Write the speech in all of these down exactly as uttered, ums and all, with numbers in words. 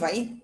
Vai.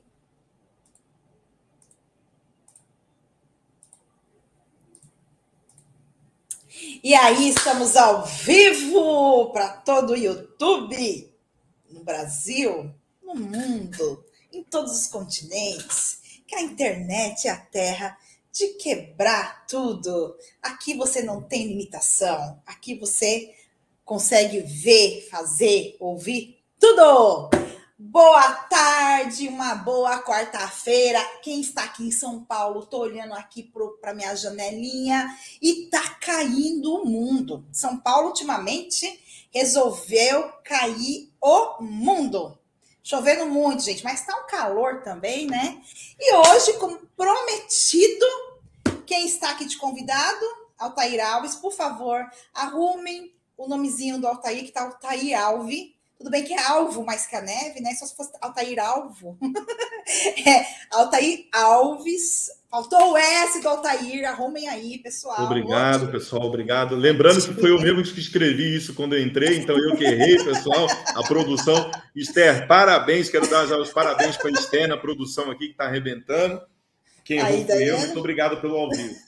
E aí, estamos ao vivo para todo o YouTube, no Brasil, no mundo, em todos os continentes, que a internet é a terra de quebrar tudo. Aqui você não tem limitação, aqui você consegue ver, fazer, ouvir tudo. Boa tarde, uma boa quarta-feira. Quem está aqui em São Paulo, estou olhando aqui para minha janelinha e tá caindo o mundo. São Paulo, ultimamente, resolveu cair o mundo. Chovendo muito, gente, mas tá um calor também, né? E hoje, como prometido, quem está aqui de convidado? Altair Alves, por favor, arrumem o nomezinho do Altair, que tá Altair Alves. Tudo bem que é alvo mais que a neve, né? Só se fosse Altair Alvo. É, Altair Alves. Faltou o S do Altair. Arrumem aí, pessoal. Obrigado, Hoje... pessoal. Obrigado. Lembrando que foi eu mesmo que escrevi isso quando eu entrei, então eu que errei, pessoal. A produção. Esther, parabéns. Quero dar já os parabéns para a Esther na produção aqui, que está arrebentando. Quem errou foi eu. Muito obrigado pelo ao vivo.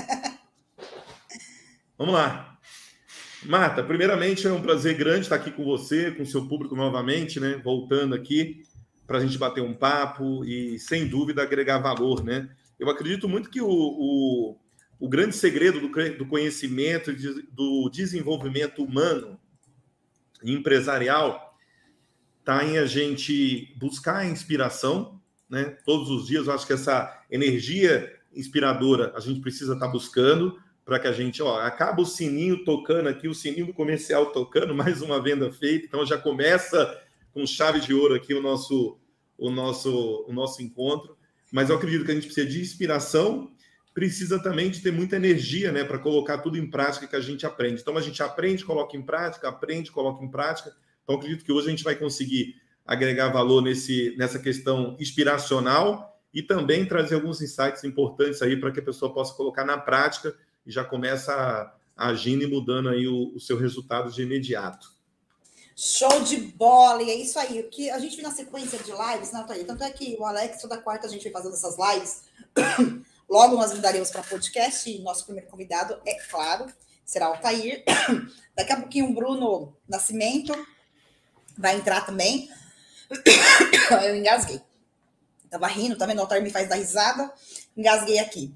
Vamos lá. Marta, primeiramente é um prazer grande estar aqui com você, com o seu público novamente, né? Voltando aqui para a gente bater um papo e, sem dúvida, agregar valor, né? Eu acredito muito que o, o, o grande segredo do, do conhecimento e de, do desenvolvimento humano e empresarial está em a gente buscar a inspiração, né? Todos os dias, eu acho que essa energia inspiradora a gente precisa estar buscando, para que a gente, ó, acaba o sininho tocando aqui, o sininho do comercial tocando, mais uma venda feita, então já começa com chave de ouro aqui o nosso, o nosso, o nosso encontro, mas eu acredito que a gente precisa de inspiração, precisa também de ter muita energia, né, para colocar tudo em prática que a gente aprende. Então a gente aprende, coloca em prática, aprende, coloca em prática, então acredito que hoje a gente vai conseguir agregar valor nesse, nessa questão inspiracional e também trazer alguns insights importantes aí para que a pessoa possa colocar na prática e já começa agindo e mudando aí o, o seu resultado de imediato. Show de bola! E é isso aí. O que a gente viu na sequência de lives, né, Thaís? Tanto é que o Alex, toda quarta, a gente vem fazendo essas lives. Logo nós mudaremos para podcast. E nosso primeiro convidado, é claro, será o Altair. Daqui a pouquinho o Bruno Nascimento vai entrar também. Eu engasguei. Tava rindo, também o Altair me faz dar risada. Engasguei aqui.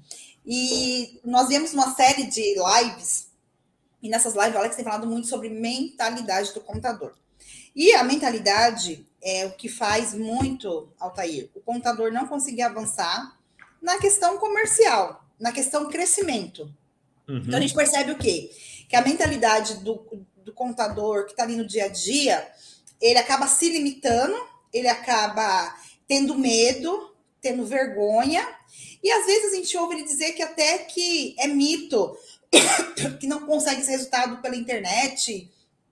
E nós viemos uma série de lives, e nessas lives o Alex tem falado muito sobre mentalidade do contador. E a mentalidade é o que faz muito, Altair, o contador não conseguir avançar na questão comercial, na questão crescimento. Uhum. Então a gente percebe o quê? Que a mentalidade do, do contador que está ali no dia a dia, ele acaba se limitando, ele acaba tendo medo, tendo vergonha, e às vezes a gente ouve ele dizer que até que é mito, que não consegue esse resultado pela internet,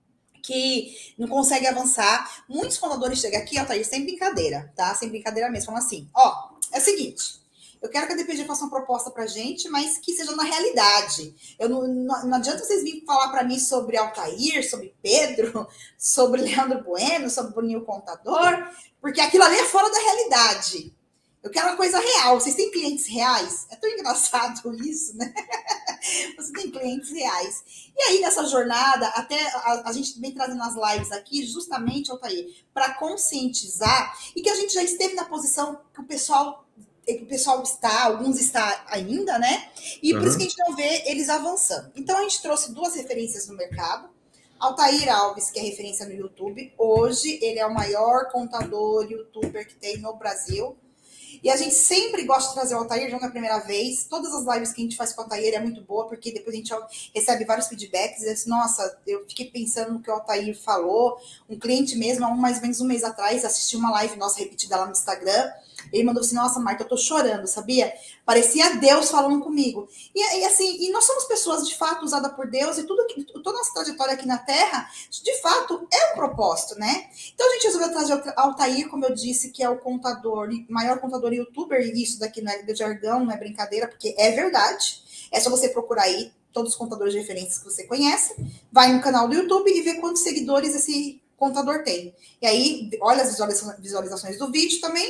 que não consegue avançar. Muitos contadores chegam aqui, ó, Thaís, sem brincadeira, tá? Sem brincadeira mesmo, falam assim, ó, é o seguinte, eu quero que a D P G faça uma proposta pra gente, mas que seja na realidade. Eu não, não, não adianta vocês virem falar para mim sobre Altair, sobre Pedro, sobre Leandro Bueno, sobre Bruninho Contador, porque aquilo ali é fora da realidade. Eu quero uma coisa real. Vocês têm clientes reais? É tão engraçado isso, né? Você tem clientes reais. E aí, nessa jornada, até a, a gente vem trazendo as lives aqui, justamente, Altair, para conscientizar e que a gente já esteve na posição que o pessoal, que o pessoal está, alguns está ainda, né? E uhum. Por isso que a gente não vê eles avançando. Então, a gente trouxe duas referências no mercado. Altair Alves, que é referência no YouTube. Hoje, ele é o maior contador youtuber que tem no Brasil. E a gente sempre gosta de trazer o Altair, já não é a primeira vez. Todas as lives que a gente faz com o Altair é muito boa, porque depois a gente recebe vários feedbacks. E diz, nossa, eu fiquei pensando no que o Altair falou. Um cliente mesmo, há um, mais ou menos um mês atrás, assistiu uma live nossa repetida lá no Instagram. Ele mandou assim, nossa, Marta, eu tô chorando, sabia? Parecia Deus falando comigo. E, e assim, e nós somos pessoas de fato usadas por Deus, e tudo que, toda a nossa trajetória aqui na Terra, de fato, é um propósito, né? Então a gente resolveu trazer o Altair, como eu disse, que é o contador, maior contador youtuber, e isso daqui não é de jargão, não é brincadeira, porque é verdade. É só você procurar aí todos os contadores de referências que você conhece, vai no canal do YouTube e vê quantos seguidores esse contador tem. E aí, olha as visualizações do vídeo também,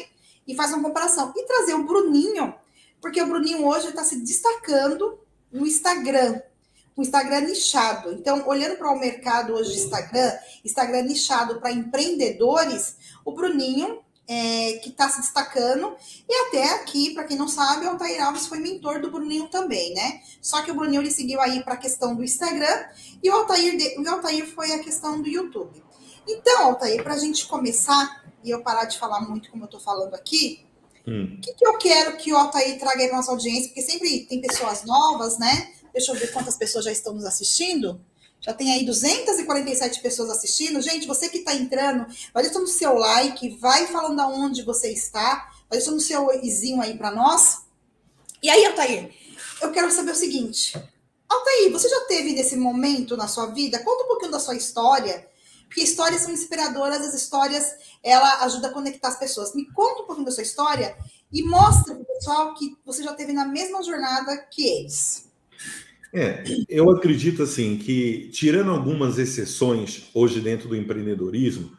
e faz uma comparação. E trazer o Bruninho, porque o Bruninho hoje está se destacando no Instagram, o Instagram nichado. Então, olhando para o mercado hoje de Instagram, Instagram nichado para empreendedores, o Bruninho, é, que está se destacando, e até aqui, para quem não sabe, o Altair Alves foi mentor do Bruninho também, né? Só que o Bruninho ele seguiu aí para a questão do Instagram, e o Altair, de, o Altair foi a questão do YouTube. Então, Altair, para a gente começar, e eu parar de falar muito como eu estou falando aqui, o hum. que, que eu quero que o Altair traga aí para nossa audiência, porque sempre tem pessoas novas, né? Deixa eu ver quantas pessoas já estão nos assistindo. Já tem aí duzentas e quarenta e sete pessoas assistindo. Gente, você que está entrando, vai deixando o seu like, vai falando aonde você está, vai deixando o seu izinho aí para nós. E aí, Altair, eu quero saber o seguinte. Altair, você já teve nesse momento na sua vida? Conta um pouquinho da sua história, porque histórias são inspiradoras, as histórias, ela ajuda a conectar as pessoas. Me conta um pouquinho da sua história e mostra para o pessoal que você já teve na mesma jornada que eles. É, eu acredito assim que, tirando algumas exceções hoje dentro do empreendedorismo,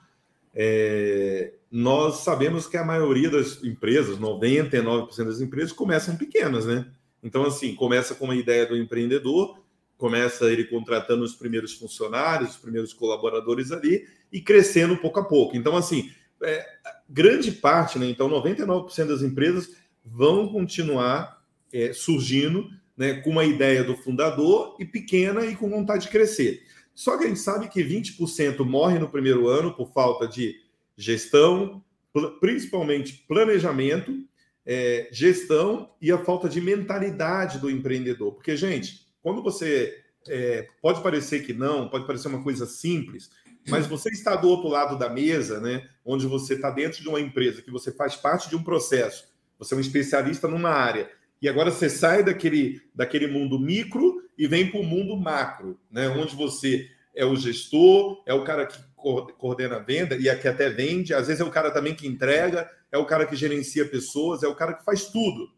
é, nós sabemos que a maioria das empresas, noventa e nove por cento das empresas, começam pequenas, né? Então, assim, começa com uma ideia do empreendedor, começa ele contratando os primeiros funcionários, os primeiros colaboradores ali e crescendo pouco a pouco. Então, assim, é, grande parte, né? Então, noventa e nove por cento das empresas vão continuar é, surgindo, né, com uma ideia do fundador e pequena e com vontade de crescer. Só que a gente sabe que vinte por cento morre no primeiro ano por falta de gestão, principalmente planejamento, é, gestão e a falta de mentalidade do empreendedor. Porque, gente, quando você... É, pode parecer que não, pode parecer uma coisa simples, mas você está do outro lado da mesa, né, onde você está dentro de uma empresa, que você faz parte de um processo, você é um especialista numa área, e agora você sai daquele, daquele mundo micro e vem para o mundo macro, né? Onde você é o gestor, é o cara que coordena a venda e é que até vende, às vezes é o cara também que entrega, é o cara que gerencia pessoas, é o cara que faz tudo.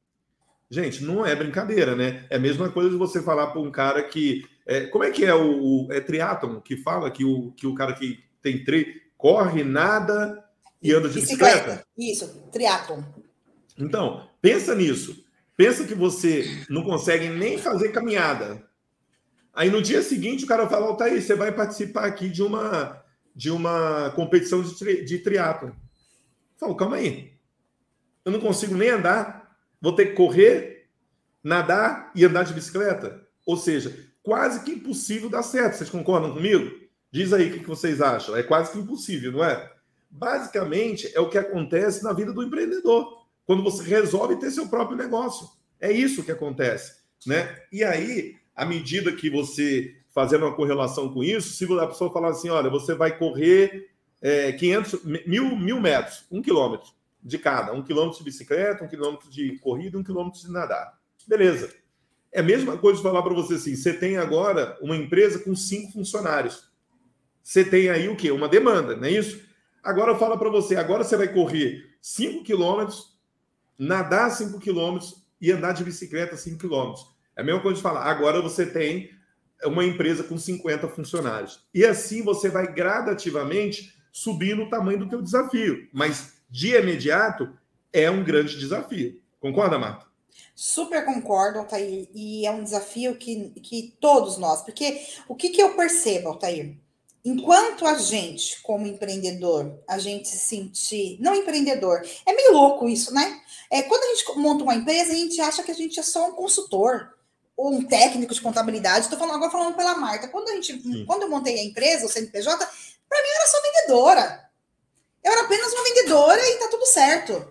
Gente, não é brincadeira, né? É a mesma coisa de você falar para um cara que... É, como é que é o, o é triatlon que fala que o, que o cara que tem tre... corre, nada e anda de bicicleta? bicicleta? Isso, triatlon. Então, pensa nisso. Pensa que você não consegue nem fazer caminhada. Aí no dia seguinte o cara fala, Altair, você vai participar aqui de uma, de uma competição de, tri, de triatlon. Eu falo, calma aí. Eu não consigo nem andar. Vou ter que correr, nadar e andar de bicicleta. Ou seja, quase que impossível dar certo. Vocês concordam comigo? Diz aí o que vocês acham. É quase que impossível, não é? Basicamente, é o que acontece na vida do empreendedor. Quando você resolve ter seu próprio negócio. É isso que acontece, né? E aí, à medida que você, fazendo uma correlação com isso, se a pessoa falar assim, olha, você vai correr é, quinhentos, mil, mil metros, um quilômetro de cada. Um quilômetro de bicicleta, um quilômetro de corrida, um quilômetro de nadar. Beleza. É a mesma coisa de falar para você assim, você tem agora uma empresa com cinco funcionários. Você tem aí o quê? Uma demanda, não é isso? Agora eu falo para você, agora você vai correr cinco quilômetros, nadar cinco quilômetros e andar de bicicleta cinco quilômetros. É a mesma coisa de falar, agora você tem uma empresa com cinquenta funcionários. E assim você vai gradativamente subir no tamanho do teu desafio. Mas, de imediato, é um grande desafio. Concorda, Marta? Super concordo, Altair. E é um desafio que, que todos nós... Porque o que, que eu percebo, Altair? Enquanto a gente, como empreendedor, a gente se sentir... Não empreendedor. É meio louco isso, né? É, quando a gente monta uma empresa, a gente acha que a gente é só um consultor ou um técnico de contabilidade. Estou falando agora falando pela Marta. Quando, a gente, quando eu montei a empresa, o C N P J, para mim eu era só vendedora. Eu era apenas uma vendedora e tá tudo certo.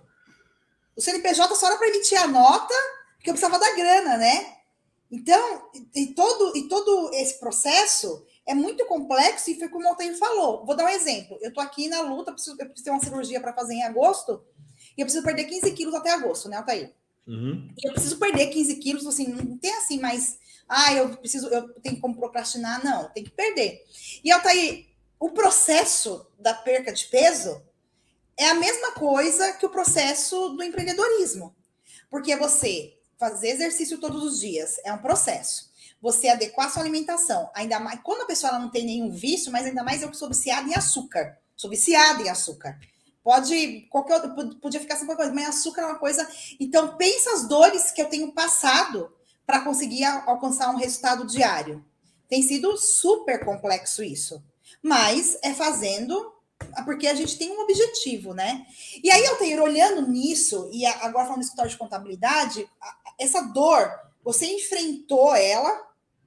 O C N P J só era para emitir a nota, porque eu precisava da grana, né? Então, e todo, e todo esse processo é muito complexo e foi como o Altair falou. Vou dar um exemplo. Eu estou aqui na luta, eu preciso, eu preciso ter uma cirurgia para fazer em agosto, e eu preciso perder quinze quilos até agosto, né, Altair? Uhum. E eu preciso perder quinze quilos, assim, não tem assim, mas, ah, eu preciso, eu tenho como procrastinar, não, tem que perder. E, Altair, o processo da perca de peso é a mesma coisa que o processo do empreendedorismo. Porque você fazer exercício todos os dias é um processo. Você adequar sua alimentação, ainda mais quando a pessoa não tem nenhum vício, mas ainda mais eu que sou viciada em açúcar. Sou viciada em açúcar. Pode, qualquer outro, podia ficar sem qualquer coisa, mas açúcar é uma coisa. Então, pensa as dores que eu tenho passado para conseguir alcançar um resultado diário. Tem sido super complexo isso. Mas é fazendo, porque a gente tem um objetivo, né? E aí, eu tenho, olhando nisso, e agora falando do escritório de contabilidade, essa dor, você enfrentou ela,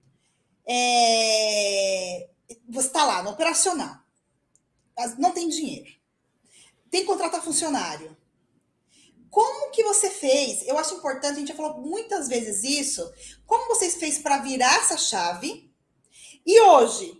é, você está lá no operacional, não tem dinheiro. Tem que contratar funcionário. Como que você fez? Eu acho importante, a gente já falou muitas vezes isso. Como você fez para virar essa chave? E hoje,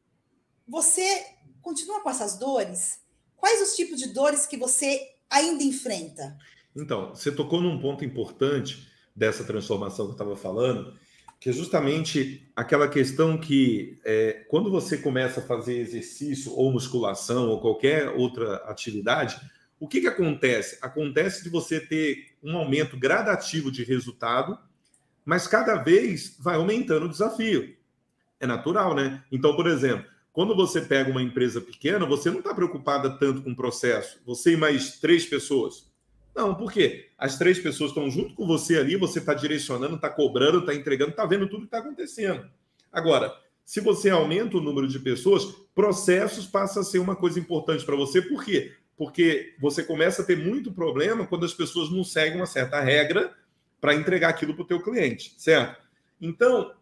você continua com essas dores? Quais os tipos de dores que você ainda enfrenta? Então, você tocou num ponto importante dessa transformação que eu estava falando, que é justamente aquela questão que é, quando você começa a fazer exercício ou musculação ou qualquer outra atividade, o que, que acontece? Acontece de você ter um aumento gradativo de resultado, mas cada vez vai aumentando o desafio. É natural, né? Então, por exemplo, quando você pega uma empresa pequena, você não está preocupada tanto com o processo. Você e mais três pessoas. Não, por quê? As três pessoas estão junto com você ali, você está direcionando, está cobrando, está entregando, está vendo tudo que está acontecendo. Agora, se você aumenta o número de pessoas, processos passa a ser uma coisa importante para você. Por quê? Porque você começa a ter muito problema quando as pessoas não seguem uma certa regra para entregar aquilo para o teu cliente, certo? Então,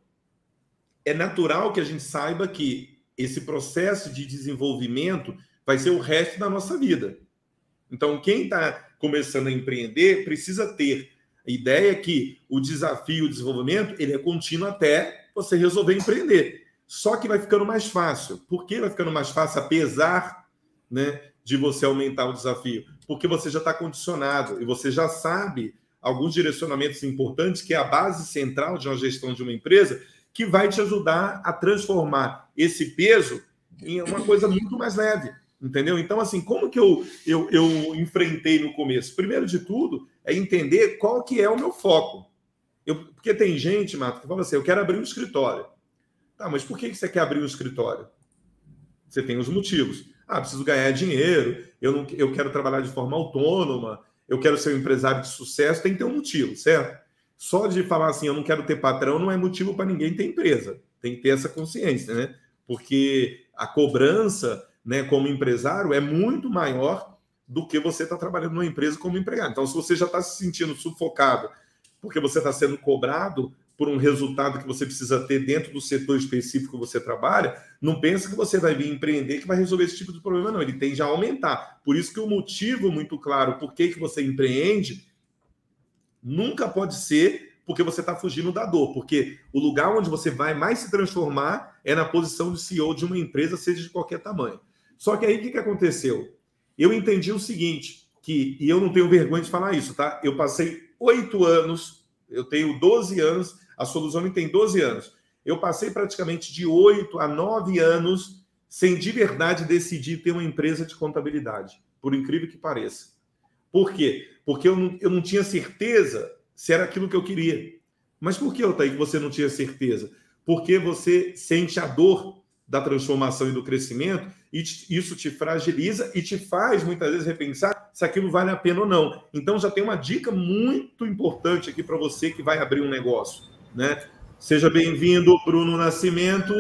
é natural que a gente saiba que esse processo de desenvolvimento vai ser o resto da nossa vida. Então, quem está começando a empreender precisa ter a ideia que o desafio, o desenvolvimento, ele é contínuo até você resolver empreender. Só que vai ficando mais fácil. Por que vai ficando mais fácil, apesar, né, de você aumentar o desafio? Porque você já está condicionado e você já sabe alguns direcionamentos importantes, que é a base central de uma gestão de uma empresa, que vai te ajudar a transformar esse peso em uma coisa muito mais leve. Entendeu? Então, assim, como que eu, eu, eu enfrentei no começo? Primeiro de tudo, é entender qual que é o meu foco. Eu, porque tem gente, Marta, que fala assim, eu quero abrir um escritório. Tá, mas por que você quer abrir um escritório? Você tem os motivos. Ah, preciso ganhar dinheiro, eu, não, eu quero trabalhar de forma autônoma, eu quero ser um empresário de sucesso, tem que ter um motivo, certo? Só de falar assim, eu não quero ter patrão, não é motivo para ninguém ter empresa. Tem que ter essa consciência, né? Porque a cobrança, né, como empresário, é muito maior do que você está trabalhando numa empresa como empregado. Então, se você já está se sentindo sufocado porque você está sendo cobrado por um resultado que você precisa ter dentro do setor específico que você trabalha, não pensa que você vai vir empreender que vai resolver esse tipo de problema, não. Ele tende a aumentar. Por isso que o motivo muito claro por que, que você empreende nunca pode ser porque você está fugindo da dor, porque o lugar onde você vai mais se transformar é na posição de C E O de uma empresa, seja de qualquer tamanho. Só que aí o que, que aconteceu? Eu entendi o seguinte, que, e eu não tenho vergonha de falar isso, tá? Eu passei oito anos, eu tenho doze anos, a Soluzzoni tem doze anos. Eu passei praticamente de oito a nove anos sem de verdade decidir ter uma empresa de contabilidade, por incrível que pareça. Por quê? Porque eu não, eu não tinha certeza se era aquilo que eu queria. Mas por que, Altair, que você não tinha certeza? Porque você sente a dor da transformação e do crescimento, e isso te fragiliza e te faz, muitas vezes, repensar se aquilo vale a pena ou não. Então, já tem uma dica muito importante aqui para você que vai abrir um negócio, né? Seja bem-vindo, Bruno Nascimento.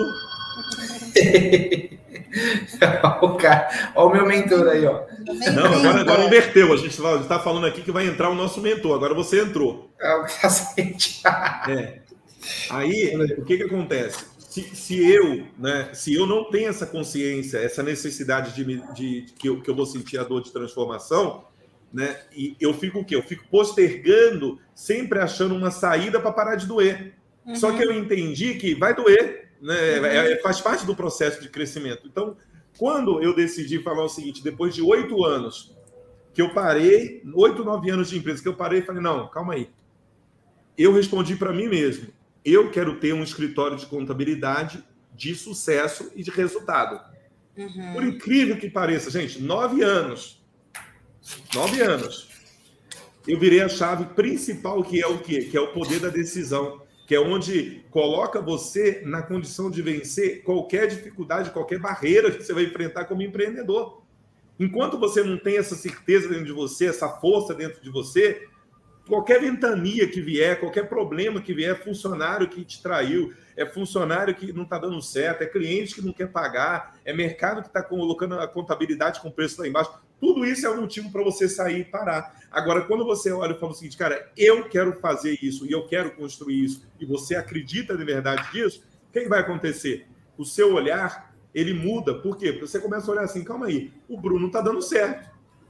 Olha o meu mentor aí, ó. Não, agora, agora inverteu. A gente está falando aqui que vai entrar o nosso mentor. Agora você entrou. É o cacete. É. Aí, o que, que acontece? Se, se, eu, né, se eu não tenho essa consciência, essa necessidade de, de, de que, eu, que eu vou sentir a dor de transformação, né, e eu fico o quê? Eu fico postergando, sempre achando uma saída para parar de doer. Uhum. Só que eu entendi que vai doer, né, uhum. é, faz parte do processo de crescimento. Então, quando eu decidi falar o seguinte, depois de oito anos, que eu parei, oito, nove anos de empresa, que eu parei e falei, não, calma aí. Eu respondi para mim mesmo, eu quero ter um escritório de contabilidade de sucesso e de resultado. Uhum. Por incrível que pareça, gente, nove anos, nove anos, eu virei a chave principal, que é o quê? Que é o poder da decisão, que é onde coloca você na condição de vencer qualquer dificuldade, qualquer barreira que você vai enfrentar como empreendedor. Enquanto você não tem essa certeza dentro de você, essa força dentro de você, qualquer ventania que vier, qualquer problema que vier, é funcionário que te traiu, é funcionário que não está dando certo, é cliente que não quer pagar, é mercado que está colocando a contabilidade com o preço lá embaixo. Tudo isso é um motivo para você sair e parar. Agora, quando você olha e fala o seguinte, cara, eu quero fazer isso e eu quero construir isso, e você acredita de verdade nisso, o que vai acontecer? O seu olhar, ele muda. Por quê? Porque você começa a olhar assim, calma aí, o Bruno está dando certo,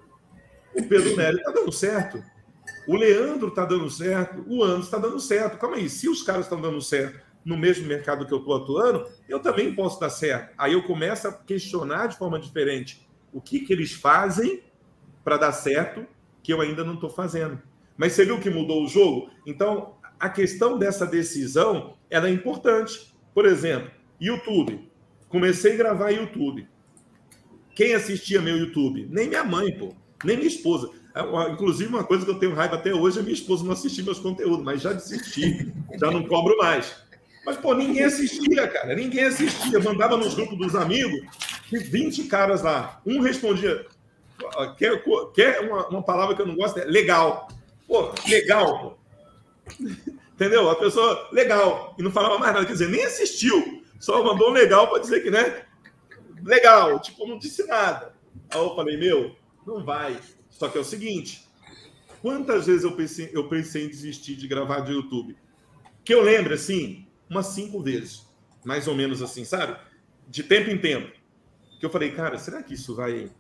o Pedro Nery está dando certo, o Leandro está dando certo, o Anderson está dando certo. Calma aí, se os caras estão dando certo no mesmo mercado que eu estou atuando, eu também posso dar certo. Aí eu começo a questionar de forma diferente o que, que eles fazem para dar certo que eu ainda não estou fazendo. Mas você viu que mudou o jogo? Então, a questão dessa decisão ela é importante. Por exemplo, YouTube. Comecei a gravar YouTube. Quem assistia meu YouTube? Nem minha mãe, pô. Nem minha esposa. Inclusive, uma coisa que eu tenho raiva até hoje é minha esposa não assistir meus conteúdos, mas já desisti, já não cobro mais. Mas, pô, ninguém assistia, cara, ninguém assistia. Mandava nos grupos dos amigos, vinte caras lá, um respondia, quer, quer uma, uma palavra que eu não gosto, é legal. Pô, legal, pô. Entendeu? A pessoa, legal, e não falava mais nada, quer dizer, nem assistiu, só mandou um legal para dizer que, né, legal, tipo, não disse nada. Aí eu falei, meu, não vai. Só que é o seguinte, quantas vezes eu pensei, eu pensei em desistir de gravar de YouTube? Que eu lembro, assim, umas cinco vezes, mais ou menos assim, sabe? De tempo em tempo. Que eu falei, cara, será que isso vai...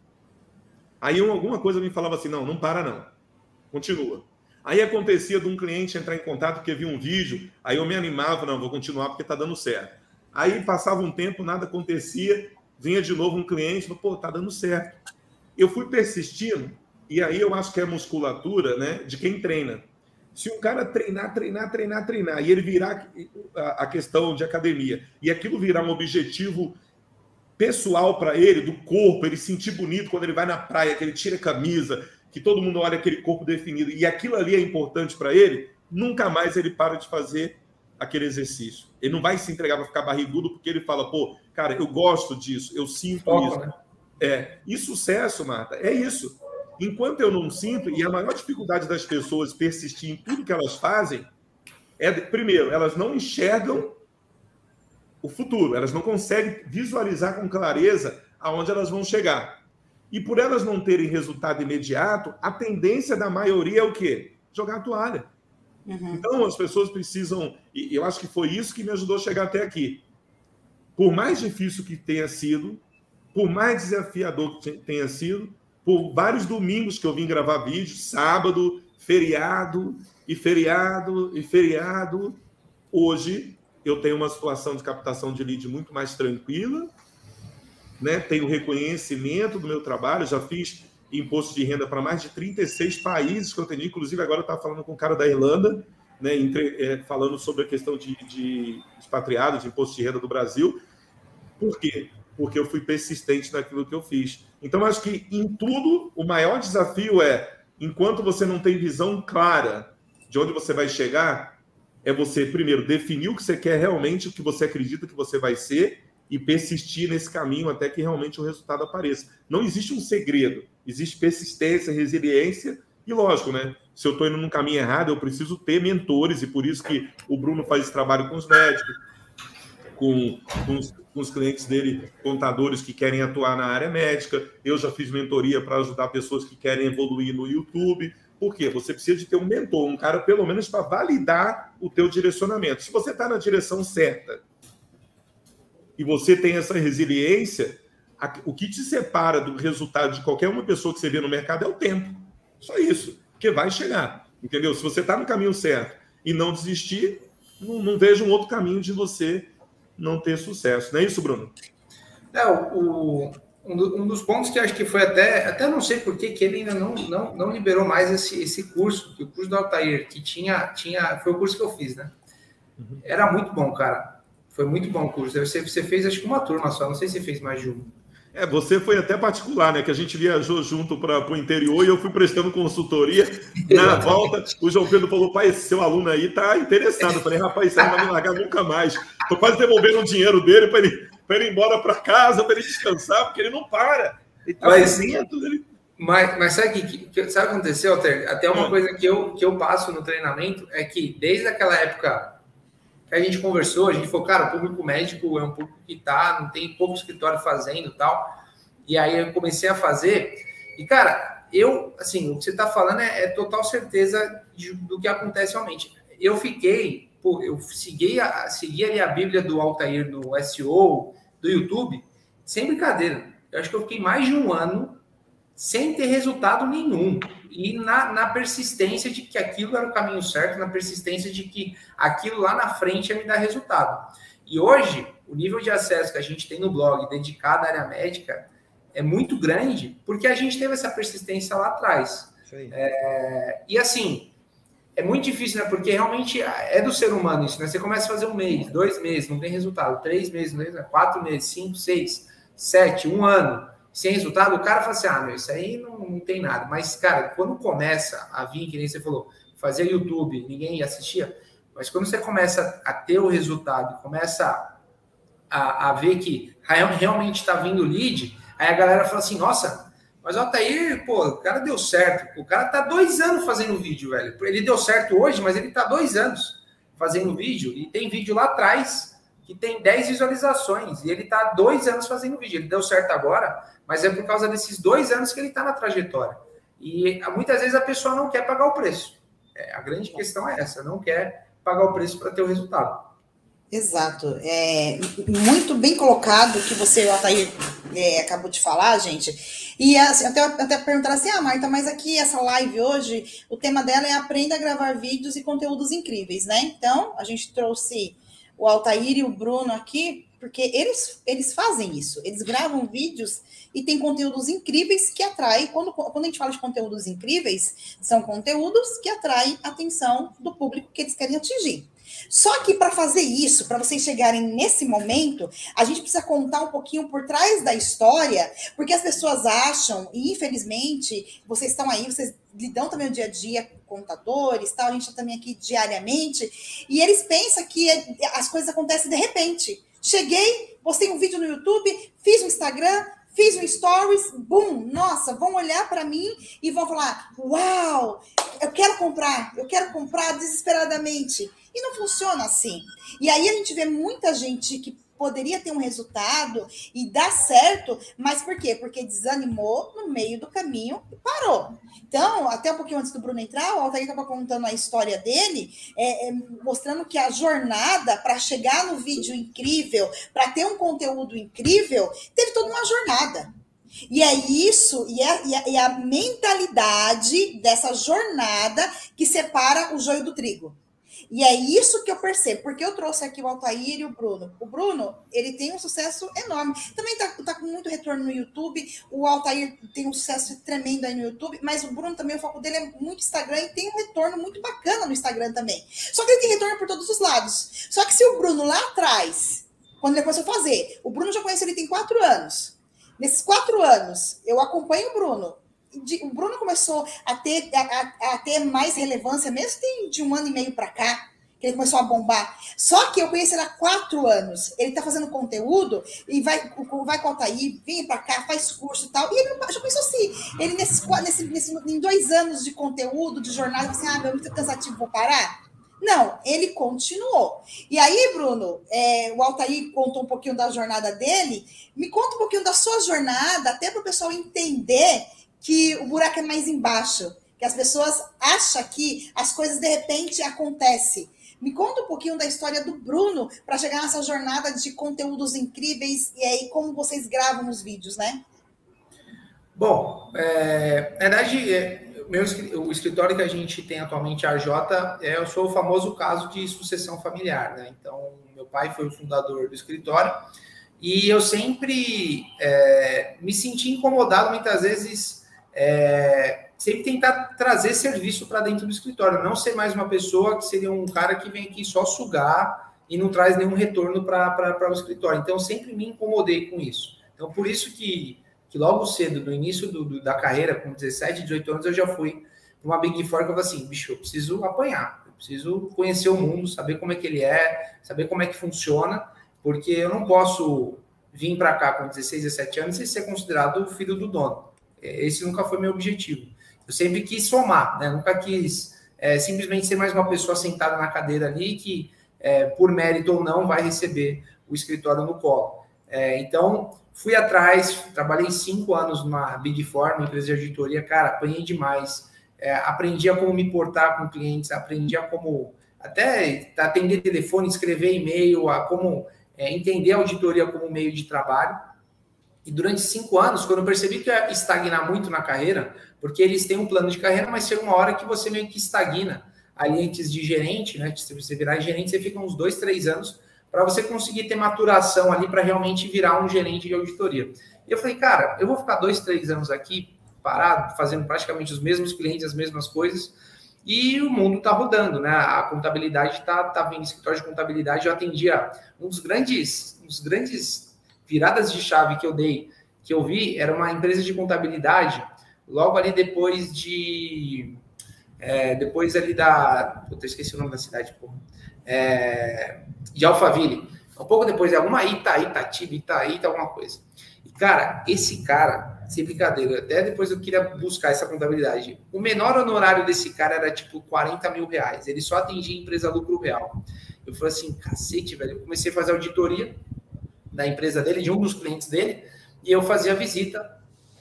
Aí alguma coisa me falava assim, não, não para não, continua. Aí acontecia de um cliente entrar em contato porque viu um vídeo, aí eu me animava, não, vou continuar porque tá dando certo. Aí passava um tempo, nada acontecia, vinha de novo um cliente, falou, pô, tá dando certo. Eu fui persistindo, e aí eu acho que é a musculatura, né, de quem treina. Se um cara treinar, treinar, treinar, treinar, e ele virar a questão de academia, e aquilo virar um objetivo pessoal para ele, do corpo, ele sentir bonito quando ele vai na praia, que ele tira a camisa, que todo mundo olha aquele corpo definido, e aquilo ali é importante para ele, nunca mais ele para de fazer aquele exercício. Ele não vai se entregar para ficar barrigudo, porque ele fala, pô, cara, eu gosto disso, eu sinto Foca, isso. Né? É, e sucesso, Marta, é isso. Enquanto eu não sinto, e a maior dificuldade das pessoas persistir em tudo que elas fazem, é, primeiro, elas não enxergam o futuro, elas não conseguem visualizar com clareza aonde elas vão chegar. E por elas não terem resultado imediato, a tendência da maioria é o quê? Jogar a toalha. Uhum. Então, as pessoas precisam... E eu acho que foi isso que me ajudou a chegar até aqui. Por mais difícil que tenha sido, por mais desafiador que tenha sido, por vários domingos que eu vim gravar vídeo, sábado, feriado, e feriado, e feriado, hoje eu tenho uma situação de captação de lead muito mais tranquila, né? Tenho reconhecimento do meu trabalho, já fiz imposto de renda para mais de trinta e seis países que eu tenho, inclusive agora eu estava falando com um cara da Irlanda, né? Entre, é, falando sobre a questão de, de expatriados, de imposto de renda do Brasil. Por quê? Porque eu fui persistente naquilo que eu fiz. Então, acho que em tudo, o maior desafio é, enquanto você não tem visão clara de onde você vai chegar, é você, primeiro, definir o que você quer realmente, o que você acredita que você vai ser, e persistir nesse caminho até que realmente o resultado apareça. Não existe um segredo, existe persistência, resiliência, e lógico, né? Se eu estou indo num caminho errado, eu preciso ter mentores, e por isso que o Bruno faz esse trabalho com os médicos, com, com, os, com os clientes dele, contadores que querem atuar na área médica. Eu já fiz mentoria para ajudar pessoas que querem evoluir no YouTube. Por quê? Você precisa de ter um mentor, um cara, pelo menos, para validar o teu direcionamento. Se você está na direção certa e você tem essa resiliência, o que te separa do resultado de qualquer uma pessoa que você vê no mercado é o tempo. Só isso. Porque vai chegar. Entendeu? Se você está no caminho certo e não desistir, não, não vejo um outro caminho de você não ter sucesso. Não é isso, Bruno? É, o, um dos pontos que acho que foi até... Até não sei por que ele ainda não, não, não liberou mais esse, esse curso, que o curso do Altair, que tinha, tinha... Foi o curso que eu fiz, né? Uhum. Era muito bom, cara. Foi muito bom o curso. Você, você fez, acho que uma turma só. Não sei se você fez mais de uma. É, você foi até particular, né? Que a gente viajou junto para o interior e eu fui prestando consultoria. Na volta, o João Pedro falou, pai, esse seu aluno aí tá interessado. Eu falei, rapaz, isso aí não vai me largar nunca mais. Tô quase devolvendo o dinheiro dele para ele, para ele ir embora para casa, para ele descansar, porque ele não para. Mas, mas, mas sabe o que, que, sabe que aconteceu, Alter? Até uma coisa que eu, que eu passo no treinamento é que desde aquela época que a gente conversou, a gente falou, cara, o público médico é um público que tá, não tem pouco escritório fazendo e tal. E aí eu comecei a fazer. E, cara, eu, assim, o que você tá falando é, é total certeza de, do que acontece realmente. Eu fiquei, pô, eu segui, a, segui ali a Bíblia do Altair no S E O, do YouTube, sem brincadeira. Eu acho que eu fiquei mais de um ano sem ter resultado nenhum. E na, na persistência de que aquilo era o caminho certo, na persistência de que aquilo lá na frente ia me dar resultado. E hoje, o nível de acesso que a gente tem no blog dedicado à área médica é muito grande, porque a gente teve essa persistência lá atrás. É, e assim, é muito difícil, né? Porque realmente é do ser humano isso, né? Você começa a fazer um mês, dois meses, não tem resultado, três meses, não tem resultado, quatro meses, cinco, seis, sete, um ano, sem resultado, o cara fala assim, ah, meu, isso aí não, não tem nada. Mas, cara, quando começa a vir, que nem você falou, fazer YouTube, ninguém assistia, mas quando você começa a ter o resultado, começa a, a ver que realmente está vindo lead, aí a galera fala assim, nossa, mas o Altair, pô, o cara deu certo. O cara tá dois anos fazendo vídeo, velho. Ele deu certo hoje, mas ele tá dois anos fazendo vídeo. E tem vídeo lá atrás que tem dez visualizações. E ele tá dois anos fazendo vídeo. Ele deu certo agora, mas é por causa desses dois anos que ele tá na trajetória. E muitas vezes a pessoa não quer pagar o preço. É, a grande questão é essa, não quer pagar o preço para ter o resultado. Exato. É, muito bem colocado o que você, o Altair, é, acabou de falar, gente. E assim, até, até perguntaram assim, ah, Marta, mas aqui essa live hoje, o tema dela é aprenda a gravar vídeos e conteúdos incríveis, né? Então, a gente trouxe o Altair e o Bruno aqui, porque eles, eles fazem isso. Eles gravam vídeos e tem conteúdos incríveis que atraem. Quando, quando a gente fala de conteúdos incríveis, são conteúdos que atraem a atenção do público que eles querem atingir. Só que para fazer isso, para vocês chegarem nesse momento, a gente precisa contar um pouquinho por trás da história, porque as pessoas acham, e infelizmente, vocês estão aí, vocês lidam também o dia a dia com contadores, tal, a gente está também aqui diariamente, e eles pensam que as coisas acontecem de repente. Cheguei, postei um vídeo no YouTube, fiz um Instagram, fiz um stories, boom, nossa, vão olhar para mim e vão falar, uau, eu quero comprar, eu quero comprar desesperadamente. E não funciona assim. E aí a gente vê muita gente que poderia ter um resultado e dar certo, mas por quê? Porque desanimou no meio do caminho e parou. Então, até um pouquinho antes do Bruno entrar, o Altair estava contando a história dele, é, é, mostrando que a jornada para chegar no vídeo incrível, para ter um conteúdo incrível, teve toda uma jornada. E é isso, e é, e, é, e é a mentalidade dessa jornada que separa o joio do trigo. E é isso que eu percebo, porque eu trouxe aqui o Altair e o Bruno. O Bruno, ele tem um sucesso enorme. Também tá, tá com muito retorno no YouTube. O Altair tem um sucesso tremendo aí no YouTube, mas o Bruno também, o foco dele é muito Instagram e tem um retorno muito bacana no Instagram também. Só que ele tem retorno por todos os lados. Só que se o Bruno lá atrás, quando ele começou a fazer, o Bruno já conhece ele tem quatro anos. Nesses quatro anos, eu acompanho o Bruno. De, o Bruno começou a ter, a, a ter mais relevância, mesmo tem de um ano e meio para cá, que ele começou a bombar. Só que eu conheci ele há quatro anos. Ele tá fazendo conteúdo e vai, vai com o Altair, vem para cá, faz curso e tal. E ele já pensou assim, ele nesses, nesse, nesse, em dois anos de conteúdo, de jornada, assim, ah, meu, muito cansativo, vou parar? Não, ele continuou. E aí, Bruno, é, o Altair contou um pouquinho da jornada dele. Me conta um pouquinho da sua jornada, até para o pessoal entender que o buraco é mais embaixo, que as pessoas acham que as coisas de repente acontecem. Me conta um pouquinho da história do Bruno para chegar nessa jornada de conteúdos incríveis e aí como vocês gravam os vídeos, né? Bom, é, na verdade, é, meu, o escritório que a gente tem atualmente, a A J, é, eu sou o famoso caso de sucessão familiar, né? Então, meu pai foi o fundador do escritório e eu sempre é, me senti incomodado muitas vezes. É, sempre tentar trazer serviço para dentro do escritório, não ser mais uma pessoa que seria um cara que vem aqui só sugar e não traz nenhum retorno para o escritório. Então, eu sempre me incomodei com isso. Então, por isso que, que logo cedo, no início do, do, da carreira, com dezessete, dezoito anos, eu já fui para uma Big Four que eu falei assim, bicho, eu preciso apanhar, eu preciso conhecer o mundo, saber como é que ele é, saber como é que funciona, porque eu não posso vir para cá com dezesseis, dezessete anos e ser considerado o filho do dono. Esse nunca foi meu objetivo. Eu sempre quis somar, né? Nunca quis é, simplesmente ser mais uma pessoa sentada na cadeira ali que, é, por mérito ou não, vai receber o escritório no colo. É, então, fui atrás, trabalhei cinco anos numa Big Four, uma empresa de auditoria, cara, apanhei demais. É, aprendi a como me portar com clientes, aprendi a como até atender telefone, escrever e-mail, a como é, entender a auditoria como meio de trabalho. E durante cinco anos, quando eu percebi que ia estagnar muito na carreira, porque eles têm um plano de carreira, mas chega uma hora que você meio que estagna ali antes de gerente, né? Se você virar gerente, você fica uns dois, três anos para você conseguir ter maturação ali para realmente virar um gerente de auditoria. E eu falei, cara, eu vou ficar dois, três anos aqui parado, fazendo praticamente os mesmos clientes, as mesmas coisas, e o mundo está rodando, né? A contabilidade está tá vindo, escritório de contabilidade, eu atendia um dos grandes, um dos grandes viradas de chave que eu dei, que eu vi, era uma empresa de contabilidade, logo ali depois de... É, depois ali da... Puta, eu esqueci o nome da cidade, pô. É, de Alphaville. Um pouco depois, alguma Ita, Itatiba, Itaíta, alguma coisa. E, cara, esse cara, sem brincadeira, até depois eu queria buscar essa contabilidade. O menor honorário desse cara era, tipo, quarenta mil reais. Ele só atendia empresa lucro real. Eu falei assim, cacete, velho. Eu comecei a fazer auditoria da empresa dele, de um dos clientes dele, e eu fazia visita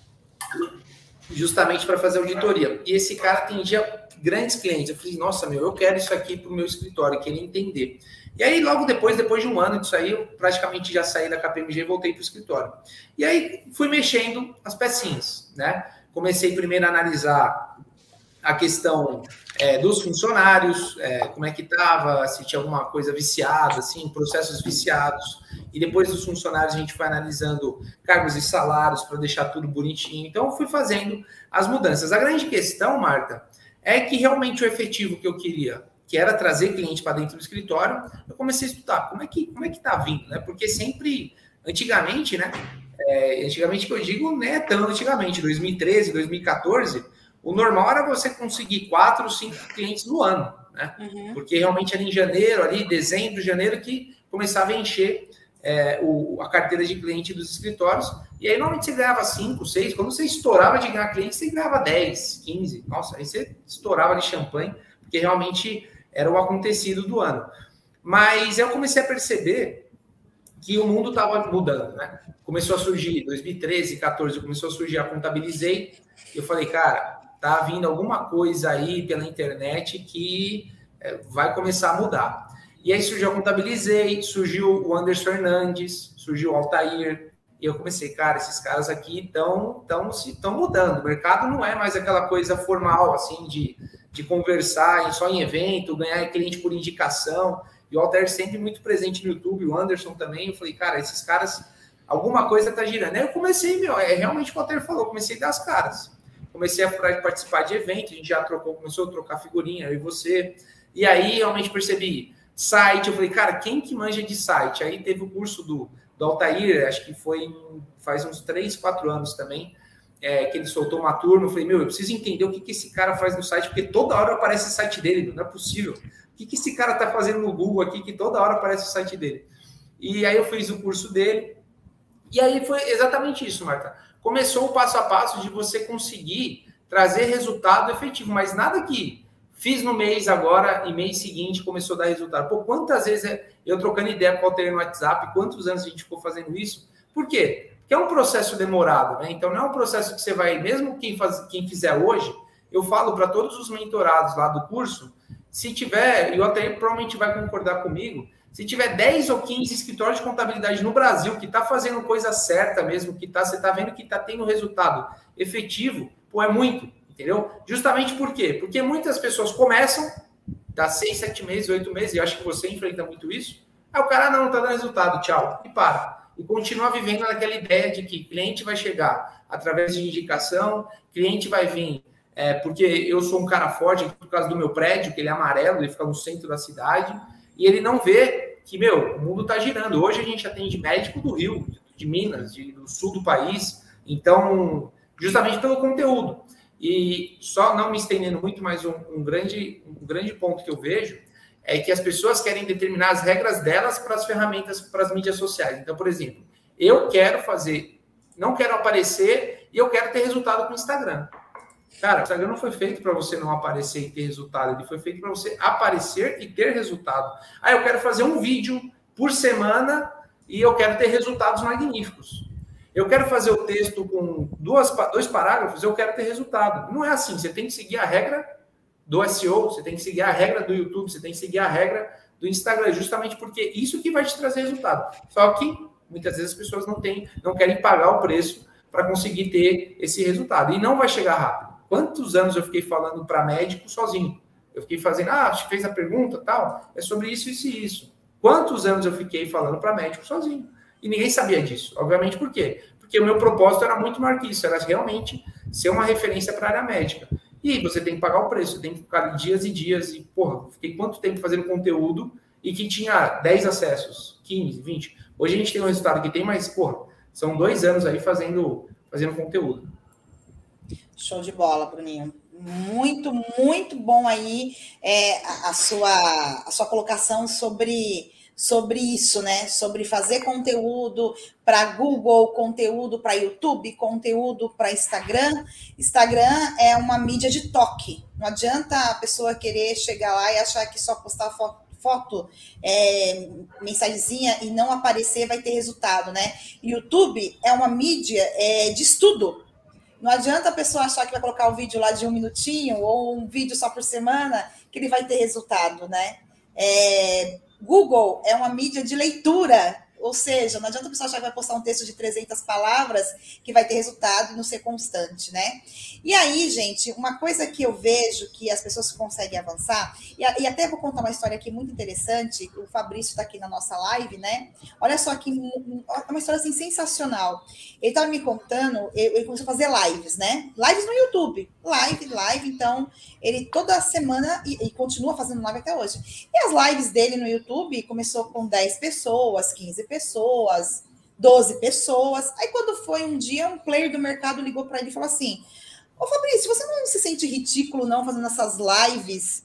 justamente para fazer auditoria. E esse cara atendia grandes clientes. Eu falei, nossa, meu, eu quero isso aqui para o meu escritório, queria entender. E aí, logo depois, depois de um ano disso aí, eu praticamente já saí da K P M G e voltei para o escritório. E aí, fui mexendo as pecinhas, né? Comecei primeiro a analisar a questão é, dos funcionários, é, como é que estava, se tinha alguma coisa viciada, assim, processos viciados. E depois dos funcionários, a gente foi analisando cargos e salários para deixar tudo bonitinho. Então, eu fui fazendo as mudanças. A grande questão, Marta, é que realmente o efetivo que eu queria, que era trazer cliente para dentro do escritório, eu comecei a estudar como é que como é que está vindo, né? Porque sempre, antigamente, né? É, antigamente que eu digo, não é tão antigamente, dois mil e treze, dois mil e quatorze, o normal era você conseguir quatro, cinco clientes no ano, né? Uhum. Porque realmente era em janeiro, ali, dezembro, janeiro, que começava a encher é, o, a carteira de cliente dos escritórios. E aí, normalmente, você ganhava cinco, seis. Quando você estourava de ganhar cliente, você ganhava dez, quinze. Nossa, aí você estourava de champanhe, porque realmente era o acontecido do ano. Mas eu comecei a perceber que o mundo estava mudando, né? Começou a surgir, dois mil e treze, quatorze, começou a surgir a Contabilizei. E eu falei, cara, tá vindo alguma coisa aí pela internet que vai começar a mudar. E aí surgiu a Contabilizei, surgiu o Anderson Fernandes, surgiu o Altair. E eu comecei, cara, esses caras aqui estão tão, tão mudando. O mercado não é mais aquela coisa formal, assim, de, de conversar só em evento, ganhar cliente por indicação. E o Altair sempre muito presente no YouTube, o Anderson também. Eu falei, cara, esses caras, alguma coisa tá girando. Aí eu comecei, meu, é realmente o que o Altair falou, comecei a dar as caras. Comecei a participar de eventos, a gente já trocou, começou a trocar figurinha, eu e você. E aí realmente percebi, site, eu falei, cara, quem que manja de site? Aí teve o curso do... do Altair, acho que foi faz uns três, quatro anos também, é, que ele soltou uma turma. Eu falei, meu, eu preciso entender o que, que esse cara faz no site, porque toda hora aparece o site dele, não é possível. O que, que esse cara tá fazendo no Google aqui, que toda hora aparece o site dele? E aí eu fiz o curso dele, e aí foi exatamente isso, Marta. Começou o passo a passo de você conseguir trazer resultado efetivo, mas nada que fiz no mês agora e mês seguinte começou a dar resultado. Pô, quantas vezes eu trocando ideia com o Altair no WhatsApp, quantos anos a gente ficou fazendo isso? Por quê? Porque é um processo demorado, né? Então não é um processo que você vai, mesmo quem, faz, quem fizer hoje, eu falo para todos os mentorados lá do curso, se tiver, e o Altair provavelmente vai concordar comigo, se tiver dez ou quinze escritórios de contabilidade no Brasil que está fazendo coisa certa mesmo, que tá, você está vendo que está tendo resultado efetivo, pô, é muito. Entendeu? Justamente por quê? Porque muitas pessoas começam, dá seis, sete meses, oito meses, e eu acho que você enfrenta muito isso, aí o cara não, não está dando resultado, tchau, e para. E continua vivendo naquela ideia de que cliente vai chegar através de indicação, cliente vai vir, é, porque eu sou um cara forte por causa do meu prédio, que ele é amarelo, ele fica no centro da cidade, e ele não vê que, meu, o mundo está girando. Hoje a gente atende médico do Rio, de Minas, de, do sul do país, então, justamente pelo conteúdo. E só não me estendendo muito, mas um, um, grande, um grande ponto que eu vejo é que as pessoas querem determinar as regras delas para as ferramentas, para as mídias sociais. Então, por exemplo, Eu quero fazer, não quero aparecer e eu quero ter resultado com o Instagram. Cara, o Instagram não foi feito para você não aparecer e ter resultado, ele foi feito para você aparecer e ter resultado. Ah, eu quero fazer um vídeo por semana e eu quero ter resultados magníficos. Eu quero fazer o texto com duas, dois parágrafos, eu quero ter resultado. Não é assim, você tem que seguir a regra do S E O, você tem que seguir a regra do YouTube, você tem que seguir a regra do Instagram, justamente porque isso que vai te trazer resultado. Só que muitas vezes as pessoas não têm, não querem pagar o preço para conseguir ter esse resultado. E não vai chegar rápido. Quantos anos eu fiquei falando para médico sozinho? Eu fiquei fazendo, ah, acho que fez a pergunta, tal, é sobre isso, isso e isso. Quantos anos eu fiquei falando para médico sozinho? E ninguém sabia disso. Obviamente, por quê? Porque o meu propósito era muito maior que isso, era realmente ser uma referência para a área médica. E aí você tem que pagar o preço, tem que ficar dias e dias, e, porra, fiquei quanto tempo fazendo conteúdo e que tinha dez acessos, quinze, vinte. Hoje a gente tem um resultado que tem, mas, porra, são dois anos aí fazendo, fazendo conteúdo. Show de bola, Bruninho. Muito, muito bom aí é, a, a, sua, a sua colocação sobre, sobre isso, né? Sobre fazer conteúdo para Google, conteúdo para YouTube, conteúdo para Instagram. Instagram é uma mídia de toque. Não adianta a pessoa querer chegar lá e achar que só postar foto, foto é, mensagenzinha e não aparecer vai ter resultado, né? YouTube é uma mídia é, de estudo. Não adianta a pessoa achar que vai colocar um vídeo lá de um minutinho ou um vídeo só por semana que ele vai ter resultado, né? É, Google é uma mídia de leitura, ou seja, não adianta a pessoa achar que vai postar um texto de trezentas palavras que vai ter resultado e não ser constante, né? E aí, gente, uma coisa que eu vejo que as pessoas conseguem avançar, e, e até vou contar uma história aqui muito interessante, o Fabrício está aqui na nossa live, né? Olha só que uma história assim sensacional. Ele estava me contando, ele começou a fazer lives, né? Lives no YouTube. Live, live, então, ele toda semana, e, e continua fazendo live até hoje. E as lives dele no YouTube começou com dez pessoas, quinze pessoas, doze pessoas. Aí, quando foi um dia, um player do mercado ligou para ele e falou assim: ô Fabrício, você não se sente ridículo, não, fazendo essas lives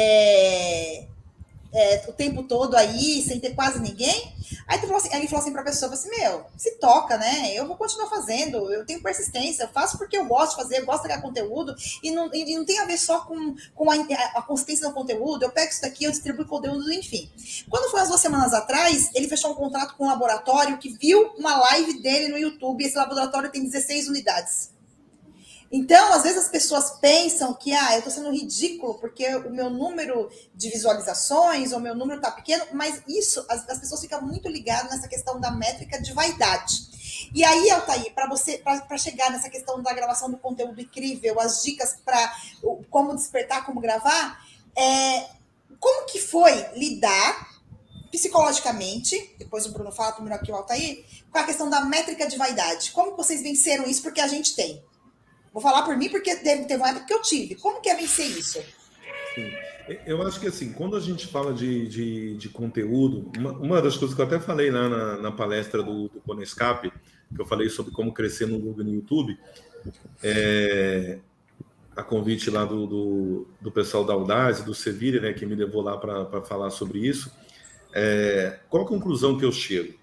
é, é, o tempo todo aí, sem ter quase ninguém? Aí, tu falou assim, aí ele falou assim para a pessoa, assim, meu, se toca, né? Eu vou continuar fazendo, eu tenho persistência, eu faço porque eu gosto de fazer, eu gosto de criar conteúdo, e não, e não tem a ver só com, com a, a consistência do conteúdo, eu pego isso daqui, eu distribuo conteúdo, enfim. Quando foi umas duas semanas atrás, ele fechou um contrato com um laboratório que viu uma live dele no YouTube, e esse laboratório tem dezesseis unidades. Então, às vezes as pessoas pensam que ah, eu estou sendo ridículo porque o meu número de visualizações ou o meu número está pequeno, mas isso, as, as pessoas ficam muito ligadas nessa questão da métrica de vaidade. E aí, Altair, para você, para chegar nessa questão da gravação do conteúdo incrível, as dicas para como despertar, como gravar, é, como que foi lidar psicologicamente, depois o Bruno fala primeiro aqui o Altair, com a questão da métrica de vaidade. Como vocês venceram isso? Porque a gente tem. Vou falar por mim, porque teve, teve uma época que eu tive. Como que é vencer isso? Sim. Eu acho que, assim, quando a gente fala de, de, de conteúdo, uma, uma das coisas que eu até falei lá na, na palestra do, do Conescape, que eu falei sobre como crescer no Google e no YouTube, é, a convite lá do, do, do pessoal da Audaz, do Seville, né, que me levou lá para falar sobre isso, é, qual a conclusão que eu chego?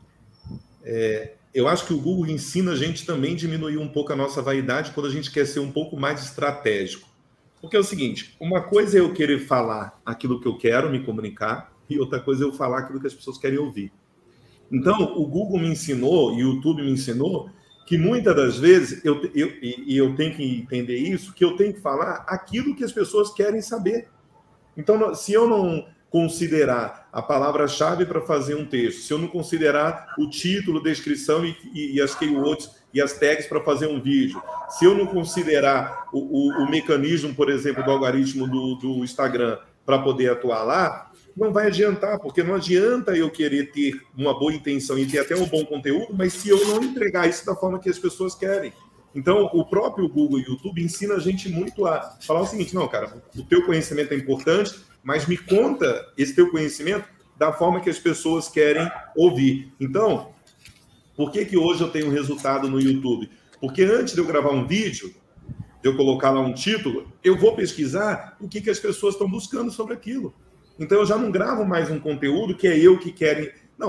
É, eu acho que o Google ensina a gente também a diminuir um pouco a nossa vaidade quando a gente quer ser um pouco mais estratégico. Porque é o seguinte, uma coisa é eu querer falar aquilo que eu quero me comunicar e outra coisa é eu falar aquilo que as pessoas querem ouvir. Então, o Google me ensinou e o YouTube me ensinou que muitas das vezes, eu, eu, e eu tenho que entender isso, que eu tenho que falar aquilo que as pessoas querem saber. Então, se eu não considerar a palavra-chave para fazer um texto, se eu não considerar o título, descrição e, e, e as keywords e as tags para fazer um vídeo, se eu não considerar o, o, o mecanismo, por exemplo, do algoritmo do, do Instagram para poder atuar lá, não vai adiantar, porque não adianta eu querer ter uma boa intenção e ter até um bom conteúdo, mas se eu não entregar isso da forma que as pessoas querem. Então, o próprio Google e o YouTube ensina a gente muito a falar o seguinte, não, cara, o teu conhecimento é importante, mas me conta esse teu conhecimento da forma que as pessoas querem ouvir. Então, por que que hoje eu tenho resultado no YouTube? Porque antes de eu gravar um vídeo, de eu colocar lá um título, eu vou pesquisar o que que as pessoas estão buscando sobre aquilo. Então, eu já não gravo mais um conteúdo que é eu que quero... Não,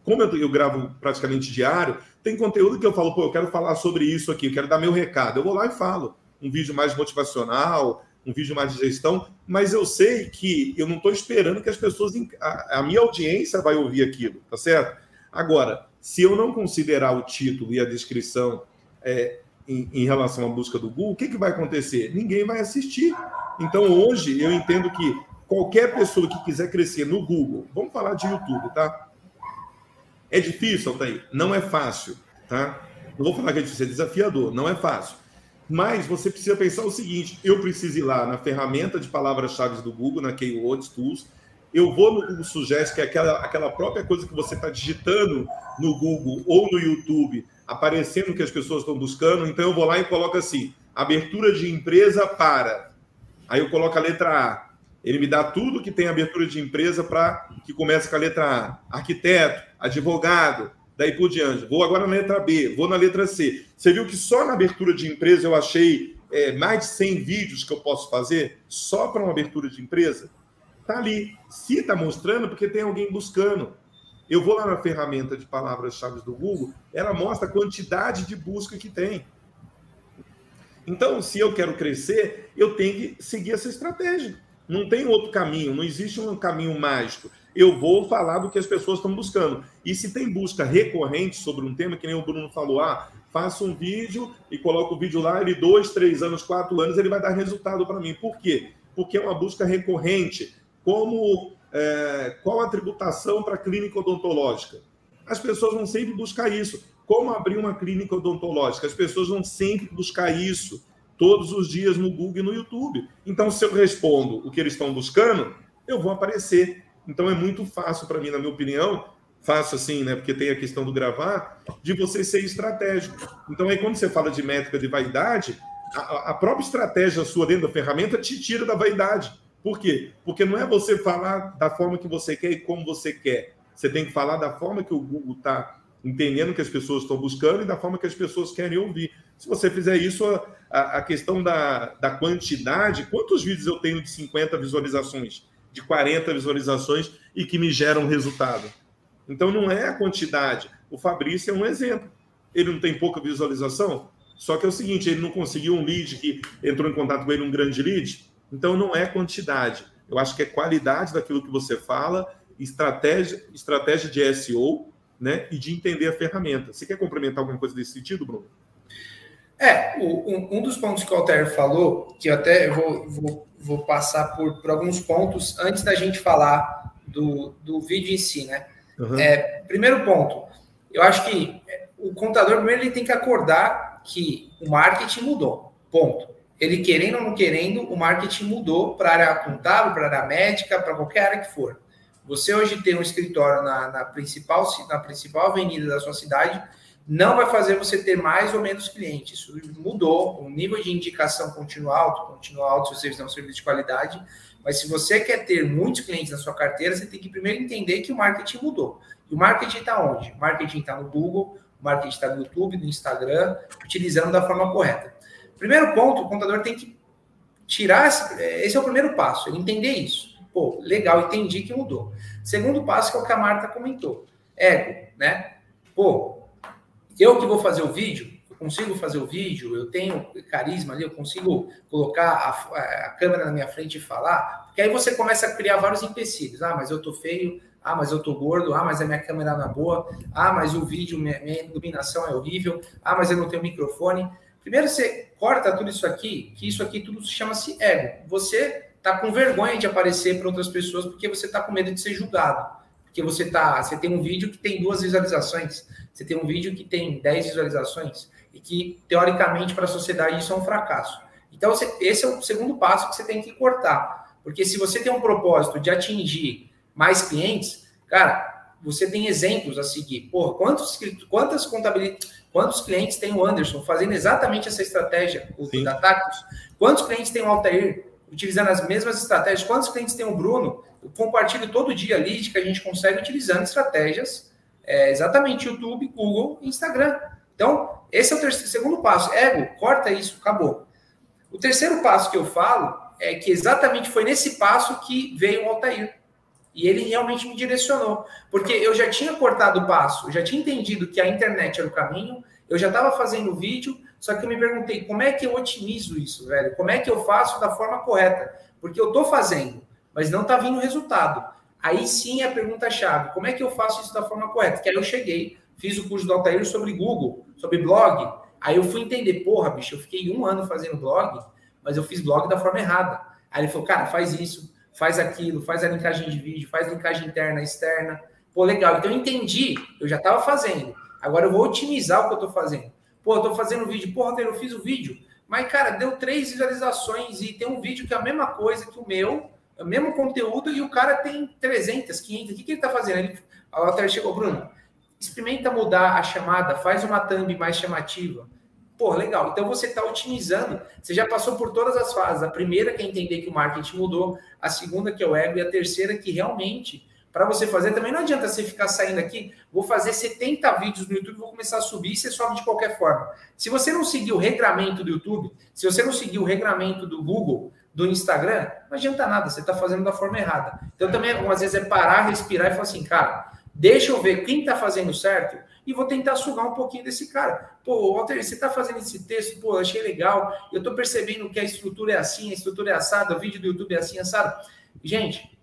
como eu, eu gravo praticamente diário, tem conteúdo que eu falo, pô, eu quero falar sobre isso aqui, eu quero dar meu recado. Eu vou lá e falo. Um vídeo mais motivacional, um vídeo mais de gestão, mas eu sei que eu não estou esperando que as pessoas, a, a minha audiência vai ouvir aquilo, tá certo? Agora, se eu não considerar o título e a descrição é, em, em relação à busca do Google, o que, que vai acontecer? Ninguém vai assistir. Então, hoje, eu entendo que qualquer pessoa que quiser crescer no Google, vamos falar de YouTube, tá? É difícil, Altair? Não é fácil, tá? Não vou falar que é difícil, é desafiador, não é fácil. Mas você precisa pensar o seguinte, eu preciso ir lá na ferramenta de palavras-chave do Google, na Keywords Tools, eu vou no Google Suggest, que é aquela, aquela própria coisa que você está digitando no Google ou no YouTube, aparecendo o que as pessoas estão buscando, então eu vou lá e coloco assim, abertura de empresa para... Aí eu coloco a letra A. Ele me dá tudo que tem abertura de empresa para que comece com a letra A. Arquiteto, advogado, daí por diante. Vou agora na letra B, vou na letra C. Você viu que só na abertura de empresa eu achei é, mais de cem vídeos que eu posso fazer só para uma abertura de empresa? Está ali. Se está mostrando, porque tem alguém buscando. Eu vou lá na ferramenta de palavras-chave do Google, ela mostra a quantidade de busca que tem. Então, se eu quero crescer, eu tenho que seguir essa estratégia. Não tem outro caminho, não existe um caminho mágico. Eu vou falar do que as pessoas estão buscando. E se tem busca recorrente sobre um tema, que nem o Bruno falou, ah, faço um vídeo e coloco o vídeo lá, ele dois, três anos, quatro anos, ele vai dar resultado para mim. Por quê? Porque é uma busca recorrente. Como, é, qual a tributação para a clínica odontológica? As pessoas vão sempre buscar isso. Como abrir uma clínica odontológica? As pessoas vão sempre buscar isso todos os dias no Google e no YouTube. Então, se eu respondo o que eles estão buscando, eu vou aparecer. Então, é muito fácil para mim, na minha opinião, fácil assim, né? Porque tem a questão do gravar, de você ser estratégico. Então, aí quando você fala de métrica de vaidade, a, a própria estratégia sua dentro da ferramenta te tira da vaidade. Por quê? Porque não é você falar da forma que você quer e como você quer. Você tem que falar da forma que o Google está entendendo que as pessoas estão buscando e da forma que as pessoas querem ouvir. Se você fizer isso, a, a questão da, da quantidade, quantos vídeos eu tenho de cinquenta visualizações, de quarenta visualizações e que me geram resultado? Então, não é a quantidade. O Fabrício é um exemplo. Ele não tem pouca visualização, só que é o seguinte, ele não conseguiu um lead que entrou em contato com ele, um grande lead. Então, não é quantidade. Eu acho que é qualidade daquilo que você fala, estratégia, estratégia de S E O, né, e de entender a ferramenta. Você quer complementar alguma coisa desse sentido, Bruno? É, o, um, um dos pontos que o Altair falou, que eu até vou, vou, vou passar por, por alguns pontos antes da gente falar do, do vídeo em si, né? Uhum. É, primeiro ponto, eu acho que o contador, primeiro, ele tem que acordar que o marketing mudou, ponto. Ele querendo ou não querendo, o marketing mudou para a área contábil, para a área médica, para qualquer área que for. Você hoje ter um escritório na, na, principal, na principal avenida da sua cidade não vai fazer você ter mais ou menos clientes. Isso mudou, o nível de indicação continua alto, continua alto se você fizer um serviço de qualidade, mas se você quer ter muitos clientes na sua carteira, você tem que primeiro entender que o marketing mudou. E o marketing está onde? O marketing está no Google, o marketing está no YouTube, no Instagram, utilizando da forma correta. Primeiro ponto, o contador tem que tirar, esse, esse é o primeiro passo, ele entender isso. Pô, legal, entendi que mudou. Segundo passo, que é o que a Marta comentou. Ego, né? Pô, eu que vou fazer o vídeo, eu consigo fazer o vídeo, eu tenho carisma ali, eu consigo colocar a, a câmera na minha frente e falar, porque aí você começa a criar vários empecilhos. Ah, mas eu tô feio, ah, mas eu tô gordo, ah, mas a minha câmera não é boa, ah, mas o vídeo, minha, minha iluminação é horrível, ah, mas eu não tenho microfone. Primeiro você corta tudo isso aqui, que isso aqui tudo chama-se ego. Você tá com vergonha de aparecer para outras pessoas porque você tá com medo de ser julgado. Porque você tá, você tem um vídeo que tem duas visualizações, você tem um vídeo que tem dez visualizações e que, teoricamente, para a sociedade isso é um fracasso. Então, você, esse é o segundo passo que você tem que cortar. Porque se você tem um propósito de atingir mais clientes, cara, você tem exemplos a seguir. Porra, quantos, quantas contabilidades, quantos clientes tem o Anderson fazendo exatamente essa estratégia, o Sim. da Tactus? Quantos clientes tem o Altair utilizando as mesmas estratégias? Quantos clientes tem o Bruno? Eu compartilho todo dia lead que a gente consegue utilizando estratégias, é, exatamente YouTube, Google e Instagram. Então, esse é o terceiro, segundo passo. Ego, corta isso, acabou. O terceiro passo que eu falo é que exatamente foi nesse passo que veio o Altair. E ele realmente me direcionou, porque eu já tinha cortado o passo, eu já tinha entendido que a internet era o caminho, eu já estava fazendo vídeo, só que eu me perguntei, como é que eu otimizo isso, velho? Como é que eu faço da forma correta? Porque eu estou fazendo, mas não está vindo resultado. Aí sim é a pergunta-chave, como é que eu faço isso da forma correta? Que aí eu cheguei, fiz o curso do Altair sobre Google, sobre blog, aí eu fui entender, porra, bicho, eu fiquei um ano fazendo blog, mas eu fiz blog da forma errada. Aí ele falou, cara, faz isso, faz aquilo, faz a linkagem de vídeo, faz linkagem interna, externa. Pô, legal. Então eu entendi, eu já estava fazendo. Agora eu vou otimizar o que eu estou fazendo. Pô, eu estou fazendo vídeo. Pô, eu fiz o vídeo, mas, cara, deu três visualizações e tem um vídeo que é a mesma coisa que o meu, é o mesmo conteúdo e o cara tem trezentas, quinhentas. O que, que ele está fazendo? Ele, a Altair chegou, Bruno, experimenta mudar a chamada, faz uma thumb mais chamativa. Pô, legal. Então você está otimizando. Você já passou por todas as fases. A primeira que é entender que o marketing mudou, a segunda que é o ego e a terceira que realmente, para você fazer, também não adianta você ficar saindo aqui, vou fazer setenta vídeos no YouTube, vou começar a subir e você sobe de qualquer forma. Se você não seguir o regramento do YouTube, se você não seguir o regramento do Google, do Instagram, não adianta nada, você está fazendo da forma errada. Então também, às vezes, é parar, respirar e falar assim, cara, deixa eu ver quem está fazendo certo e vou tentar sugar um pouquinho desse cara. Pô, Walter, você está fazendo esse texto, pô, achei legal, eu estou percebendo que a estrutura é assim, a estrutura é assada, o vídeo do YouTube é assim, assado. Gente,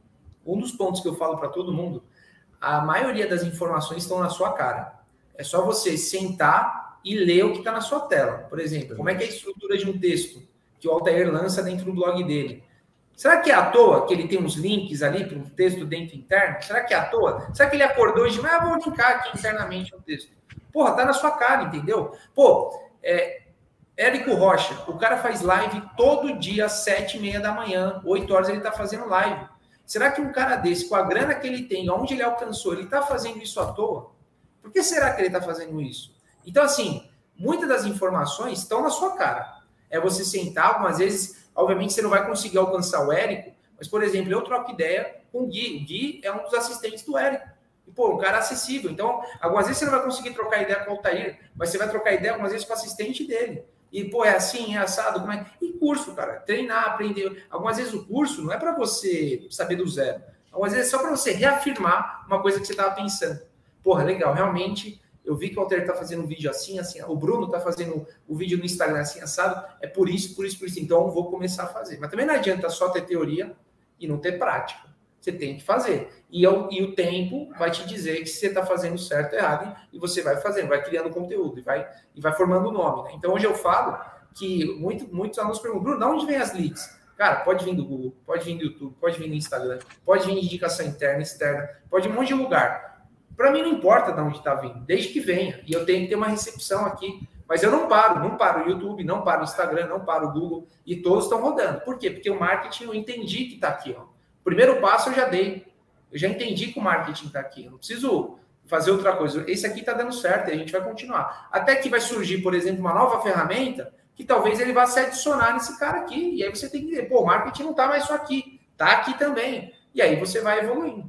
um dos pontos que eu falo para todo mundo, a maioria das informações estão na sua cara. É só você sentar e ler o que está na sua tela. Por exemplo, como é que é a estrutura de um texto que o Altair lança dentro do blog dele? Será que é à toa que ele tem uns links ali para um texto dentro interno? Será que é à toa? Será que ele acordou e disse, ah, vou linkar aqui internamente um texto? Porra, tá na sua cara, entendeu? Pô, é, Érico Rocha, o cara faz live todo dia às sete e meia da manhã, oito horas ele tá fazendo live. Será que um cara desse, com a grana que ele tem, onde ele alcançou, ele tá fazendo isso à toa? Por que será que ele tá fazendo isso? Então, assim, muitas das informações estão na sua cara. É você sentar, algumas vezes, obviamente você não vai conseguir alcançar o Érico, mas, por exemplo, eu troco ideia com o Gui. O Gui é um dos assistentes do Érico. E, pô, um cara acessível. Então, algumas vezes você não vai conseguir trocar ideia com o Altair, mas você vai trocar ideia algumas vezes com o assistente dele. E, pô, é assim, é assado, como é? E curso, cara. Treinar, aprender. Algumas vezes o curso não é para você saber do zero. Algumas vezes é só para você reafirmar uma coisa que você estava pensando. Porra, legal, realmente, eu vi que o Altair está fazendo um vídeo assim, assim. O Bruno está fazendo o vídeo no Instagram assim, assado. É por isso, por isso, por isso. Então, eu vou começar a fazer. Mas também não adianta só ter teoria e não ter prática. Você tem que fazer. E, eu, e o tempo vai te dizer que você está fazendo certo ou errado, e você vai fazendo, vai criando conteúdo, e vai, e vai formando o nome. Né? Então, hoje eu falo que muito, muitos alunos perguntam, Bruno, de onde vem as leads? Cara, pode vir do Google, pode vir do YouTube, pode vir do Instagram, pode vir de indicação interna, externa, pode vir de um monte de lugar. Para mim não importa de onde está vindo, desde que venha. E eu tenho que ter uma recepção aqui. Mas eu não paro, não paro o YouTube, não paro o Instagram, não paro o Google, e todos estão rodando. Por quê? Porque o marketing eu entendi que está aqui, ó. O primeiro passo eu já dei. Eu já entendi que o marketing está aqui. Eu não preciso fazer outra coisa. Esse aqui está dando certo e a gente vai continuar. Até que vai surgir, por exemplo, uma nova ferramenta que talvez ele vá se adicionar nesse cara aqui. E aí você tem que dizer, pô, o marketing não está mais só aqui. Está aqui também. E aí você vai evoluindo.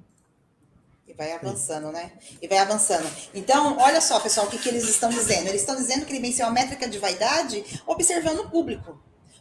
E vai avançando, né? E vai avançando. Então, olha só, pessoal, o que, que eles estão dizendo. Eles estão dizendo que ele venceu a métrica de vaidade observando o público.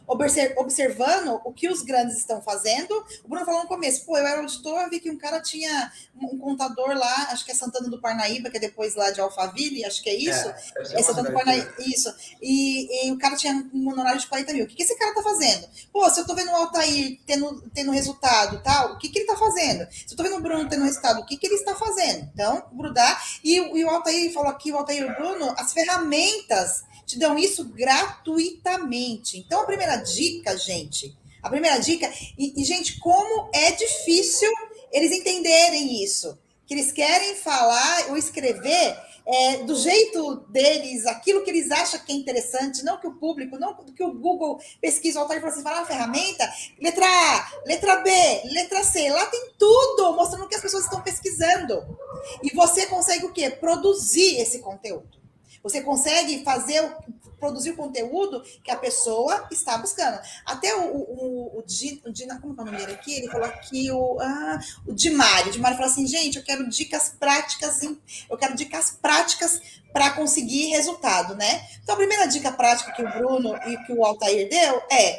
Observando o que os grandes estão fazendo. O Bruno falou no começo, pô, eu era auditor, vi que um cara tinha um contador lá, acho que é Santana do Parnaíba, que é depois lá de Alphaville, acho que é isso. É, é Santana do Parnaíba, isso. E, e o cara tinha um honorário de quarenta mil. O que, que esse cara tá fazendo? Pô, se eu tô vendo o Altair tendo, tendo resultado, tal, o que, que ele tá fazendo? Se eu tô vendo o Bruno tendo resultado, o que, que ele está fazendo? Então, grudar. E, e o Altair falou aqui, o Altair e o Bruno, as ferramentas te dão isso gratuitamente. Então, a primeira dica, gente, a primeira dica, e, e, gente, como é difícil eles entenderem isso, que eles querem falar ou escrever é, do jeito deles, aquilo que eles acham que é interessante, não que o público, não que o Google pesquisa, o Altair fala assim, fala uma ferramenta, letra A, letra B, letra C, lá tem tudo, mostrando o que as pessoas estão pesquisando. E você consegue o quê? Produzir esse conteúdo. Você consegue fazer, produzir o conteúdo que a pessoa está buscando. Até o, o, o, Di, o Di, como é o nome dele aqui? Ele falou aqui o, ah, o Dimário. O Dimário falou assim, gente, eu quero dicas práticas, eu quero dicas práticas para conseguir resultado, né? Então, a primeira dica prática que o Bruno e que o Altair deu é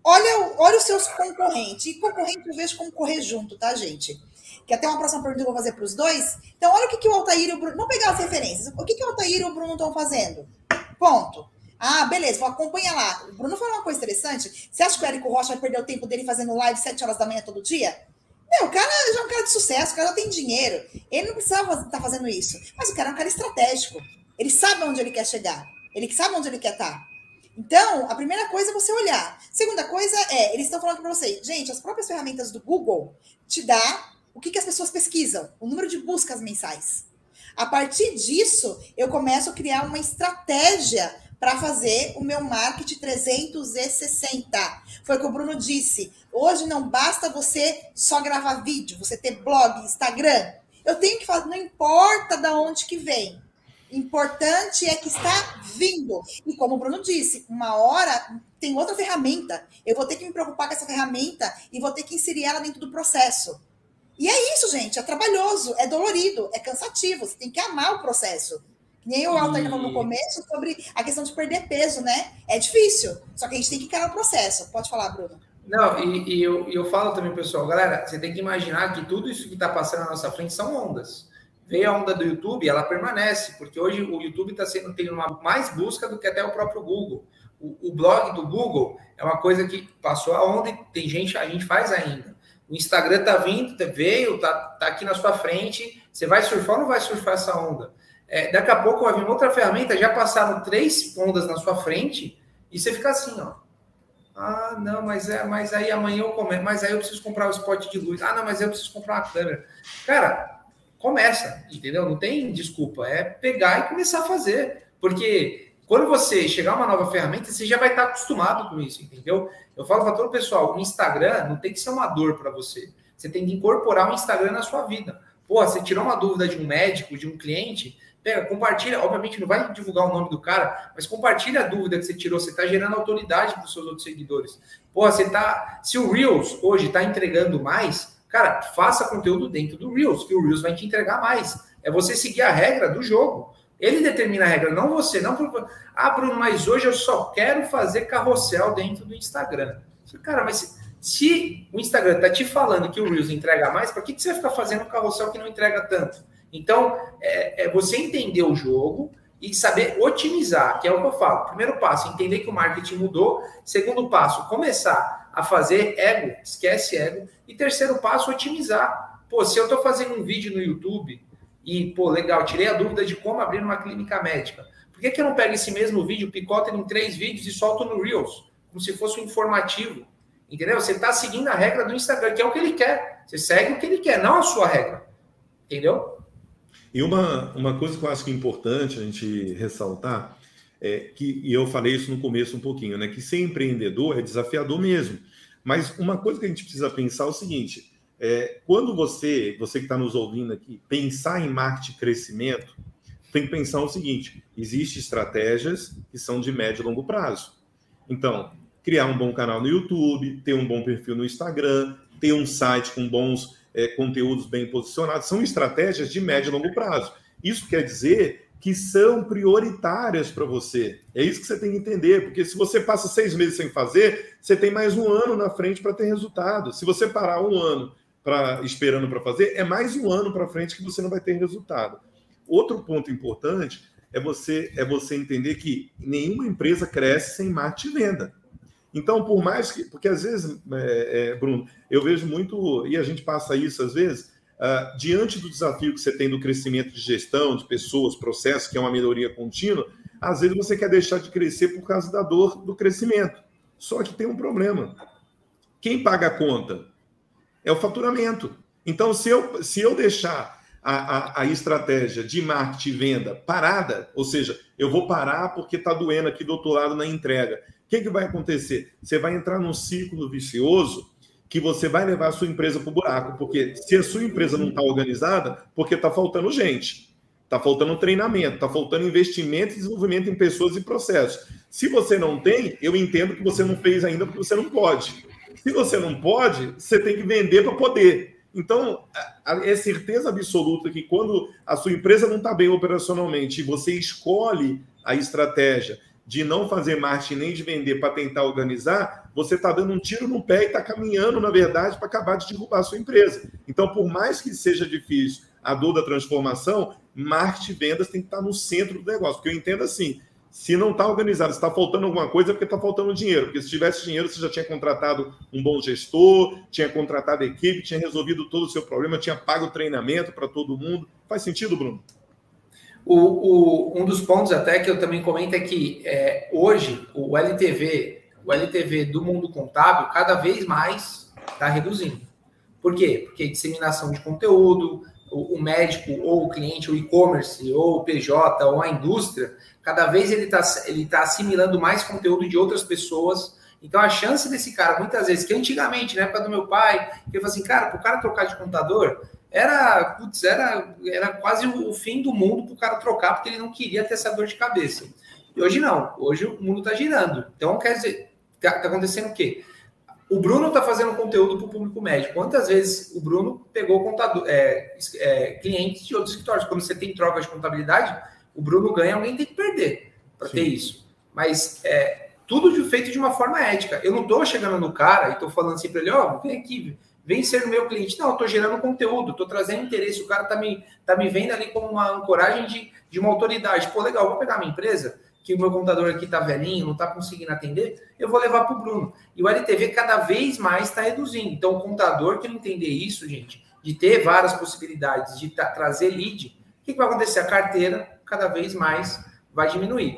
Olha, olha os seus concorrentes. E concorrente eu vejo como correr junto, tá, gente? Que até uma próxima pergunta eu vou fazer para os dois. Então, olha o que, que o Altair e o Bruno... Vamos pegar as referências. O que, que o Altair e o Bruno estão fazendo? Ponto. Ah, beleza, vou acompanhar lá. O Bruno falou uma coisa interessante. Você acha que o Érico Rocha vai perder o tempo dele fazendo live sete horas da manhã todo dia? Não, o cara já é um cara de sucesso, o cara já tem dinheiro. Ele não precisava estar fazendo isso. Mas o cara é um cara estratégico. Ele sabe onde ele quer chegar. Ele sabe onde ele quer estar. Então, a primeira coisa é você olhar. Segunda coisa é, eles estão falando para vocês, gente, as próprias ferramentas do Google te dá o que, que as pessoas pesquisam, o número de buscas mensais. A partir disso, eu começo a criar uma estratégia para fazer o meu marketing trezentos e sessenta. Foi o que o Bruno disse. Hoje não basta você só gravar vídeo, você ter blog, Instagram. Eu tenho que fazer, não importa de onde que vem. Importante é que está vindo. E como o Bruno disse, uma hora tem outra ferramenta. Eu vou ter que me preocupar com essa ferramenta e vou ter que inserir ela dentro do processo. E é isso, gente. É trabalhoso, é dolorido, é cansativo. Você tem que amar o processo. Nem o Altair falou no começo sobre a questão de perder peso, né? É difícil. Só que a gente tem que encarar o processo. Pode falar, Bruno. Não, e, e eu, eu falo também, pessoal, galera, você tem que imaginar que tudo isso que está passando na nossa frente são ondas. Veio a onda do YouTube, ela permanece, porque hoje o YouTube está sendo tendo uma mais busca do que até o próprio Google. O, o blog do Google é uma coisa que passou a onda e tem gente, a gente faz ainda. O Instagram está vindo, veio, está tá aqui na sua frente. Você vai surfar ou não vai surfar essa onda? É, daqui a pouco vai vir outra ferramenta, já passaram três ondas na sua frente e você fica assim, ó. Ah, não, mas, é, mas aí amanhã eu começo, mas aí eu preciso comprar o spot de luz. Ah, não, mas aí eu preciso comprar uma câmera. Cara, começa, entendeu? Não tem desculpa, é pegar e começar a fazer. Porque quando você chegar a uma nova ferramenta, você já vai estar acostumado com isso, entendeu? Eu falo para todo o pessoal, o Instagram não tem que ser uma dor para você. Você tem que incorporar o Instagram na sua vida. Pô, você tirou uma dúvida de um médico, de um cliente, pega, compartilha, obviamente não vai divulgar o nome do cara, mas compartilha a dúvida que você tirou, você está gerando autoridade para os seus outros seguidores. Pô, você tá, se o Reels hoje está entregando mais, cara, faça conteúdo dentro do Reels, que o Reels vai te entregar mais. É você seguir a regra do jogo. Ele determina a regra, não você. Não, ah, Bruno, mas hoje eu só quero fazer carrossel dentro do Instagram. Cara, mas se o Instagram está te falando que o Reels entrega mais, para que, que você vai ficar fazendo um carrossel que não entrega tanto? Então, é, é você entender o jogo e saber otimizar, que é o que eu falo. Primeiro passo, entender que o marketing mudou. Segundo passo, começar a fazer ego, esquece ego. E terceiro passo, otimizar. Pô, se eu estou fazendo um vídeo no YouTube e, pô, legal, tirei a dúvida de como abrir uma clínica médica. Por que, que eu não pego esse mesmo vídeo, picoto ele em três vídeos e solto no Reels? Como se fosse um informativo. Entendeu? Você está seguindo a regra do Instagram, que é o que ele quer. Você segue o que ele quer, não a sua regra. Entendeu? E uma, uma coisa que eu acho que é importante a gente ressaltar, é que, e eu falei isso no começo um pouquinho, né? Que ser empreendedor é desafiador mesmo. Mas uma coisa que a gente precisa pensar é o seguinte, é, quando você, você que está nos ouvindo aqui, pensar em marketing e crescimento, tem que pensar o seguinte, existem estratégias que são de médio e longo prazo. Então, criar um bom canal no YouTube, ter um bom perfil no Instagram, ter um site com bons é, conteúdos bem posicionados, são estratégias de médio e longo prazo. Isso quer dizer que são prioritárias para você. É isso que você tem que entender, porque se você passa seis meses sem fazer, você tem mais um ano na frente para ter resultado. Se você parar um ano pra, esperando para fazer, é mais um ano para frente que você não vai ter resultado. Outro ponto importante é você, é você entender que nenhuma empresa cresce sem marketing e venda. Então, por mais que... Porque, às vezes, é, é, Bruno, eu vejo muito... E a gente passa isso, às vezes, uh, diante do desafio que você tem do crescimento de gestão, de pessoas, processos, que é uma melhoria contínua, às vezes você quer deixar de crescer por causa da dor do crescimento. Só que tem um problema. Quem paga a conta? É o faturamento. Então, se eu, se eu deixar a, a, a estratégia de marketing e venda parada, ou seja, eu vou parar porque está doendo aqui do outro lado na entrega, o que, que vai acontecer? Você vai entrar num ciclo vicioso que você vai levar a sua empresa para o buraco, porque se a sua empresa não está organizada, porque está faltando gente, está faltando treinamento, está faltando investimento e desenvolvimento em pessoas e processos. Se você não tem, eu entendo que você não fez ainda porque você não pode. Se você não pode, você tem que vender para poder. Então, é certeza absoluta que quando a sua empresa não está bem operacionalmente e você escolhe a estratégia de não fazer marketing nem de vender para tentar organizar, você está dando um tiro no pé e está caminhando, na verdade, para acabar de derrubar a sua empresa. Então, por mais que seja difícil a dor da transformação, marketing e vendas tem que estar no centro do negócio. Porque eu entendo assim, se não está organizado, se está faltando alguma coisa, é porque está faltando dinheiro. Porque se tivesse dinheiro, você já tinha contratado um bom gestor, tinha contratado a equipe, tinha resolvido todo o seu problema, tinha pago o treinamento para todo mundo. Faz sentido, Bruno? O, o, um dos pontos até que eu também comento é que é, hoje o L T V, o L T V do mundo contábil cada vez mais está reduzindo. Por quê? Porque disseminação de conteúdo, o, o médico ou o cliente, o e-commerce, ou o P J, ou a indústria, cada vez ele está ele tá assimilando mais conteúdo de outras pessoas. Então a chance desse cara, muitas vezes, que antigamente, na época do meu pai, que eu falei assim, cara, para o cara trocar de contador, Era, putz, era, era quase o fim do mundo para o cara trocar, porque ele não queria ter essa dor de cabeça. E hoje não, hoje o mundo está girando. Então, quer dizer, está tá acontecendo o quê? O Bruno está fazendo conteúdo para o público médio. Quantas vezes o Bruno pegou contador, é, é, clientes de outros escritórios? Quando você tem troca de contabilidade, o Bruno ganha, alguém tem que perder para ter isso. Mas é, tudo de, feito de uma forma ética. Eu não estou chegando no cara e estou falando assim para ele, ó, oh, vem aqui, vem ser meu cliente. Não, eu estou gerando conteúdo, estou trazendo interesse. O cara está me, tá me vendo ali como uma ancoragem de, de uma autoridade. Pô, legal, vou pegar a minha empresa, que o meu contador aqui está velhinho, não está conseguindo atender, eu vou levar para o Bruno. E o L T V cada vez mais está reduzindo. Então, o contador que não entender isso, gente, de ter várias possibilidades, de tá, trazer lead, o que, que vai acontecer? A carteira cada vez mais vai diminuir.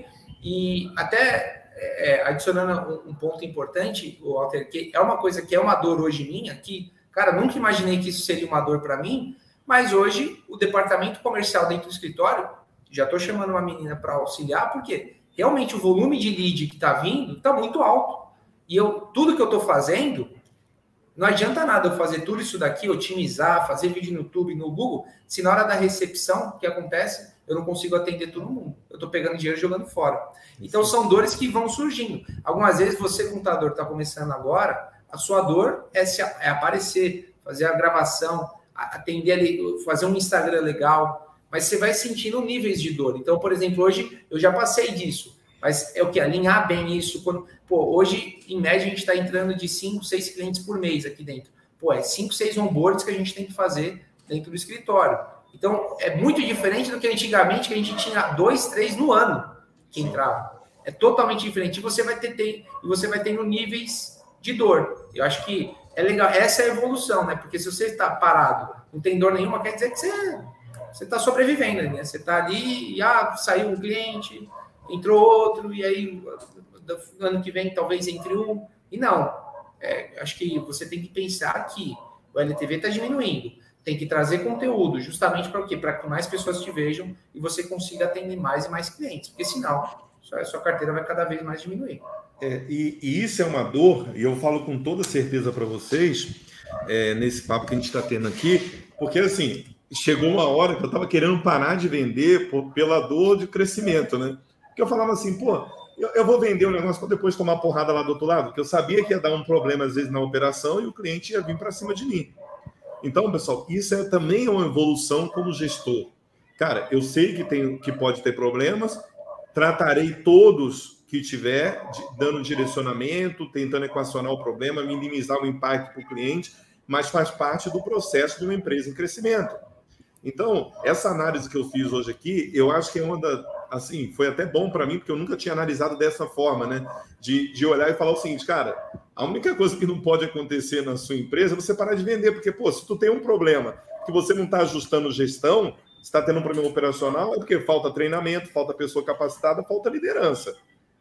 E até... É, adicionando um, um ponto importante, Walter, que é uma coisa que é uma dor hoje minha, que, cara, nunca imaginei que isso seria uma dor para mim, mas hoje o departamento comercial dentro do escritório, já estou chamando uma menina para auxiliar, porque realmente o volume de lead que está vindo está muito alto. E eu, tudo que eu estou fazendo, não adianta nada eu fazer tudo isso daqui, otimizar, fazer vídeo no YouTube, no Google, se na hora da recepção, o que acontece? Eu não consigo atender todo mundo. Eu estou pegando dinheiro e jogando fora. Então, são dores que vão surgindo. Algumas vezes, você, contador, está começando agora, a sua dor é, se, é aparecer, fazer a gravação, atender ali, fazer um Instagram legal, mas você vai sentindo níveis de dor. Então, por exemplo, hoje eu já passei disso, mas é o que? Alinhar bem isso. Quando, pô, hoje, em média, a gente está entrando de cinco, seis clientes por mês aqui dentro. Pô, é cinco, seis onboards que a gente tem que fazer dentro do escritório. Então, é muito diferente do que antigamente, que a gente tinha dois, três no ano que entrava. É totalmente diferente. E você vai ter, ter, e você vai tendo níveis de dor. Eu acho que é legal. Essa é a evolução, né? Porque se você está parado, não tem dor nenhuma, quer dizer que você você está sobrevivendo, né? Você está ali, e ah, saiu um cliente, entrou outro, e aí no ano que vem talvez entre um. E não. É, acho que você tem que pensar que o L T V está diminuindo. Tem que trazer conteúdo, justamente para o quê? Para que mais pessoas te vejam e você consiga atender mais e mais clientes. Porque senão, a sua carteira vai cada vez mais diminuir. É, e, e isso é uma dor, e eu falo com toda certeza para vocês, é, nesse papo que a gente está tendo aqui, porque assim, chegou uma hora que eu estava querendo parar de vender por, pela dor de crescimento, né? Porque eu falava assim, pô, eu, eu vou vender um negócio para depois tomar porrada lá do outro lado, porque eu sabia que ia dar um problema às vezes na operação e o cliente ia vir para cima de mim. Então, pessoal, isso é também uma evolução como gestor. Cara, eu sei que, tem, que pode ter problemas, tratarei todos que tiver, dando direcionamento, tentando equacionar o problema, minimizar o impacto para o cliente, mas faz parte do processo de uma empresa em crescimento. Então, essa análise que eu fiz hoje aqui, eu acho que é uma da, assim, foi até bom para mim, porque eu nunca tinha analisado dessa forma, né? De, de olhar e falar o seguinte, cara, a única coisa que não pode acontecer na sua empresa é você parar de vender, porque, pô, se tu tem um problema que você não está ajustando gestão, se está tendo um problema operacional, é porque falta treinamento, falta pessoa capacitada, falta liderança.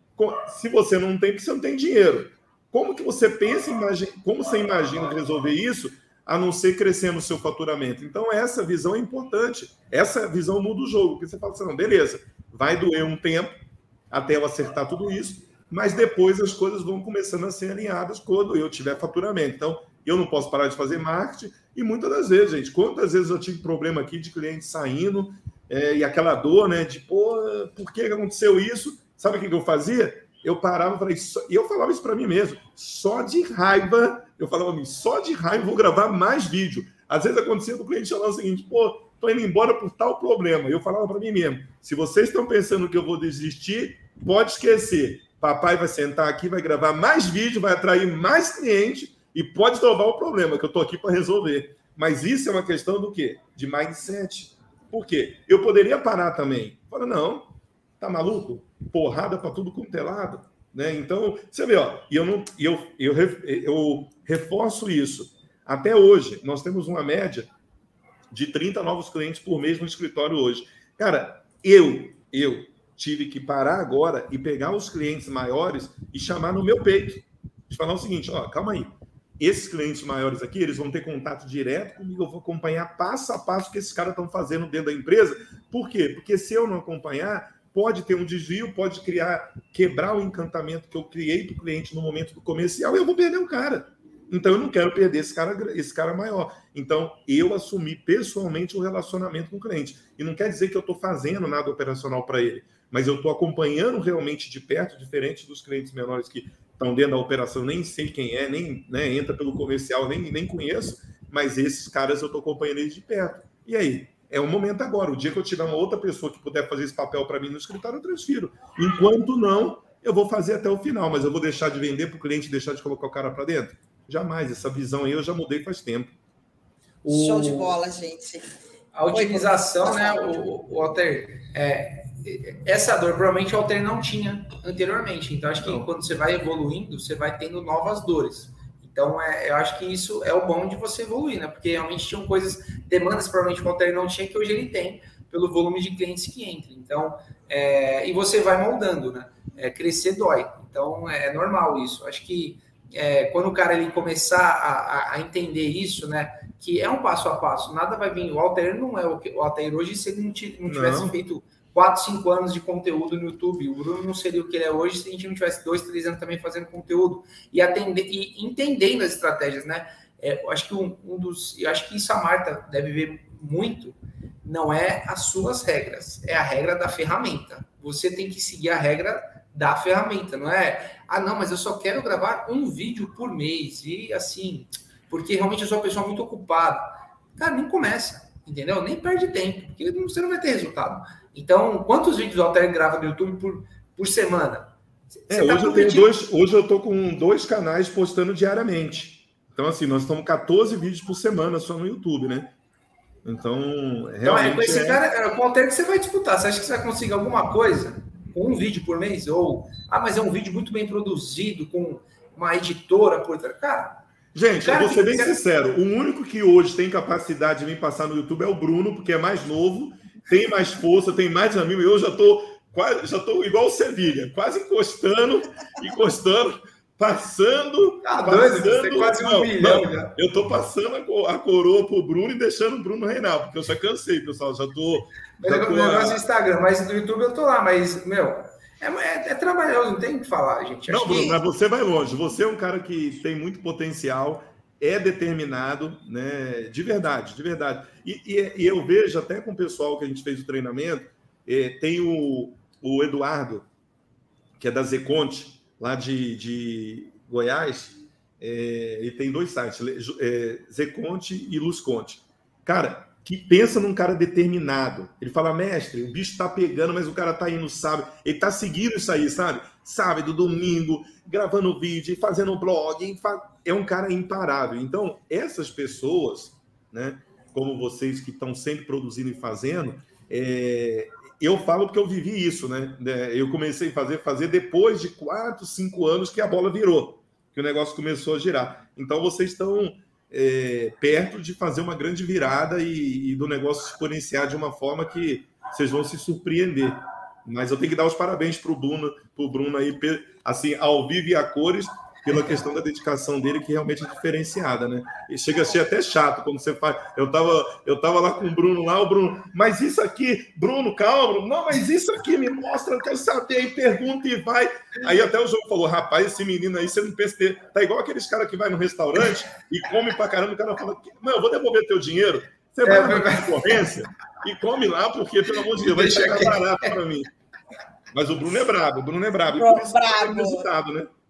Se você não tem, porque você não tem dinheiro. Como que você pensa, imagina, como você imagina resolver isso, a não ser crescendo o seu faturamento? Então, essa visão é importante. Essa visão muda o jogo, porque você fala assim, não, beleza, vai doer um tempo até eu acertar tudo isso, mas depois as coisas vão começando a ser alinhadas quando eu tiver faturamento. Então, eu não posso parar de fazer marketing, e muitas das vezes, gente, quantas vezes eu tive problema aqui de cliente saindo, é, e aquela dor, né, de, pô, por que aconteceu isso? Sabe o que eu fazia? Eu parava e falei, e eu falava isso para mim mesmo, só de raiva, eu falava para mim, só de raiva vou gravar mais vídeo. Às vezes acontecia do cliente falar o seguinte, pô, tô indo embora por tal problema. Eu falava para mim mesmo, se vocês estão pensando que eu vou desistir, pode esquecer. Papai vai sentar aqui, vai gravar mais vídeo, vai atrair mais cliente e pode tomar o problema, que eu estou aqui para resolver. Mas isso é uma questão do quê? De mindset. Por quê? Eu poderia parar também. Fala, não, tá maluco? Porrada para tudo quanto é lado. Né? Então, você vê, ó, e eu, não, eu, eu, eu reforço isso. Até hoje, nós temos uma média de trinta novos clientes por mês no escritório hoje. Cara, eu, eu tive que parar agora e pegar os clientes maiores e chamar no meu peito. De falar o seguinte, ó, calma aí. Esses clientes maiores aqui, eles vão ter contato direto comigo, eu vou acompanhar passo a passo o que esses caras estão fazendo dentro da empresa. Por quê? Porque se eu não acompanhar, pode ter um desvio, pode criar, quebrar o encantamento que eu criei para o cliente no momento do comercial e eu vou perder o cara. Então, eu não quero perder esse cara, esse cara maior. Então, eu assumi pessoalmente o relacionamento com o cliente. E não quer dizer que eu estou fazendo nada operacional para ele, mas eu estou acompanhando realmente de perto, diferente dos clientes menores que estão dentro da operação, nem sei quem é, nem né, entra pelo comercial, nem, nem conheço, mas esses caras eu estou acompanhando eles de perto. E aí? É o momento agora. O dia que eu tiver uma outra pessoa que puder fazer esse papel para mim no escritório, eu transfiro. Enquanto não, eu vou fazer até o final, mas eu vou deixar de vender para o cliente, deixar de colocar o cara para dentro? Jamais. Essa visão aí eu já mudei faz tempo. O... Show de bola, gente. A utilização, Oi, né, o, o Altair, é, essa dor provavelmente o Altair não tinha anteriormente. Então, acho que não. Quando você vai evoluindo, você vai tendo novas dores. Então, é, eu acho que isso é o bom de você evoluir, né? Porque realmente tinham coisas, demandas provavelmente que o Altair não tinha, que hoje ele tem, pelo volume de clientes que entra. Então, é, e você vai moldando, né? É, crescer dói. Então, é, é normal isso. Acho que é, quando o cara ele começar a, a entender isso, né? Que é um passo a passo, nada vai vir. O Altair não é o, que, o Altair hoje, se ele não, t, não tivesse não. feito quatro, cinco anos de conteúdo no YouTube. O Bruno não seria o que ele é hoje se a gente não tivesse dois, três anos também fazendo conteúdo e, atender, e entendendo as estratégias, né? É, eu acho que um, um dos... Eu acho que isso a Marta deve ver muito, não é as suas regras, é a regra da ferramenta. Você tem que seguir a regra da ferramenta, não é? Ah, não, mas eu só quero gravar um vídeo por mês e assim, porque realmente eu sou uma pessoa muito ocupada. Cara, nem começa, entendeu? Nem perde tempo, porque você não vai ter resultado. Então, quantos vídeos o Altair grava no YouTube por, por semana? É, hoje, tá eu tenho dois, hoje eu tô com dois canais postando diariamente. Então, assim, nós estamos catorze vídeos por semana só no YouTube, né? Então, realmente... Então, é, com esse é... cara, é, com o Altair que você vai disputar. Você acha que você vai conseguir alguma coisa com um vídeo por mês? Ou, ah, mas é um vídeo muito bem produzido, com uma editora por trás. Cara... Gente, cara, eu vou ser bem sincero. O único que hoje tem capacidade de me passar no YouTube é o Bruno, porque é mais novo, tem mais força, tem mais amigo. Eu já tô quase, já tô igual o Sevilha, quase encostando, encostando, passando. Tá passando, doido, você quase um não, milhão não, já. Eu tô passando a, a coroa pro Bruno e deixando o Bruno reinar, porque eu já cansei, pessoal. Já tô. Já eu tô negócio do Instagram, mas no YouTube eu tô lá, mas, meu. É, é, é trabalhoso, não tem o que falar, gente. Acho não, Bruno, que... mas você vai longe. Você é um cara que tem muito potencial, é determinado, né? De verdade, de verdade. E, e, e eu vejo até com o pessoal que a gente fez o treinamento, é, tem o, o Eduardo, que é da Zeconte, lá de, de Goiás, é, e tem dois sites, é, Zeconte e Luzconte. Cara, que pensa num cara determinado. Ele fala, mestre, o bicho tá pegando, mas o cara tá indo, sabe? Ele tá seguindo isso aí, sabe? Sábado, domingo, gravando vídeo, fazendo blog. É um cara imparável. Então, essas pessoas, né, como vocês que estão sempre produzindo e fazendo, é... eu falo porque eu vivi isso, né? Eu comecei a fazer, fazer depois de quatro, cinco anos que a bola virou, que o negócio começou a girar. Então, vocês estão... É, perto de fazer uma grande virada e, e do negócio se exponenciar de uma forma que vocês vão se surpreender. Mas eu tenho que dar os parabéns para o Bruno, pro Bruno aí, assim, ao vivo e a cores, pela questão da dedicação dele, que realmente é diferenciada, né? E chega a ser até chato quando você faz. Eu tava, eu tava lá com o Bruno lá, o Bruno, mas isso aqui, Bruno, calma, Bruno, não, mas isso aqui me mostra, eu quero saber, aí pergunta e vai. Aí até o João falou, rapaz, esse menino aí, você não pensa ter. Tá igual aqueles caras que vai no restaurante e come pra caramba, o cara fala, não, eu vou devolver teu dinheiro, você vai é, na concorrência e come lá, porque, pelo amor de Deus, vai chegar barato pra mim. Mas o Bruno é brabo, o Bruno é brabo, e por isso é o resultado, né?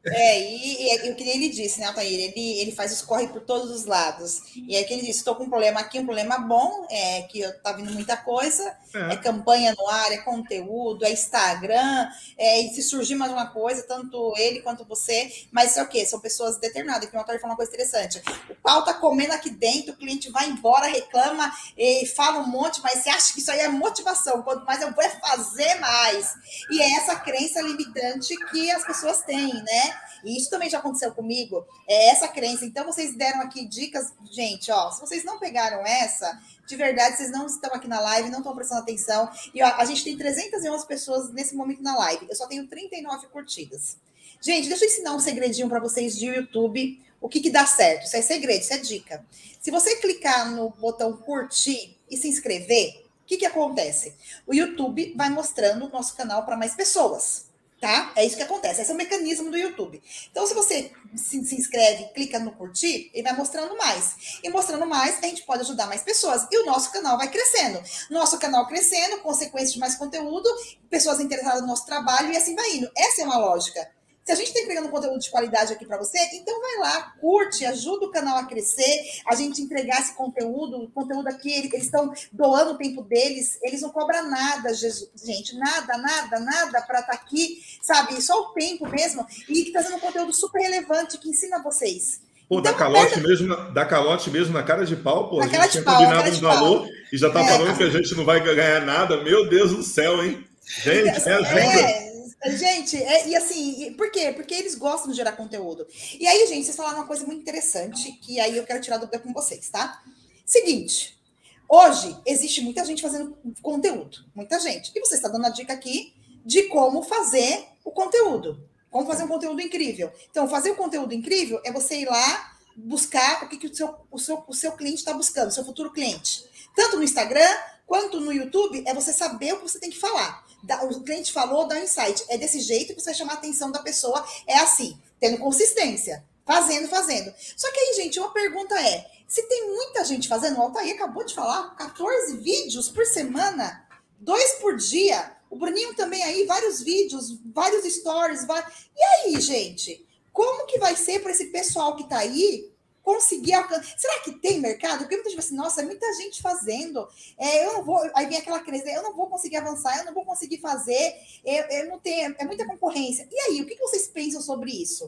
É, e, e o que ele disse, né, Altair? Ele, ele faz os corre por todos os lados. E aí que ele disse: estou com um problema aqui, um problema bom, é que tá vindo muita coisa, é, é campanha no ar, é conteúdo, é Instagram, é, e se surgir mais uma coisa, tanto ele quanto você, mas isso é o quê? São pessoas determinadas. Que o Altair falou uma coisa interessante. O pau tá comendo aqui dentro, o cliente vai embora, reclama e fala um monte, mas você acha que isso aí é motivação? Quanto mais eu vou é fazer mais. E é essa crença limitante que as pessoas têm, né? E isso também já aconteceu comigo, é essa crença. Então, vocês deram aqui dicas, gente, ó, se vocês não pegaram essa, de verdade, vocês não estão aqui na live, não estão prestando atenção. E ó, a gente tem trezentas e onze pessoas nesse momento na live, eu só tenho trinta e nove curtidas. Gente, deixa eu ensinar um segredinho para vocês de YouTube, o que que dá certo. Isso é segredo, isso é dica. Se você clicar no botão curtir e se inscrever, o que que acontece? O YouTube vai mostrando o nosso canal para mais pessoas. Tá? É isso que acontece, esse é o mecanismo do YouTube. Então, se você se, se inscreve, clica no curtir, ele vai mostrando mais. E mostrando mais, a gente pode ajudar mais pessoas. E o nosso canal vai crescendo. Nosso canal crescendo, consequência de mais conteúdo, pessoas interessadas no nosso trabalho e assim vai indo. Essa é uma lógica. Se a gente está entregando conteúdo de qualidade aqui para você, então vai lá, curte, ajuda o canal a crescer, a gente entregar esse conteúdo, o conteúdo aqui, eles estão doando o tempo deles, eles não cobram nada, Jesus, gente, nada, nada, nada para estar tá aqui, sabe? Só o tempo mesmo, e que está sendo um conteúdo super relevante que ensina vocês. Pô, então, dá calote, perda... mesmo, dá calote mesmo na cara de pau, pô. Na a gente tinha pau, combinado um valor pau. e já tá é, falando a... que a gente não vai ganhar nada. Meu Deus do céu, hein? Gente, me ajuda. É... Gente, é, e assim, por quê? Porque eles gostam de gerar conteúdo. E aí, gente, vocês falaram uma coisa muito interessante, que aí eu quero tirar dúvida com vocês, tá? Seguinte, hoje existe muita gente fazendo conteúdo, muita gente. E você está dando a dica aqui de como fazer o conteúdo, como fazer um conteúdo incrível. Então, fazer o conteúdo incrível é você ir lá buscar o que, que o, seu, o, seu, o seu cliente está buscando, o seu futuro cliente. Tanto no Instagram quanto no YouTube, é você saber o que você tem que falar. O cliente falou, dá um insight. É desse jeito que você vai chamar a atenção da pessoa. É assim, tendo consistência. Fazendo, fazendo. Só que aí, gente, uma pergunta é, se tem muita gente fazendo, o Altair acabou de falar, quatorze vídeos por semana, dois por dia, o Bruninho também aí, vários vídeos, vários stories. Vários... E aí, gente, como que vai ser para esse pessoal que tá aí conseguir alcançar? Será que tem mercado? Porque muita gente fala assim, nossa, é muita gente fazendo, é, eu não vou, aí vem aquela crise, eu não vou conseguir avançar, eu não vou conseguir fazer, eu, eu não tenho, é muita concorrência. E aí, o que vocês pensam sobre isso?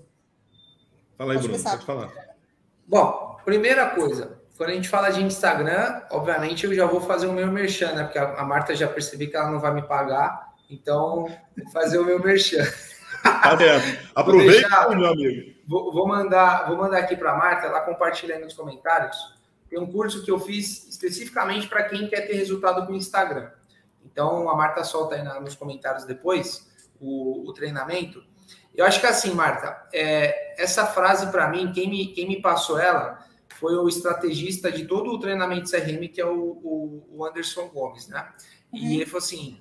Fala aí, pode Bruno, pode falar. Bom, primeira coisa, quando a gente fala de Instagram, obviamente eu já vou fazer o meu merchan, né? Porque a Marta já percebi que ela não vai me pagar, então vou fazer o meu merchan. Tá certo. Aproveita, deixar, meu amigo. Vou, vou, mandar, vou mandar aqui para a Marta, ela compartilha aí nos comentários. Tem um curso que eu fiz especificamente para quem quer ter resultado com o Instagram. Então, a Marta solta aí na, nos comentários depois o, o treinamento. Eu acho que assim, Marta, é, essa frase para mim, quem me, quem me passou ela foi o estrategista de todo o treinamento C R M, que é o, o, o Anderson Gomes, né? Uhum. E ele falou assim,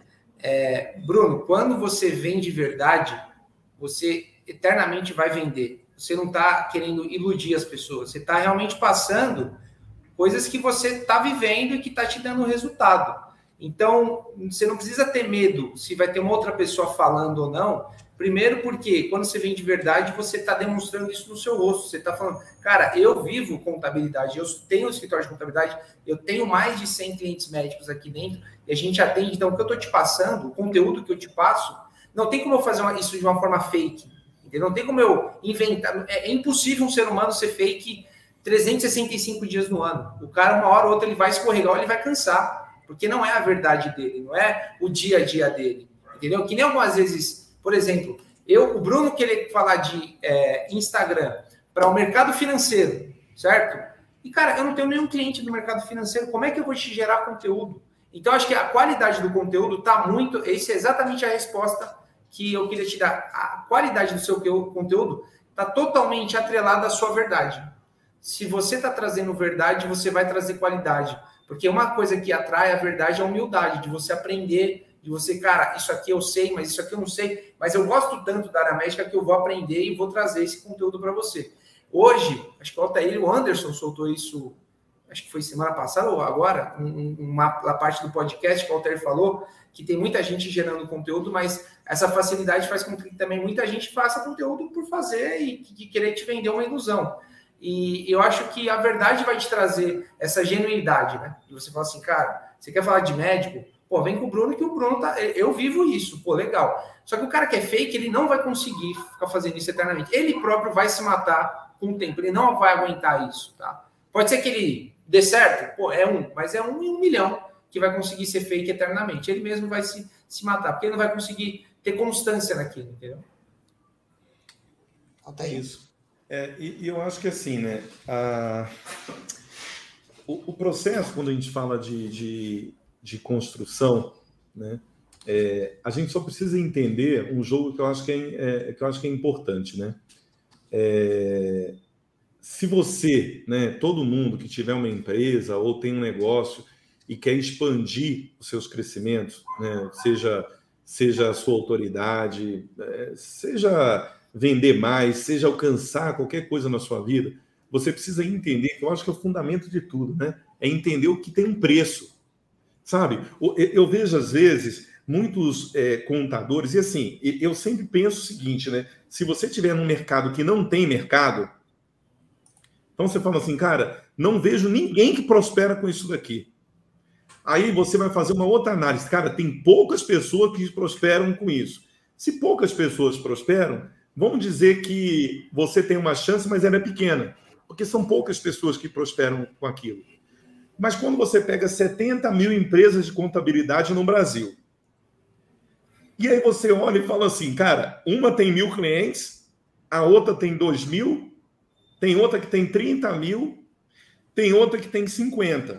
é, Bruno, quando você vende verdade, você eternamente vai vender. Você não está querendo iludir as pessoas. Você está realmente passando coisas que você está vivendo e que está te dando resultado. Então, você não precisa ter medo se vai ter uma outra pessoa falando ou não. Primeiro porque, quando você vende verdade, você está demonstrando isso no seu rosto. Você está falando, cara, eu vivo contabilidade, eu tenho um escritório de contabilidade, eu tenho mais de cem clientes médicos aqui dentro, e a gente atende. Então, o que eu estou te passando, o conteúdo que eu te passo, não tem como eu fazer uma, isso de uma forma fake, entendeu? Não tem como eu inventar. É, é impossível um ser humano ser fake trezentos e sessenta e cinco dias no ano. O cara, uma hora ou outra, ele vai escorregar ou ele vai cansar, porque não é a verdade dele, não é o dia a dia dele, entendeu? Que nem algumas vezes, por exemplo, eu, o Bruno querer falar de é, Instagram para o mercado financeiro, certo? E, cara, eu não tenho nenhum cliente do mercado financeiro, como é que eu vou te gerar conteúdo? Então, acho que a qualidade do conteúdo está muito... Essa é exatamente a resposta que eu queria te dar. A qualidade do seu conteúdo está totalmente atrelada à sua verdade. Se você está trazendo verdade, você vai trazer qualidade. Porque uma coisa que atrai a verdade é a humildade, de você aprender, de você, cara, isso aqui eu sei, mas isso aqui eu não sei, mas eu gosto tanto da área médica que eu vou aprender e vou trazer esse conteúdo para você. Hoje, acho que o Altair, o Anderson soltou isso acho que foi semana passada ou agora, um, uma, uma parte do podcast que o Walter falou, que tem muita gente gerando conteúdo, mas essa facilidade faz com que também muita gente faça conteúdo por fazer e, e querer te vender uma ilusão. E eu acho que a verdade vai te trazer essa genuinidade, né? E você fala assim, cara, você quer falar de médico? Pô, vem com o Bruno, que o Bruno tá... Eu vivo isso, pô, legal. Só que o cara que é fake, ele não vai conseguir ficar fazendo isso eternamente. Ele próprio vai se matar com o tempo, ele não vai aguentar isso, tá? Pode ser que ele dê certo, pô, é um, mas é um em um milhão que vai conseguir ser fake eternamente. Ele mesmo vai se, se matar, porque ele não vai conseguir ter constância naquilo, entendeu? É isso. É, e, e eu acho que assim, né, a, o, o processo, quando a gente fala de, de, de construção, né, é, a gente só precisa entender um jogo que eu acho que é, é, que eu acho que é importante, né? É, se você, né, todo mundo que tiver uma empresa ou tem um negócio e quer expandir os seus crescimentos, né, seja, seja a sua autoridade, é, seja vender mais, seja alcançar qualquer coisa na sua vida, você precisa entender, que eu acho que é o fundamento de tudo, né? É entender o que tem um preço, sabe? Eu vejo, às vezes, muitos é, contadores, e assim, eu sempre penso o seguinte, né? Se você tiver num mercado que não tem mercado, então você fala assim, cara, não vejo ninguém que prospera com isso daqui. Aí você vai fazer uma outra análise. Cara, tem poucas pessoas que prosperam com isso. Se poucas pessoas prosperam, vamos dizer que você tem uma chance, mas ela é pequena, porque são poucas pessoas que prosperam com aquilo. Mas quando você pega setenta mil empresas de contabilidade no Brasil, e aí você olha e fala assim, cara, uma tem mil clientes, a outra tem dois mil, tem outra que tem trinta mil, tem outra que tem cinquenta.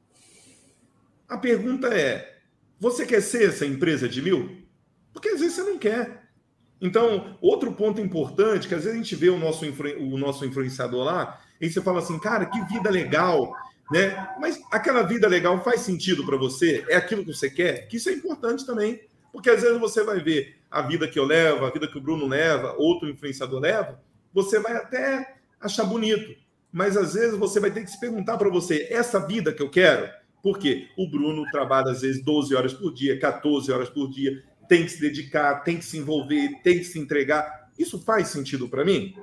A pergunta é, você quer ser essa empresa de mil? Porque às vezes você não quer. Então, outro ponto importante, que às vezes a gente vê o nosso, influ... o nosso influenciador lá, e você fala assim, cara, que vida legal, né? Mas aquela vida legal faz sentido para você? É aquilo que você quer? Que isso é importante também. Porque às vezes você vai ver a vida que eu levo, a vida que o Bruno leva, outro influenciador leva, você vai até achar bonito. Mas às vezes você vai ter que se perguntar para você, essa vida que eu quero? Porque o Bruno trabalha às vezes doze horas por dia, quatorze horas por dia, tem que se dedicar, tem que se envolver, tem que se entregar. Isso faz sentido para mim?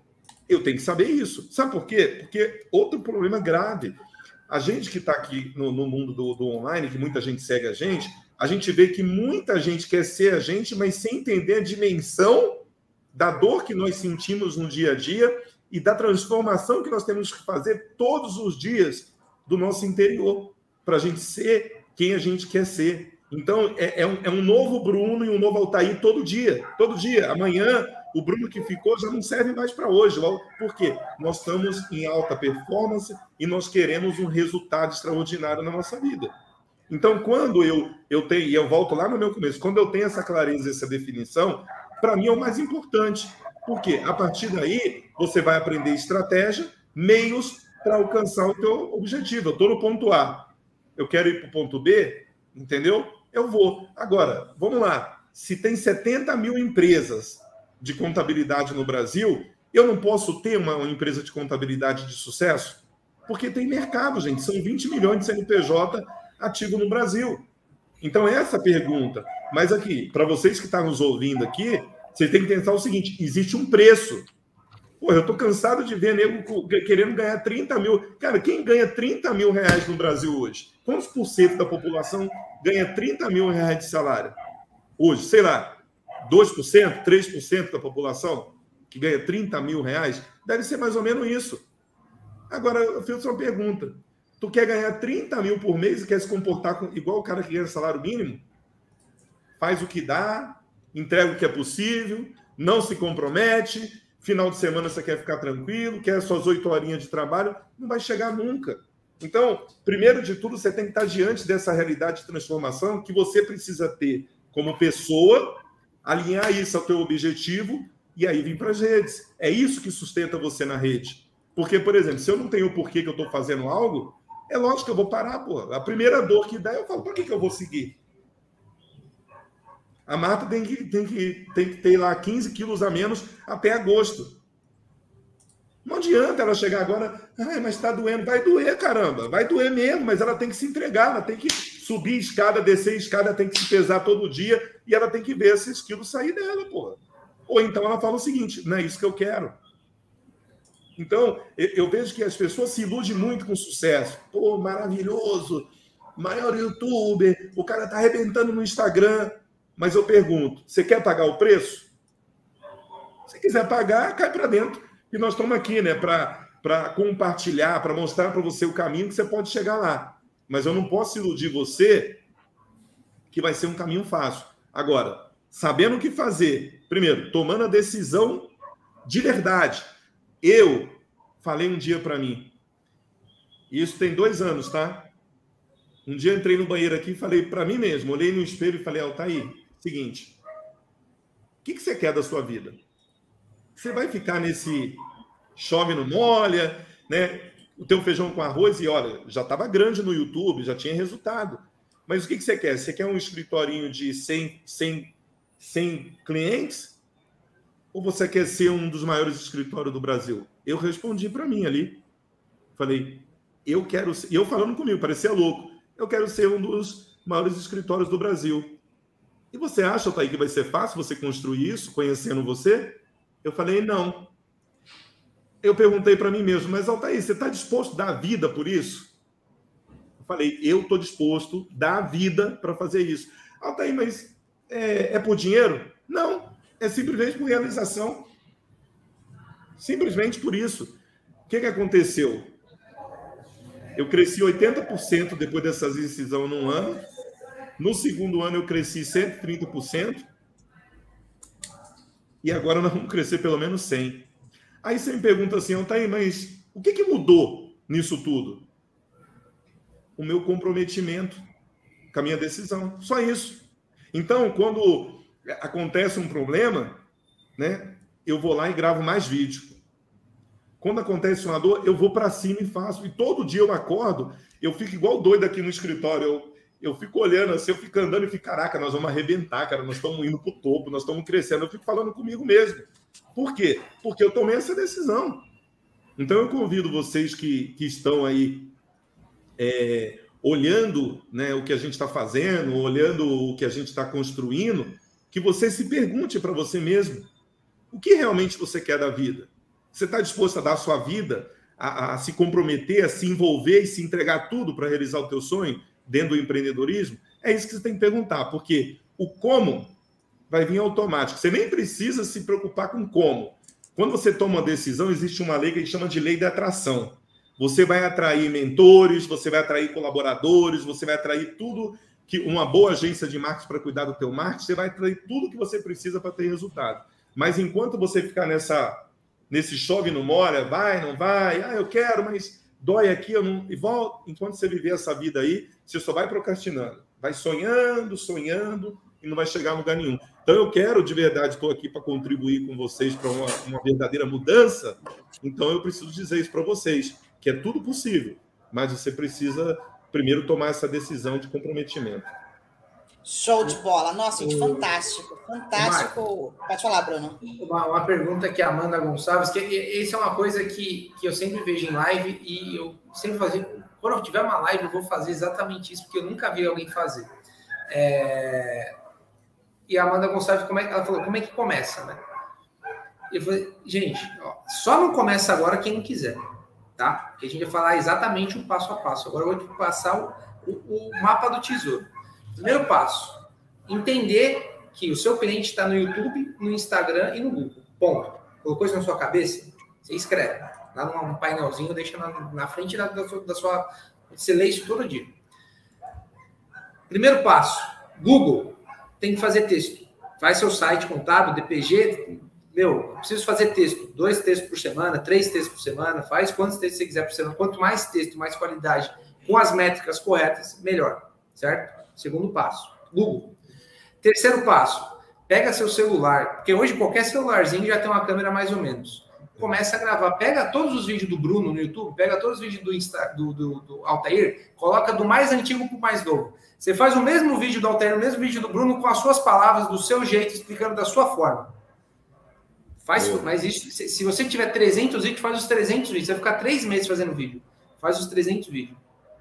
Eu tenho que saber isso. Sabe por quê? Porque outro problema grave. A gente que está aqui no, no mundo do, do online, que muita gente segue a gente, a gente vê que muita gente quer ser a gente, mas sem entender a dimensão da dor que nós sentimos no dia a dia e da transformação que nós temos que fazer todos os dias do nosso interior, para a gente ser quem a gente quer ser. Então, é, é, um, é um novo Bruno e um novo Altair todo dia. Todo dia. Amanhã, o Bruno que ficou já não serve mais para hoje. Por quê? Nós estamos em alta performance e nós queremos um resultado extraordinário na nossa vida. Então, quando eu, eu tenho, e eu volto lá no meu começo, quando eu tenho essa clareza, essa definição, para mim é o mais importante. Por quê? A partir daí, você vai aprender estratégia, meios para alcançar o teu objetivo. Eu estou no ponto A. Eu quero ir para o ponto B, entendeu? Eu vou. Agora, vamos lá. Se tem setenta mil empresas de contabilidade no Brasil, eu não posso ter uma, uma empresa de contabilidade de sucesso? Porque tem mercado, gente. São vinte milhões de C N P J ativo no Brasil. Então, essa é a pergunta. Mas aqui, para vocês que estão nos ouvindo aqui, vocês têm que pensar o seguinte, existe um preço. Pô, eu estou cansado de ver nego querendo ganhar trinta mil. Cara, quem ganha trinta mil reais no Brasil hoje? Quantos por cento da população ganha trinta mil reais de salário? Hoje, sei lá, dois por cento, três por cento da população que ganha trinta mil reais? Deve ser mais ou menos isso. Agora, eu fiz uma pergunta. Tu quer ganhar trinta mil por mês e quer se comportar com, igual o cara que ganha salário mínimo? Faz o que dá, entrega o que é possível, não se compromete, final de semana você quer ficar tranquilo, quer suas oito horinhas de trabalho, não vai chegar nunca. Então, primeiro de tudo, você tem que estar diante dessa realidade de transformação que você precisa ter como pessoa, alinhar isso ao teu objetivo e aí vir para as redes. É isso que sustenta você na rede. Porque, por exemplo, se eu não tenho o porquê que eu estou fazendo algo, é lógico que eu vou parar, pô. A primeira dor que dá, eu falo, por que, que eu vou seguir? A Marta tem que, tem, que, tem que ter lá quinze quilos a menos até agosto. Não adianta ela chegar agora, ai, mas está doendo. Vai doer, caramba. Vai doer mesmo, mas ela tem que se entregar, ela tem que subir escada, descer escada, tem que se pesar todo dia e ela tem que ver esses quilos sair dela, porra. Ou então ela fala o seguinte, não é isso que eu quero. Então, eu vejo que as pessoas se iludem muito com sucesso. Pô, maravilhoso, maior youtuber, o cara tá arrebentando no Instagram. Mas eu pergunto, você quer pagar o preço? Se quiser pagar, cai para dentro. E nós estamos aqui, né, para compartilhar, para mostrar para você o caminho que você pode chegar lá. Mas eu não posso iludir você que vai ser um caminho fácil. Agora, sabendo o que fazer, primeiro, tomando a decisão de verdade. Eu falei um dia para mim, e isso tem dois anos, tá? Um dia eu entrei no banheiro aqui e falei para mim mesmo, olhei no espelho e falei, Altair, seguinte, o que, que você quer da sua vida? Você vai ficar nesse chove não molha, né? O teu feijão com arroz, e olha, já estava grande no YouTube, já tinha resultado. Mas o que, que você quer? Você quer um escritorinho de cem, cem, cem clientes? Ou você quer ser um dos maiores escritórios do Brasil? Eu respondi para mim ali. Falei, eu quero ser... E eu falando comigo, parecia louco. Eu quero ser um dos maiores escritórios do Brasil. E você acha, Altair, que vai ser fácil você construir isso, conhecendo você? Eu falei, não. Eu perguntei para mim mesmo, mas Altair, você está disposto a dar a vida por isso? Eu falei, eu estou disposto a dar a vida para fazer isso. Altair, mas é, é por dinheiro? Não, é simplesmente por realização. Simplesmente por isso. O que, que aconteceu? Eu cresci oitenta por cento depois dessa decisão num ano. No segundo ano eu cresci cento e trinta por cento. E agora nós vamos crescer pelo menos cem por cento. Aí você me pergunta assim, Altair, mas o que, que mudou nisso tudo? O meu comprometimento com a minha decisão. Só isso. Então, quando acontece um problema, né, eu vou lá e gravo mais vídeo. Quando acontece uma dor, eu vou para cima e faço. E todo dia eu acordo, eu fico igual doido aqui no escritório. Eu, eu fico olhando assim, eu fico andando e fico, caraca, nós vamos arrebentar, cara, nós estamos indo para o topo, nós estamos crescendo. Eu fico falando comigo mesmo. Por quê? Porque eu tomei essa decisão. Então, eu convido vocês que, que estão aí é, olhando, né, o que a gente está fazendo, olhando o que a gente está construindo, que você se pergunte para você mesmo, o que realmente você quer da vida? Você está disposto a dar a sua vida, a, a se comprometer, a se envolver e se entregar tudo para realizar o teu sonho dentro do empreendedorismo? É isso que você tem que perguntar, porque o como vai vir automático. Você nem precisa se preocupar com como. Quando você toma uma decisão, existe uma lei que a gente chama de lei da atração. Você vai atrair mentores, você vai atrair colaboradores, você vai atrair tudo que uma boa agência de marketing para cuidar do teu marketing, você vai atrair tudo que você precisa para ter resultado. Mas enquanto você ficar nessa, nesse chove não molha, vai, não vai, ah, eu quero, mas dói aqui, eu não... E volta, enquanto você viver essa vida aí, você só vai procrastinando. Vai sonhando, sonhando, e não vai chegar a lugar nenhum. Então, eu quero, de verdade, estou aqui para contribuir com vocês para uma, uma verdadeira mudança. Então, eu preciso dizer isso para vocês, que é tudo possível, mas você precisa, primeiro, tomar essa decisão de comprometimento. Show de bola. Nossa, gente, fantástico. Fantástico. Pode falar, Bruno. Uma, uma pergunta que a Amanda Gonçalves, que essa é uma coisa que, que eu sempre vejo em live e eu sempre fazia... Quando eu tiver uma live, eu vou fazer exatamente isso, porque eu nunca vi alguém fazer. É... E a Amanda Gonçalves, como é, ela falou, como é que começa, né? Eu falei, gente, ó, só não começa agora quem não quiser, tá? Porque a gente vai falar exatamente o passo a passo. Agora eu vou te passar o, o, o mapa do tesouro. Primeiro passo, entender que o seu cliente está no YouTube, no Instagram e no Google. Ponto. Colocou isso na sua cabeça? Você escreve. Lá num painelzinho, deixa na, na frente da, da, sua, da sua... Você lê isso todo dia. Primeiro passo, Google. Tem que fazer texto. Faz seu site contábil, D P G. Meu, preciso fazer texto. Dois textos por semana, três textos por semana. Faz quantos textos você quiser por semana. Quanto mais texto, mais qualidade, com as métricas corretas, melhor. Certo? Segundo passo, Google. Terceiro passo, pega seu celular. Porque hoje qualquer celularzinho já tem uma câmera mais ou menos. Começa a gravar. Pega todos os vídeos do Bruno no YouTube, pega todos os vídeos do, Insta, do, do, do Altair, coloca do mais antigo para o mais novo. Você faz o mesmo vídeo do Altair, o mesmo vídeo do Bruno, com as suas palavras, do seu jeito, explicando da sua forma. Faz, mas isso, se você tiver trezentos vídeos, faz os trezentos vídeos. Você vai ficar três meses fazendo vídeo. Faz os trezentos vídeos.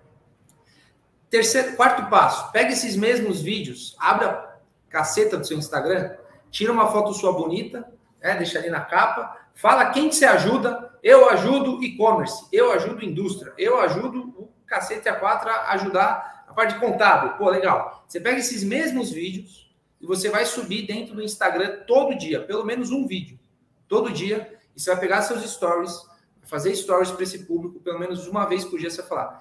Terceiro, quarto passo. Pega esses mesmos vídeos, abre a caceta do seu Instagram, tira uma foto sua bonita, né, deixa ali na capa, fala quem que você ajuda. Eu ajudo e-commerce, eu ajudo indústria, eu ajudo o cacete A quatro a ajudar a parte contábil. Pô, legal. Você pega esses mesmos vídeos e você vai subir dentro do Instagram todo dia, pelo menos um vídeo. Todo dia, e você vai pegar seus stories, fazer stories para esse público, pelo menos uma vez por dia você vai falar.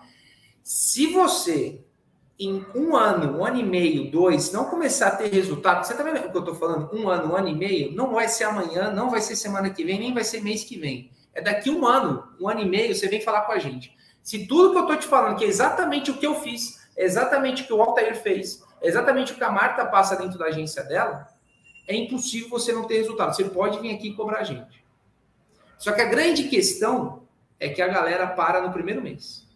Se você, em um ano, um ano e meio, dois, não começar a ter resultado, você tá vendo o que eu tô falando? Um ano, um ano e meio, não vai ser amanhã, não vai ser semana que vem, nem vai ser mês que vem. É daqui um ano, um ano e meio, você vem falar com a gente. Se tudo que eu tô te falando, que é exatamente o que eu fiz, é exatamente o que o Altair fez, é exatamente o que a Marta passa dentro da agência dela, é impossível você não ter resultado. Você pode vir aqui e cobrar a gente. Só que a grande questão é que a galera para no primeiro mês.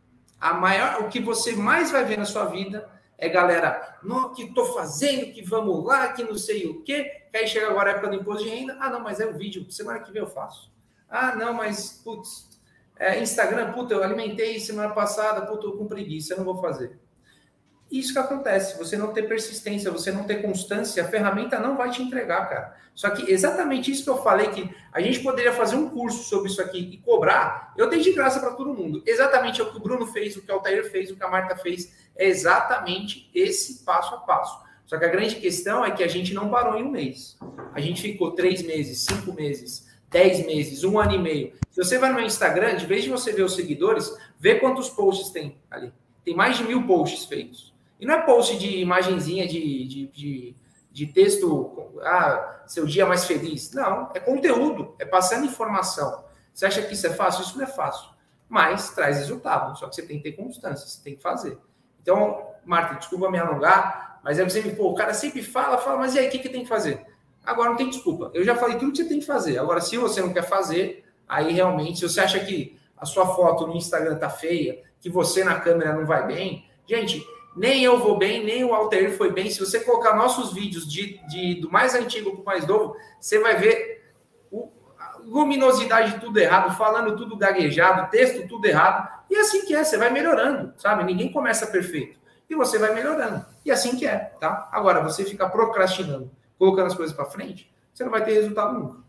A maior, o que você mais vai ver na sua vida é galera, não, que estou fazendo, que vamos lá, que não sei o quê, que aí chega agora a época do imposto de renda, ah, não, mas é o vídeo, semana que vem eu faço. Ah, não, mas, putz, é, Instagram, puta, eu alimentei semana passada, puta, eu com preguiça, eu não vou fazer. Isso que acontece, você não ter persistência, você não ter constância, a ferramenta não vai te entregar, cara. Só que exatamente isso que eu falei, que a gente poderia fazer um curso sobre isso aqui e cobrar, eu dei de graça para todo mundo. Exatamente o que o Bruno fez, o que o Altair fez, o que a Marta fez, é exatamente esse passo a passo. Só que a grande questão é que a gente não parou em um mês. A gente ficou três meses, cinco meses, dez meses, um ano e meio. Se você vai no meu Instagram, de vez de você ver os seguidores, vê quantos posts tem ali. Tem mais de mil posts feitos. E não é post de imagenzinha de, de, de, de texto, ah, seu dia mais feliz. Não, é conteúdo, é passando informação. Você acha que isso é fácil? Isso não é fácil. Mas traz resultado, só que você tem que ter constância, você tem que fazer. Então, Marta, desculpa me alongar, mas aí você me, pô, o cara sempre fala, fala, mas e aí, o que, que tem que fazer? Agora não tem desculpa. Eu já falei tudo que você tem que fazer. Agora, se você não quer fazer, aí realmente, se você acha que a sua foto no Instagram tá feia, que você na câmera não vai bem, gente... Nem eu vou bem, nem o Altair foi bem. Se você colocar nossos vídeos de, de, do mais antigo para o mais novo, você vai ver o, a luminosidade tudo errado, falando tudo gaguejado, texto tudo errado. E assim que é, você vai melhorando, sabe? Ninguém começa perfeito. E você vai melhorando. E assim que é, tá? Agora, você fica procrastinando, colocando as coisas para frente, você não vai ter resultado nunca.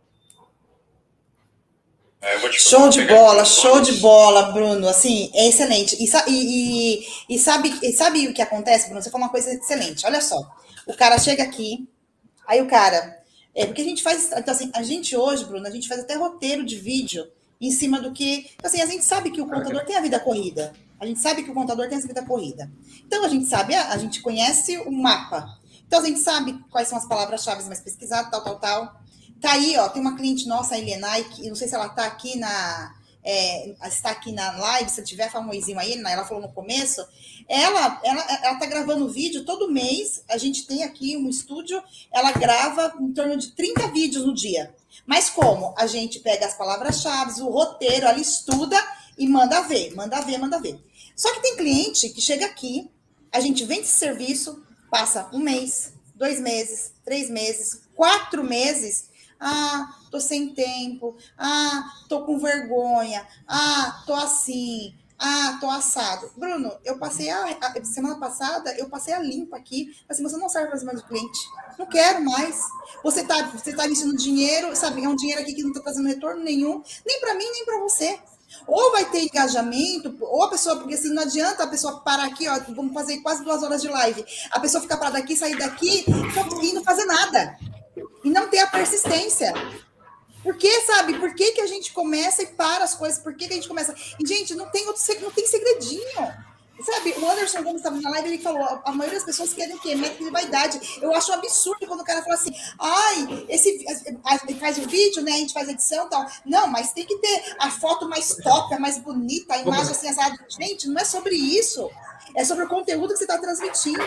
Show de bola, show de bola, Bruno. Assim, é excelente. E, e, e, sabe, e sabe o que acontece, Bruno? Você falou uma coisa excelente. Olha só, o cara chega aqui, aí o cara... É porque a gente faz... Então, assim, a gente hoje, Bruno, a gente faz até roteiro de vídeo em cima do que... Assim, a gente sabe que o contador tem a vida corrida. A gente sabe que o contador tem a vida corrida. Então, a gente sabe, a, a gente conhece o mapa. Então, a gente sabe quais são as palavras-chave mais pesquisadas, tal, tal, tal. Tá aí, ó, tem uma cliente nossa, a Helenay, que não sei se ela tá aqui na... É, está aqui na live, se tiver, fala um oizinho aí, ela falou no começo. Ela, ela, ela tá gravando vídeo todo mês, a gente tem aqui um estúdio, ela grava em torno de trinta vídeos no dia. Mas como? A gente pega as palavras-chave, o roteiro, ela estuda e manda ver, manda ver, manda ver. Só que tem cliente que chega aqui, a gente vende esse serviço, passa um mês, dois meses, três meses, quatro meses... Ah, tô sem tempo. Ah, tô com vergonha. Ah, tô assim. Ah, tô assado. Bruno, eu passei a, a semana passada, eu passei a limpa aqui. Assim, você não serve mais o cliente. Não quero mais. Você tá, você tá investindo dinheiro, sabe? É um dinheiro aqui que não tá trazendo retorno nenhum, nem para mim, nem para você. Ou vai ter engajamento, ou a pessoa, porque assim, não adianta a pessoa parar aqui, ó, vamos fazer quase duas horas de live. A pessoa fica parada aqui, sair daqui e não fazer nada. E não ter a persistência. Por que, sabe? Por que, que a gente começa e para as coisas? Por que, que a gente começa? E, gente, não tem, outro, não tem segredinho. Sabe, o Anderson Gomes estava na live, ele falou, a maioria das pessoas querem o quê? Método de vaidade. Eu acho um absurdo quando o cara fala assim, ai, esse faz o vídeo, né? A gente faz edição e tal. Não, mas tem que ter a foto mais top, a mais bonita, a imagem assim, assada. Gente, não é sobre isso. É sobre o conteúdo que você está transmitindo.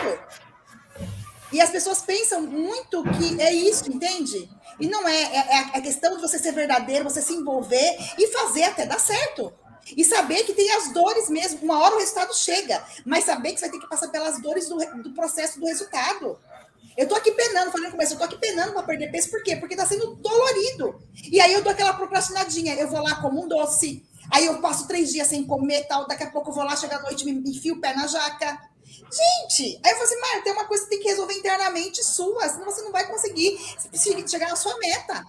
E as pessoas pensam muito que é isso, entende? E não é. É a questão de você ser verdadeiro, você se envolver e fazer até dar certo. E saber que tem as dores mesmo. Uma hora o resultado chega, mas saber que você vai ter que passar pelas dores do, do processo do resultado. Eu tô aqui penando, falei no começo, eu tô aqui penando para perder peso, por quê? Porque tá sendo dolorido. E aí eu dou aquela procrastinadinha, eu vou lá como um doce, aí eu passo três dias sem comer tal, daqui a pouco eu vou lá, chega à noite, me enfio o pé na jaca. Gente, aí eu falo assim, Marta, tem uma coisa que você tem que resolver internamente sua, senão você não vai conseguir chegar na sua meta.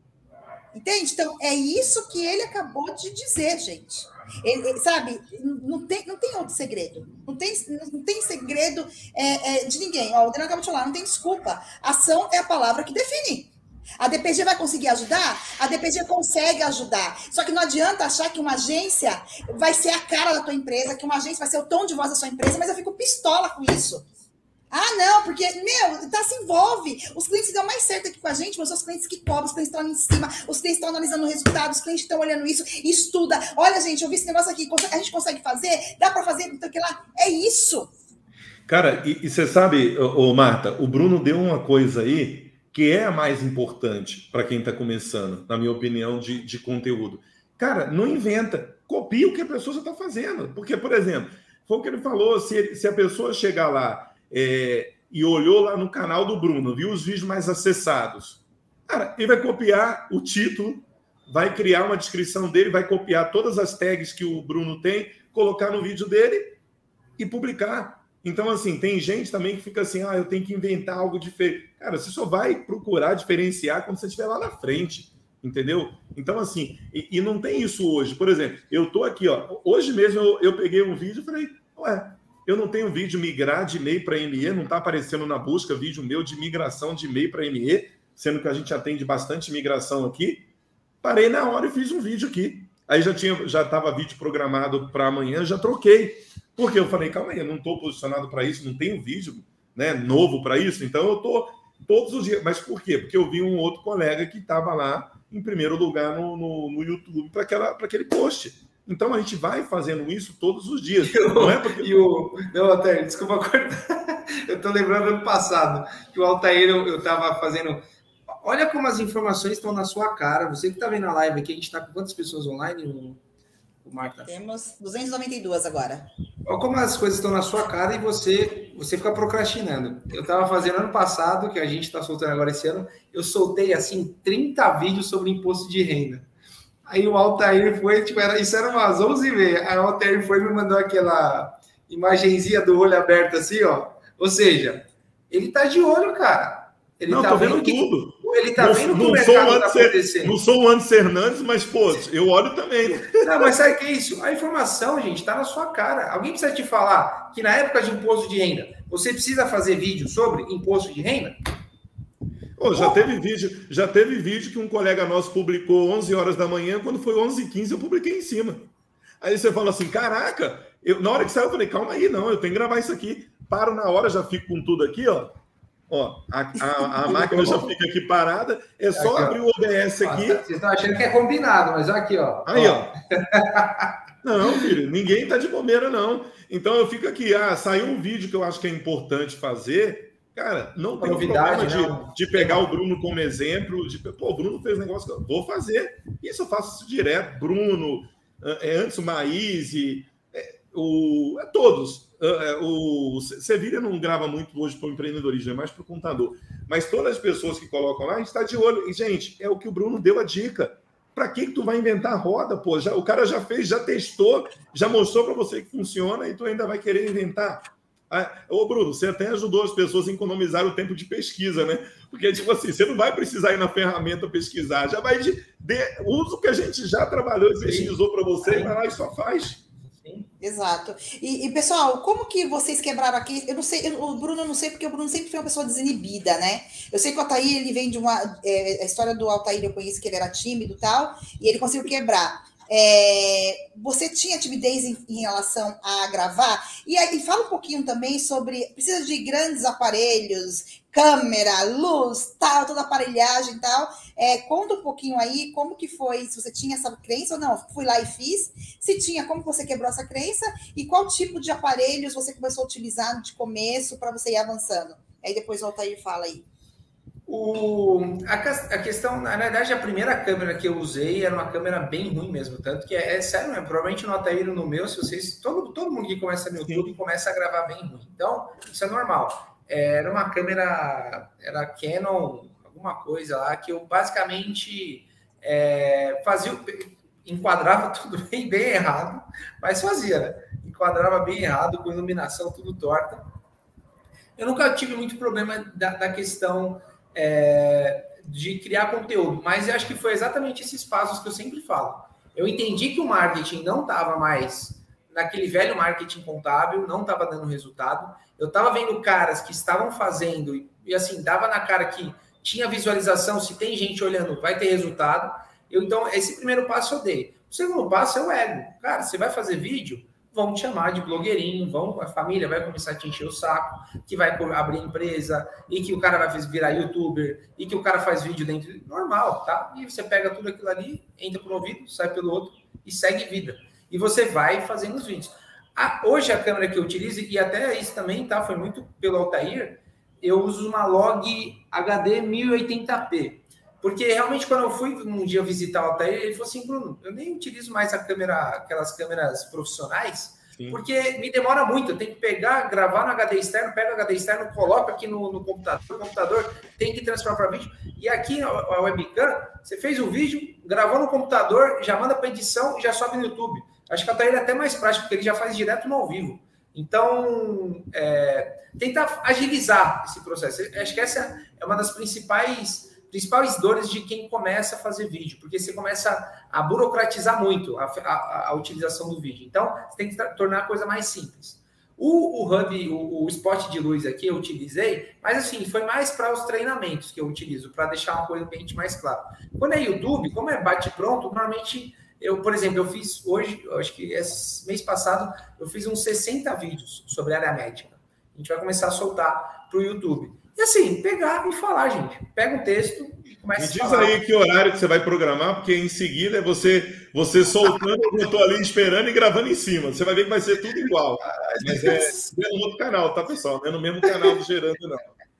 Entende? Então, é isso que ele acabou de dizer, gente. Ele, ele, sabe, não tem, não tem outro segredo. Não tem, não tem segredo é, é, de ninguém. Ó, o Adriano acabou de falar, não tem desculpa. Ação é a palavra que define. A D P G vai conseguir ajudar? A D P G consegue ajudar. Só que não adianta achar que uma agência vai ser a cara da tua empresa, que uma agência vai ser o tom de voz da sua empresa, mas eu fico pistola com isso. Ah, não, porque, meu, tá, se envolve. Os clientes dão mais certo aqui com a gente, mas são os clientes que cobram, os clientes estão ali em cima, os clientes estão analisando o resultado, os clientes estão olhando isso, estuda. Olha, gente, eu vi esse negócio aqui, a gente consegue fazer? Dá para fazer? Então, que lá. É isso. Cara, e, e você sabe, ô, ô, Marta, o Bruno deu uma coisa aí que é a mais importante para quem está começando, na minha opinião, de, de conteúdo. Cara, não inventa, copia o que a pessoa já está fazendo. Porque, por exemplo, foi o que ele falou, se, se a pessoa chegar lá É, e olhou lá no canal do Bruno, viu os vídeos mais acessados. Cara, ele vai copiar o título, vai criar uma descrição dele, vai copiar todas as tags que o Bruno tem, colocar no vídeo dele e publicar. Então, assim, tem gente também que fica assim, ah, eu tenho que inventar algo diferente. Cara, você só vai procurar diferenciar quando você estiver lá na frente, entendeu? Então, assim, e, e não tem isso hoje. Por exemplo, eu tô aqui, ó, hoje mesmo eu, eu peguei um vídeo e falei, ué, eu não tenho vídeo migrar de e-mail para M E, não está aparecendo na busca vídeo meu de migração de e-mail para M E, sendo que a gente atende bastante migração aqui. Parei na hora e fiz um vídeo aqui. Aí já tinha, já estava vídeo programado para amanhã, já troquei. Porque eu falei, calma aí, eu não estou posicionado para isso, não tenho vídeo, né, novo para isso, então eu estou todos os dias. Mas por quê? Porque eu vi um outro colega que estava lá em primeiro lugar no, no, no YouTube para aquele post. Então a gente vai fazendo isso todos os dias. Eu, não é porque... e o... Não, Altair, desculpa cortar. Eu estou lembrando do ano passado, que o Altair, eu estava fazendo... Olha como as informações estão na sua cara. Você que está vendo a live aqui, a gente está com quantas pessoas online, o, o Marta? Temos duzentas e noventa e duas agora. Olha como as coisas estão na sua cara e você, você fica procrastinando. Eu estava fazendo ano passado, que a gente está soltando agora esse ano, eu soltei, assim, trinta vídeos sobre imposto de renda. Aí o Altair foi, tipo, era, isso era umas onze e meia. Aí o Altair foi e me mandou aquela imagenzinha do olho aberto assim, ó. Ou seja, ele tá de olho, cara. Ele não, tá tô vendo vendo que, tudo. Ele tá não, vendo que não o mercado sou tá Anderson, acontecendo. Não sou o Anderson Hernandes, mas, pô, eu olho também. Não, mas sabe o que é isso? A informação, gente, tá na sua cara. Alguém precisa te falar que na época de imposto de renda, você precisa fazer vídeo sobre imposto de renda? Pô, já, teve vídeo, já teve vídeo que um colega nosso publicou onze horas da manhã, quando foi onze e quinze eu publiquei em cima. Aí você fala assim, caraca, eu, na hora que saiu eu falei, calma aí, não, eu tenho que gravar isso aqui. Paro na hora, já fico com tudo aqui, ó. Ó, a, a, a máquina já fica aqui parada, é só aqui, abrir o O B S aqui. Vocês estão achando que é combinado, mas aqui, ó. Aí, ó. ó. Não, filho, ninguém tá de bobeira, não. Então eu fico aqui, ah, saiu um vídeo que eu acho que é importante fazer. Cara, não tem novidade, problema de, de pegar o Bruno como exemplo, de, pô, o Bruno fez um negócio que eu vou fazer. Isso eu faço isso direto. Bruno, é, antes o Maíse, é, o, é, todos. É, o Sevilha não grava muito hoje para o empreendedorismo, é mais para o contador. Mas todas as pessoas que colocam lá, a gente está de olho. E, gente, é o que o Bruno deu a dica. Para que, que tu vai inventar roda, pô? Já, o cara já fez, já testou, já mostrou para você que funciona e tu ainda vai querer inventar. Ah, ô, Bruno, você até ajudou as pessoas a economizar o tempo de pesquisa, né? Porque, tipo assim, você não vai precisar ir na ferramenta pesquisar, já vai de, de usa o que a gente já trabalhou e pesquisou para você, e vai lá e só faz. Sim. Exato. E, e, pessoal, como que vocês quebraram aqui? Eu não sei, eu, o Bruno eu não sei, porque o Bruno sempre foi uma pessoa desinibida, né? Eu sei que o Altair, ele vem de uma... É, a história do Altair, eu conheço que ele era tímido e tal, e ele conseguiu quebrar. É, você tinha timidez em, em relação a gravar? E aí fala um pouquinho também sobre, precisa de grandes aparelhos, câmera, luz, tal, toda aparelhagem e tal. É, conta um pouquinho aí como que foi, se você tinha essa crença ou não, fui lá e fiz. Se tinha, como você quebrou essa crença e qual tipo de aparelhos você começou a utilizar de começo para você ir avançando. Aí depois o Altair fala aí. O, a, a questão, na verdade, a primeira câmera que eu usei era uma câmera bem ruim mesmo, tanto que é, é sério mesmo, provavelmente no Altair no meu, se vocês, todo, todo mundo que começa no YouTube Sim. começa a gravar bem ruim, então isso é normal. era uma câmera, era Canon, alguma coisa lá, que eu basicamente é, fazia, enquadrava tudo bem, bem errado, mas fazia, né? Enquadrava bem errado, com iluminação tudo torta. Eu nunca tive muito problema da, da questão é, de criar conteúdo, mas eu acho que foi exatamente esses passos que eu sempre falo. Eu entendi que o marketing não estava mais naquele velho marketing contábil, não estava dando resultado. Eu estava vendo caras que estavam fazendo e, e assim, dava na cara que tinha visualização, se tem gente olhando, vai ter resultado. Eu, então, esse primeiro passo eu dei. O segundo passo é o ego. Cara, você vai fazer vídeo, vão te chamar de blogueirinho, vão, a família vai começar a te encher o saco, que vai abrir empresa, e que o cara vai virar youtuber, e que o cara faz vídeo dentro... Normal, tá? E você pega tudo aquilo ali, entra por um ouvido, sai pelo outro, e segue vida. E você vai fazendo os vídeos. Ah, hoje a câmera que eu utilizo, e até isso também, tá? Foi muito pelo Altair, eu uso uma Log H D mil e oitenta p. Porque realmente quando eu fui um dia visitar o Altair, ele falou assim, Bruno, eu nem utilizo mais a câmera, aquelas câmeras profissionais, Sim. porque me demora muito, eu tenho que pegar, gravar no H D externo, pego o H D externo, coloco aqui no, no computador, o computador tem que transformar para vídeo, e aqui a webcam, você fez o vídeo, gravou no computador, já manda para edição e já sobe no YouTube. Acho que o Altair é até mais prático, porque ele já faz direto no ao vivo. Então, é, tentar agilizar esse processo. Acho que essa é uma das principais... principais dores de quem começa a fazer vídeo, porque você começa a burocratizar muito a, a, a utilização do vídeo. Então, você tem que tornar a coisa mais simples. O, o hub, o, o spot de luz aqui eu utilizei, mas assim, foi mais para os treinamentos que eu utilizo, para deixar uma coisa bem mais clara. Quando é YouTube, como é bate-pronto, normalmente, eu, por exemplo, eu fiz hoje, eu acho que esse mês passado, eu fiz uns sessenta vídeos sobre a área médica. A gente vai começar a soltar para o YouTube. E assim, pegar e falar, gente. Pega um texto e começa Me a falar. Me diz aí que horário que você vai programar, porque em seguida é você, você soltando, eu estou ali esperando e gravando em cima. Você vai ver que vai ser tudo igual. Mas é no outro canal, tá, pessoal? Não é no mesmo canal do Gerando, não.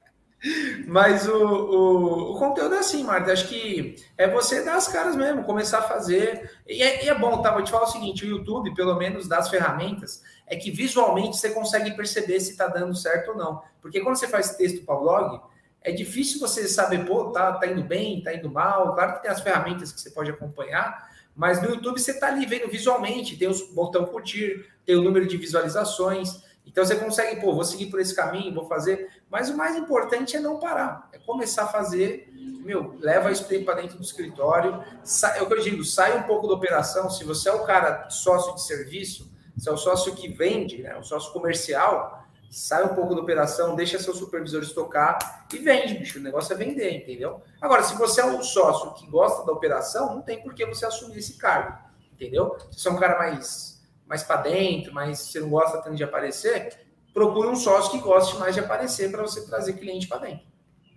Mas o, o, o conteúdo é assim, Marta. Acho que é você dar as caras mesmo, começar a fazer. E é, e é bom, tá? Vou te falar o seguinte: o YouTube, pelo menos das ferramentas, é que visualmente você consegue perceber se tá dando certo ou não. Porque quando você faz texto para blog, é difícil você saber, pô, tá, tá indo bem, tá indo mal. Claro que tem as ferramentas que você pode acompanhar, mas no YouTube você tá ali vendo visualmente, tem o botão curtir, tem o número de visualizações. Então você consegue, pô, vou seguir por esse caminho, vou fazer. Mas o mais importante é não parar, é começar a fazer. Meu, leva isso para dentro do escritório. É o que eu digo, sai um pouco da operação. Se você é o cara sócio de serviço, se é o sócio que vende, né, o sócio comercial, sai um pouco da operação, deixa seus supervisores tocar e vende, bicho. O negócio é vender, entendeu? Agora, se você é um sócio que gosta da operação, não tem por que você assumir esse cargo, entendeu? Se você é um cara mais... mais para dentro, mas você não gosta tanto de aparecer, procure um sócio que goste mais de aparecer para você trazer cliente para dentro.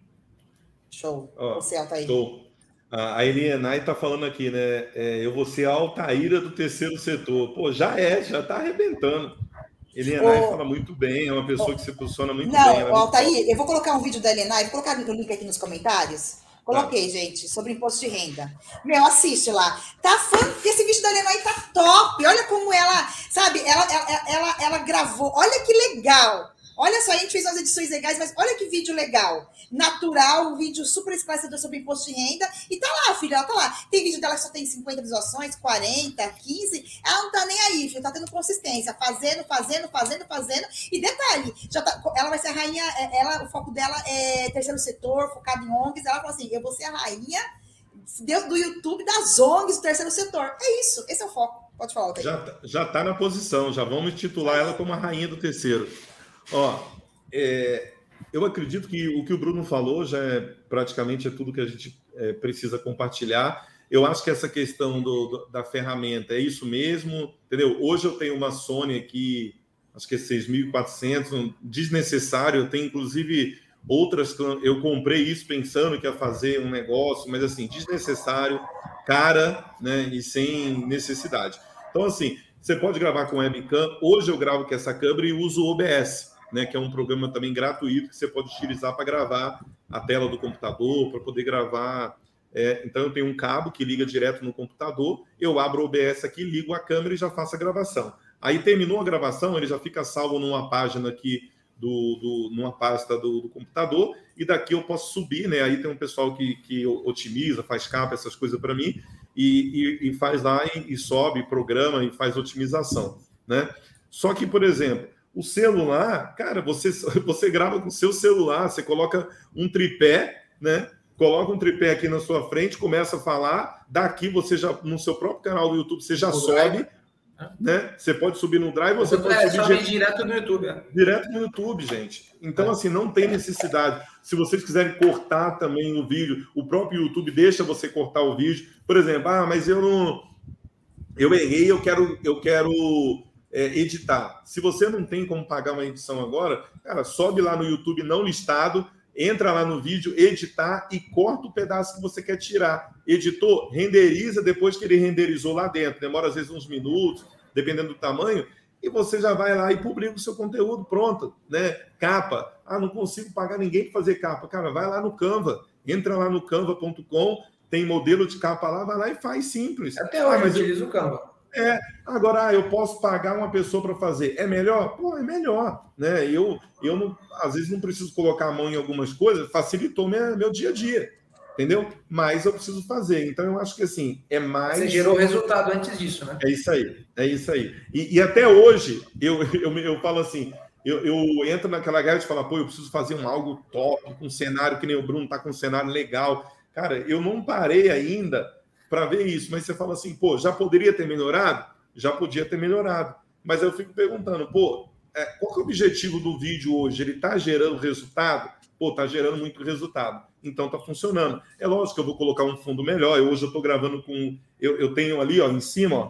Show. Ó, você, Altair. Show. A Elienay está falando aqui, né? É, eu vou ser a Altaíra do terceiro setor. Pô, já é, já está arrebentando. Elienay o... fala muito bem, é uma pessoa o... que se posiciona muito não, bem. Não, Altair, eu vou colocar um vídeo da Elienay, vou colocar o link aqui nos comentários. Coloquei, tá. gente, sobre imposto de renda. Meu, assiste lá. Tá fã, esse vídeo da Elienay tá top. Olha como ela, sabe, ela, ela, ela, ela gravou. Olha que legal. Olha só, a gente fez umas edições legais, mas olha que vídeo legal. Natural, um vídeo super esclarecedor sobre imposto de renda. E tá lá, filha, ela tá lá. Tem vídeo dela que só tem cinquenta visualizações, quarenta, quinze. Ela não tá nem aí, filha, tá tendo consistência. Fazendo, fazendo, fazendo, fazendo. E detalhe, já tá, ela vai ser a rainha, ela, o foco dela é terceiro setor, focado em O N Gs. Ela falou assim, eu vou ser a rainha do YouTube das O N Gs do terceiro setor. É isso, esse é o foco. Pode falar, Altair. Já, já tá na posição, já vamos titular ela como a rainha do terceiro. Ó, é, eu acredito que o que o Bruno falou já é praticamente é tudo que a gente é, precisa compartilhar. Eu acho que essa questão do, do, da ferramenta é isso mesmo, entendeu? Hoje eu tenho uma Sony aqui, acho que é seis mil e quatrocentos, um desnecessário. Eu tenho, inclusive, outras... Eu comprei isso pensando que ia fazer um negócio, mas, assim, desnecessário, cara, né? E sem necessidade. Então, assim, você pode gravar com webcam. Hoje eu gravo com essa câmera e uso o O B S. Né, que é um programa também gratuito que você pode utilizar para gravar a tela do computador, para poder gravar. É, então, eu tenho um cabo que liga direto no computador, eu abro o O B S aqui, ligo a câmera e já faço a gravação. Aí, terminou a gravação, ele já fica salvo numa página aqui do, do, numa pasta do, do computador, e daqui eu posso subir, né? Aí tem um pessoal que, que otimiza, faz capa, essas coisas para mim, e, e, e faz lá e, e sobe, programa e faz otimização, né? Só que, por exemplo, o celular, cara, você, você grava com o seu celular, você coloca um tripé, né? Coloca um tripé aqui na sua frente, começa a falar, daqui você já, no seu próprio canal do YouTube, você já o sobe, drive, né? Você pode subir no Drive, você pode é, subir sobe direto no YouTube. É. Direto no YouTube, gente. Então, é. assim, não tem necessidade. Se vocês quiserem cortar também o vídeo, o próprio YouTube deixa você cortar o vídeo. Por exemplo, ah, mas eu não... Eu errei, eu quero, eu quero é, editar. Se você não tem como pagar uma edição agora, cara, sobe lá no YouTube não listado, entra lá no vídeo, editar e corta o pedaço que você quer tirar. Editou, renderiza depois que ele renderizou lá dentro. Demora às vezes uns minutos, dependendo do tamanho, e você já vai lá e publica o seu conteúdo, pronto, né? Capa. Ah, não consigo pagar ninguém para fazer capa. Cara, vai lá no Canva, entra lá no canva ponto com, tem modelo de capa lá, vai lá e faz simples. Até hoje ah, mas eu utilizo o Canva. É, agora ah, eu posso pagar uma pessoa para fazer. É melhor? Pô, é melhor, né? Eu, eu não, às vezes não preciso colocar a mão em algumas coisas, facilitou minha, meu dia a dia, entendeu? Mas eu preciso fazer. Então eu acho que assim, é mais... Você gerou resultado antes disso, né? É isso aí, é isso aí. E, e até hoje, eu, eu, eu falo assim, eu, eu entro naquela guerra de falar, pô, eu preciso fazer um algo top, com um cenário que nem o Bruno tá com um cenário legal. Cara, eu não parei ainda para ver isso, mas você fala assim, pô, já poderia ter melhorado? Já podia ter melhorado. Mas eu fico perguntando, pô, é, qual que é o objetivo do vídeo hoje? Ele está gerando resultado? Pô, está gerando muito resultado. Então está funcionando. É lógico que eu vou colocar um fundo melhor. Eu, hoje eu estou gravando com... Eu, eu tenho ali, ó, em cima, ó,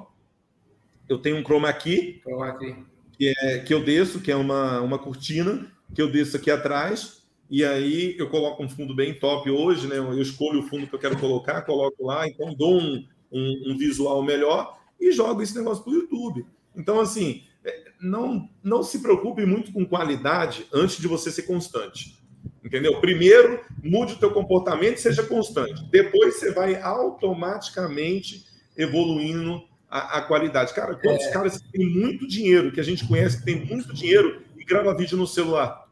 eu tenho um chroma key, chroma key. Que, é, que eu desço, que é uma, uma cortina, que eu desço aqui atrás, e aí eu coloco um fundo bem top hoje, né? Eu escolho o fundo que eu quero colocar, coloco lá, então dou um, um, um visual melhor e jogo esse negócio para o YouTube. Então, assim, não, não se preocupe muito com qualidade antes de você ser constante. Entendeu? Primeiro, mude o teu comportamento e seja constante. Depois você vai automaticamente evoluindo a, a qualidade. Cara, quantos é. caras que têm muito dinheiro, que a gente conhece, que tem muito dinheiro e grava vídeo no celular?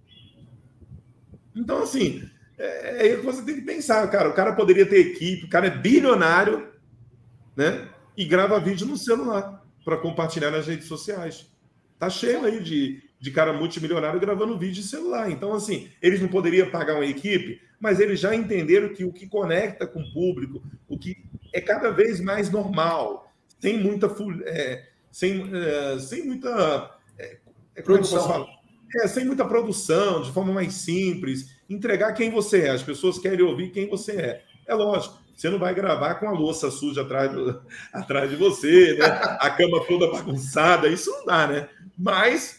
Então, assim, é aí que você tem que pensar, cara. O cara poderia ter equipe, o cara é bilionário, né? E grava vídeo no celular para compartilhar nas redes sociais. Tá cheio aí de, de cara multimilionário gravando vídeo em celular. Então, assim, eles não poderiam pagar uma equipe, mas eles já entenderam que o que conecta com o público, o que é cada vez mais normal, sem muita... É, sem, é, sem muita... É, como é que eu posso falar? É, sem muita produção, de forma mais simples, entregar quem você é. As pessoas querem ouvir quem você é. É lógico, você não vai gravar com a louça suja atrás, do, atrás de você, né? A cama toda bagunçada, isso não dá, né? Mas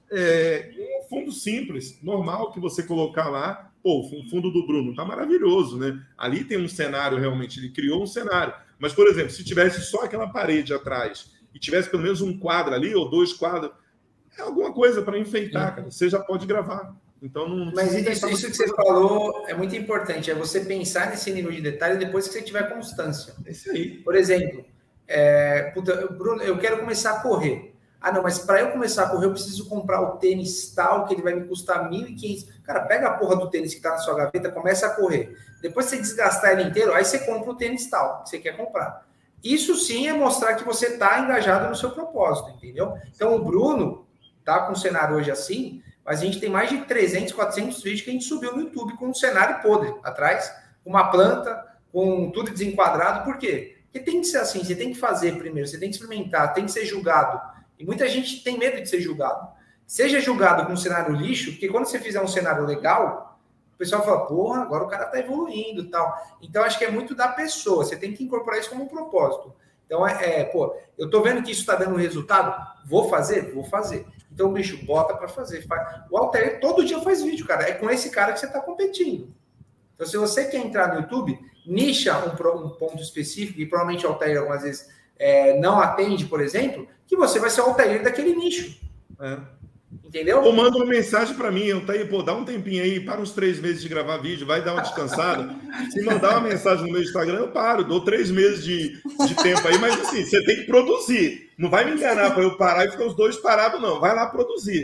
é, um fundo simples, normal que você colocar lá, pô, o fundo do Bruno tá maravilhoso, né? Ali tem um cenário realmente, ele criou um cenário. Mas, por exemplo, se tivesse só aquela parede atrás e tivesse pelo menos um quadro ali, ou dois quadros, é alguma coisa para enfeitar, cara. Você já pode gravar. Então, não. Mas isso, isso que você falou é muito importante. É você pensar nesse nível de detalhe depois que você tiver constância. É isso aí. Por exemplo, é, puta, Bruno, eu quero começar a correr. Ah, não, mas para eu começar a correr, eu preciso comprar o tênis tal, que ele vai me custar mil e quinhentos. Cara, pega a porra do tênis que está na sua gaveta, começa a correr. Depois você desgastar ele inteiro, aí você compra o tênis tal que você quer comprar. Isso sim é mostrar que você está engajado no seu propósito, entendeu? Então, o Bruno tá com um cenário hoje assim, mas a gente tem mais de trezentos, quatrocentos vídeos que a gente subiu no YouTube com um cenário podre atrás, com uma planta, com tudo desenquadrado. Por quê? Porque tem que ser assim, você tem que fazer primeiro, você tem que experimentar, tem que ser julgado. E muita gente tem medo de ser julgado. Seja julgado com um cenário lixo, porque quando você fizer um cenário legal, o pessoal fala, porra, agora o cara tá evoluindo e tal. Então, acho que é muito da pessoa, você tem que incorporar isso como um propósito. Então, é, é pô, eu tô vendo que isso tá dando resultado, vou fazer? Vou fazer. Então, bicho, bota para fazer. O Altair todo dia faz vídeo, cara. É com esse cara que você está competindo. Então, se você quer entrar no YouTube, nicha um, um ponto específico, e provavelmente o Altair algumas vezes é, não atende, por exemplo, que você vai ser o Altair daquele nicho. É. Entendeu? Ou manda uma mensagem para mim, Altair, pô, dá um tempinho aí, para uns três meses de gravar vídeo, vai dar uma descansada. Se mandar uma mensagem no meu Instagram, eu paro, dou três meses de, de tempo aí, mas assim, você tem que produzir. Não vai me enganar para eu parar e ficar os dois parados, não. Vai lá produzir.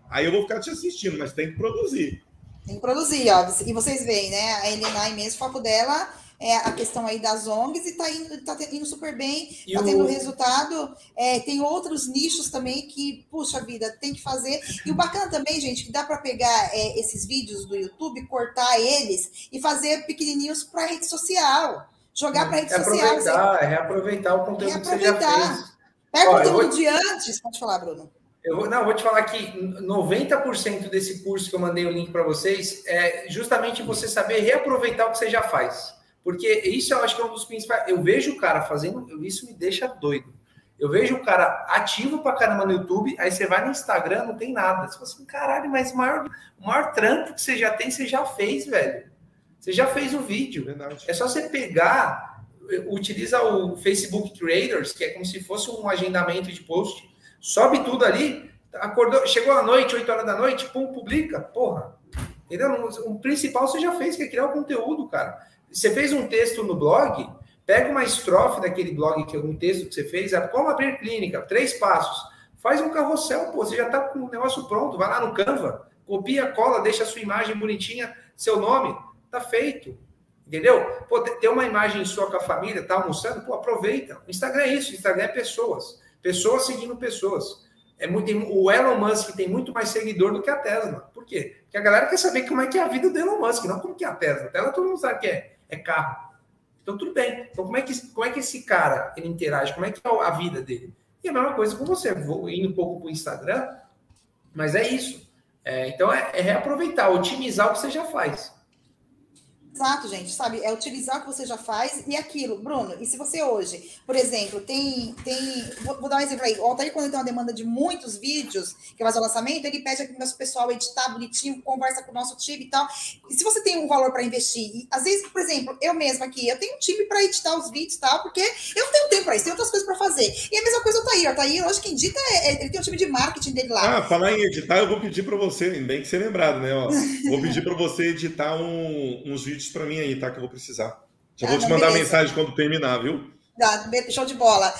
aí eu vou ficar te assistindo, mas tem que produzir. Tem que produzir, ó. E vocês veem, né? A Elenay mesmo, o foco dela é a questão aí das O N Gs e tá indo, tá indo super bem, e tá tendo o... resultado. É, tem outros nichos também que, puxa vida, tem que fazer. E o bacana também, gente, que dá para pegar é, esses vídeos do YouTube, cortar eles e fazer pequenininhos para rede social. Jogar para rede é social. Aproveitar, você... É reaproveitar o conteúdo reaproveitar. que você já fez. Pega o conteúdo vou... de antes. Pode falar, Bruno. Eu vou, não, vou te falar que noventa por cento desse curso que eu mandei o link para vocês é justamente você saber reaproveitar o que você já faz. Porque isso eu acho que é um dos principais. Eu vejo o cara fazendo, isso me deixa doido. Eu vejo o cara ativo pra caramba no YouTube, aí você vai no Instagram, não tem nada. Você fala assim, caralho, mas o maior, o maior trampo que você já tem, você já fez, velho. Você já fez o vídeo. Verdade. É só você pegar, utiliza o Facebook Creators, que é como se fosse um agendamento de post, sobe tudo ali, acordou, chegou à noite, oito horas da noite, pum, publica, porra. Entendeu? O principal você já fez, que é criar o conteúdo, cara. Você fez um texto no blog, pega uma estrofe daquele blog, que é um texto que você fez, é como abrir clínica, três passos, faz um carrossel, pô, você já tá com o negócio pronto, vai lá no Canva, copia, cola, deixa a sua imagem bonitinha, seu nome, tá feito. Entendeu? Pô, ter uma imagem sua com a família, tá almoçando, pô, aproveita. O Instagram é isso, o Instagram é pessoas. Pessoas seguindo pessoas. É muito, o Elon Musk tem muito mais seguidor do que a Tesla. Por quê? Porque a galera quer saber como é que é a vida do Elon Musk, não como que é a Tesla. A Tesla todo mundo sabe que é, é carro. Então tudo bem. Então como é, que, como é que esse cara ele interage? Como é que é a vida dele? E a mesma coisa com você. Vou indo um pouco para o Instagram, mas é isso. É, então é, é reaproveitar, otimizar o que você já faz. Exato, gente, sabe? É utilizar o que você já faz e aquilo. Bruno, e se você hoje, por exemplo, tem... tem vou, vou dar um exemplo aí. O Altair, quando ele tem uma demanda de muitos vídeos que vai fazer o lançamento, ele pede aqui para o nosso pessoal editar bonitinho, conversa com o nosso time e tal. E se você tem um valor para investir, e às vezes, por exemplo, eu mesma aqui, eu tenho um time para editar os vídeos e tal, porque eu não tenho tempo para isso, tem outras coisas para fazer. E a mesma coisa o Altair. O Altair, hoje, quem edita, é, ele tem um time de marketing dele lá. Ah, falar em editar, eu vou pedir para você, bem que ser lembrado, né? Ó, vou pedir para você editar um, uns vídeos para mim aí, tá? Que eu vou precisar. Já ah, vou te não, mandar beleza. mensagem quando terminar, viu? Tá, show de bola.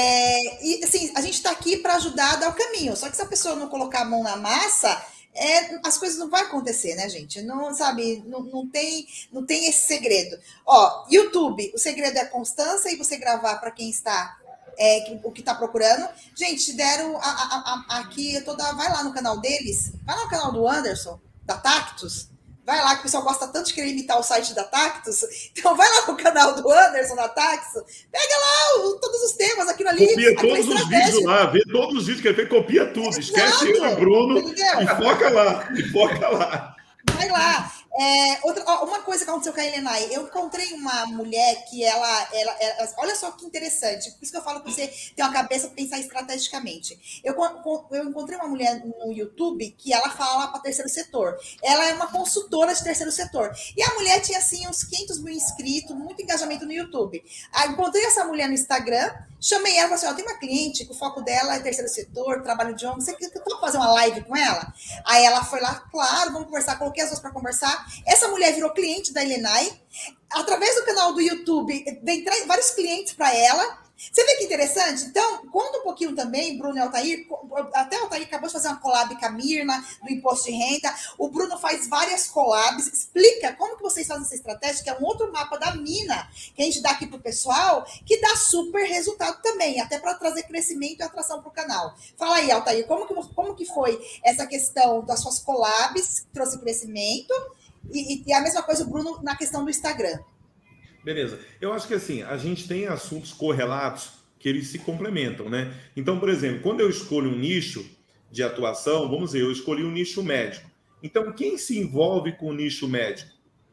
É, e assim, a gente está aqui para ajudar a dar o caminho. Só que se a pessoa não colocar a mão na massa, é, as coisas não vão acontecer, né, gente? Não, sabe, não, não, tem, não tem esse segredo. Ó, YouTube, o segredo é a constância e você gravar para quem está. É, que, o que está procurando. Gente, deram a, a, a, aqui toda. Vai lá no canal deles, vai lá no canal do Anderson, da Tactus. Vai lá, que o pessoal gosta tanto de querer imitar o site da Tactus. Então, vai lá no canal do Anderson, da Tactus. Pega lá o, todos os temas, aquilo ali. Copia todos os vídeos lá, vê todos os vídeos que ele fez, copia tudo. Exato. Esquece eu e Bruno entendeu? e foca lá. E foca lá. Vai lá. É, outra, ó, uma coisa que aconteceu com a Elenay, eu encontrei uma mulher que ela, ela, ela, olha só que interessante, por isso que eu falo que você tem uma cabeça para pensar estrategicamente. Eu, eu encontrei uma mulher no YouTube que ela fala para terceiro setor. Ela é uma consultora de terceiro setor. E a mulher tinha assim uns quinhentos mil inscritos, muito engajamento no YouTube. Aí encontrei essa mulher no Instagram, chamei ela e falei assim, ó, tem uma cliente que o foco dela é terceiro setor, trabalho de O N G, você quer fazer uma live com ela? Aí ela foi lá, claro, vamos conversar, coloquei as duas para conversar. Essa mulher virou cliente da Elenay. Através do canal do YouTube, vem vários clientes para ela. Você vê que interessante? Então, conta um pouquinho também, Bruno e Altair. Até o Altair acabou de fazer uma collab com a Mirna, do Imposto de Renda. O Bruno faz várias collabs. Explica como que vocês fazem essa estratégia, que é um outro mapa da mina, que a gente dá aqui para o pessoal, que dá super resultado também, até para trazer crescimento e atração para o canal. Fala aí, Altair, como que, como que foi essa questão das suas collabs, que trouxe crescimento, e, e a mesma coisa o Bruno na questão do Instagram. Beleza. Eu acho que assim, a gente tem assuntos correlatos que eles se complementam, né? Então, por exemplo, quando eu escolho um nicho de atuação, vamos dizer, eu escolhi um nicho médico. Então, quem se envolve com o nicho médico?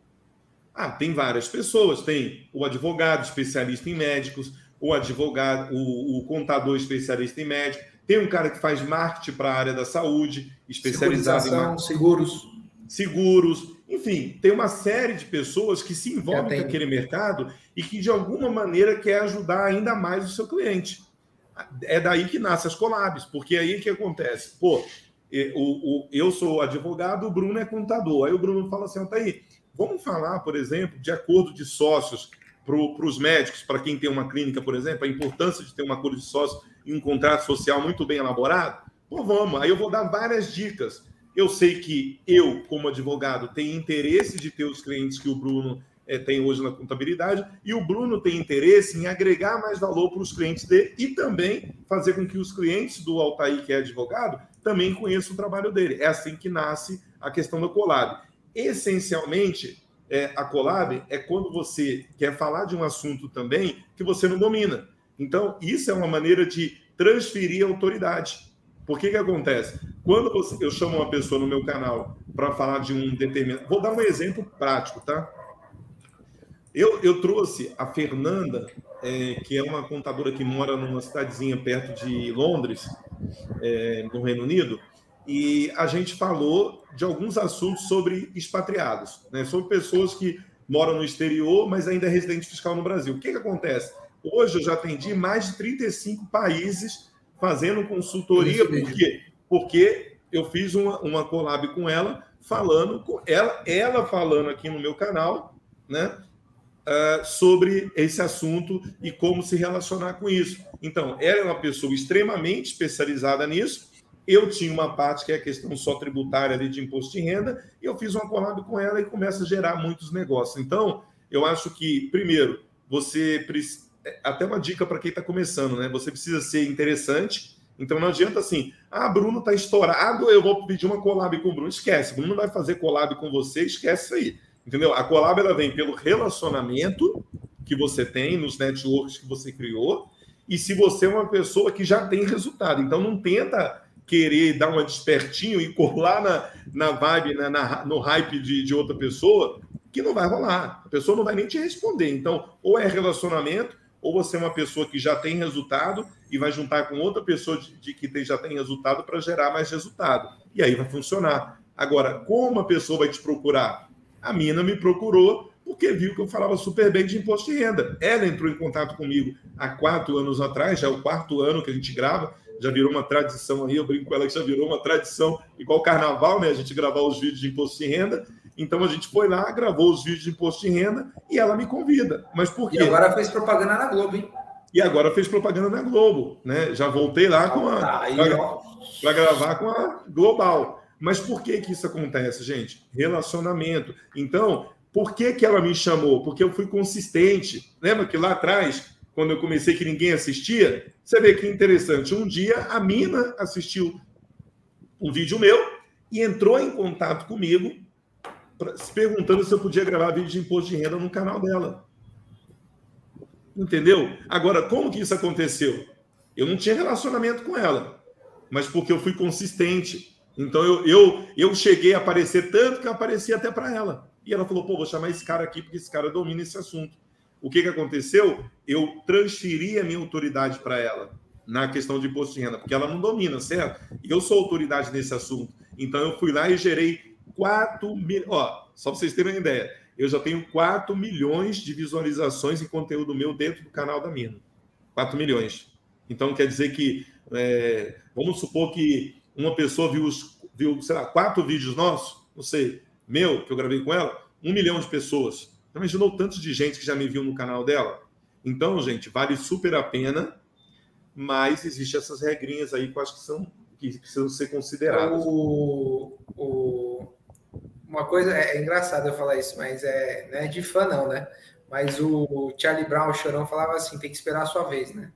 Ah, tem várias pessoas. Tem o advogado especialista em médicos, o advogado, o, o contador especialista em médico, tem um cara que faz marketing para a área da saúde, especializado em marketing. seguros. Seguros. Enfim, tem uma série de pessoas que se envolvem com aquele mercado e que, de alguma maneira, quer ajudar ainda mais o seu cliente. É daí que nascem as collabs, porque aí que acontece? Pô, o, o, eu sou advogado, o Bruno é contador. Aí o Bruno fala assim, tá aí, vamos falar, por exemplo, de acordo de sócios para os médicos, para quem tem uma clínica, por exemplo, a importância de ter um acordo de sócios e um contrato social muito bem elaborado? Pô, vamos. Aí eu vou dar várias dicas. Eu sei que eu, como advogado, tenho interesse de ter os clientes que o Bruno é, tem hoje na contabilidade, e o Bruno tem interesse em agregar mais valor para os clientes dele e também fazer com que os clientes do Altair, que é advogado, também conheçam o trabalho dele. É assim que nasce a questão da Colab. Essencialmente, é, a Colab é quando você quer falar de um assunto também que você não domina. Então, isso é uma maneira de transferir a autoridade. Por que que acontece? Quando você, eu chamo uma pessoa no meu canal para falar de um determinado... Vou dar um exemplo prático, tá? Eu, eu trouxe a Fernanda, é, que é uma contadora que mora numa cidadezinha perto de Londres, é, no Reino Unido, e a gente falou de alguns assuntos sobre expatriados, né? Sobre pessoas que moram no exterior, mas ainda é residente fiscal no Brasil. O que que acontece? Hoje eu já atendi mais de trinta e cinco países fazendo consultoria. Por quê? Porque eu fiz uma, uma collab com ela, falando com ela, ela falando aqui no meu canal, né? Uh, sobre esse assunto e como se relacionar com isso. Então, ela é uma pessoa extremamente especializada nisso. Eu tinha uma parte que é a questão só tributária ali de imposto de renda, e eu fiz uma collab com ela e começa a gerar muitos negócios. Então, eu acho que, primeiro, você precisa... Até uma dica para quem está começando, né? Você precisa ser interessante. Então, não adianta assim, ah, Bruno está estourado, eu vou pedir uma collab com o Bruno. Esquece, o Bruno vai fazer collab com você, esquece isso aí. Entendeu? A collab ela vem pelo relacionamento que você tem nos networks que você criou, e se você é uma pessoa que já tem resultado. Então, não tenta querer dar uma despertinho e colar na, na vibe, na, na, no hype de, de outra pessoa, que não vai rolar. A pessoa não vai nem te responder. Então, ou é relacionamento, ou você é uma pessoa que já tem resultado e vai juntar com outra pessoa de, de que tem, já tem resultado para gerar mais resultado. E aí vai funcionar. Agora, como a pessoa vai te procurar? A mina me procurou porque viu que eu falava super bem de imposto de renda. Ela entrou em contato comigo há quatro anos atrás, já é o quarto ano que a gente grava, já virou uma tradição aí, eu brinco com ela que já virou uma tradição, igual carnaval, né? A gente gravar os vídeos de imposto de renda. Então a gente foi lá, gravou os vídeos de imposto de renda e ela me convida. Mas por quê? E agora fez propaganda na Globo, hein? E agora fez propaganda na Globo, né? Já voltei lá com a... para gravar com a Global. Mas por que que isso acontece, gente? Relacionamento. Então, por que que ela me chamou? Porque eu fui consistente. Lembra que lá atrás, quando eu comecei que ninguém assistia? Você vê que interessante. Um dia, a mina assistiu um vídeo meu e entrou em contato comigo se perguntando se eu podia gravar vídeo de imposto de renda no canal dela. Entendeu? Agora, como que isso aconteceu? Eu não tinha relacionamento com ela, mas porque eu fui consistente. Então, eu, eu, eu cheguei a aparecer tanto que eu apareci até para ela. E ela falou, pô, vou chamar esse cara aqui porque esse cara domina esse assunto. O que, que aconteceu? Eu transferi a minha autoridade para ela na questão de imposto de renda, porque ela não domina, certo? Eu sou autoridade nesse assunto. Então, eu fui lá e gerei quatro mil... Ó, só para vocês terem uma ideia, eu já tenho quatro milhões de visualizações em conteúdo meu dentro do canal da Mina. quatro milhões. Então, quer dizer que, é, vamos supor que uma pessoa viu, viu, sei lá, quatro vídeos nossos, não sei, meu, que eu gravei com ela, um milhão de pessoas. Imaginou o tanto de gente que já me viu no canal dela? Então, gente, vale super a pena, mas existem essas regrinhas aí que eu acho que são que precisam ser consideradas. O, o, uma coisa, é, é engraçado eu falar isso, mas é, não é de fã não, né? Mas o Charlie Brown, o Chorão, falava assim, tem que esperar a sua vez, né?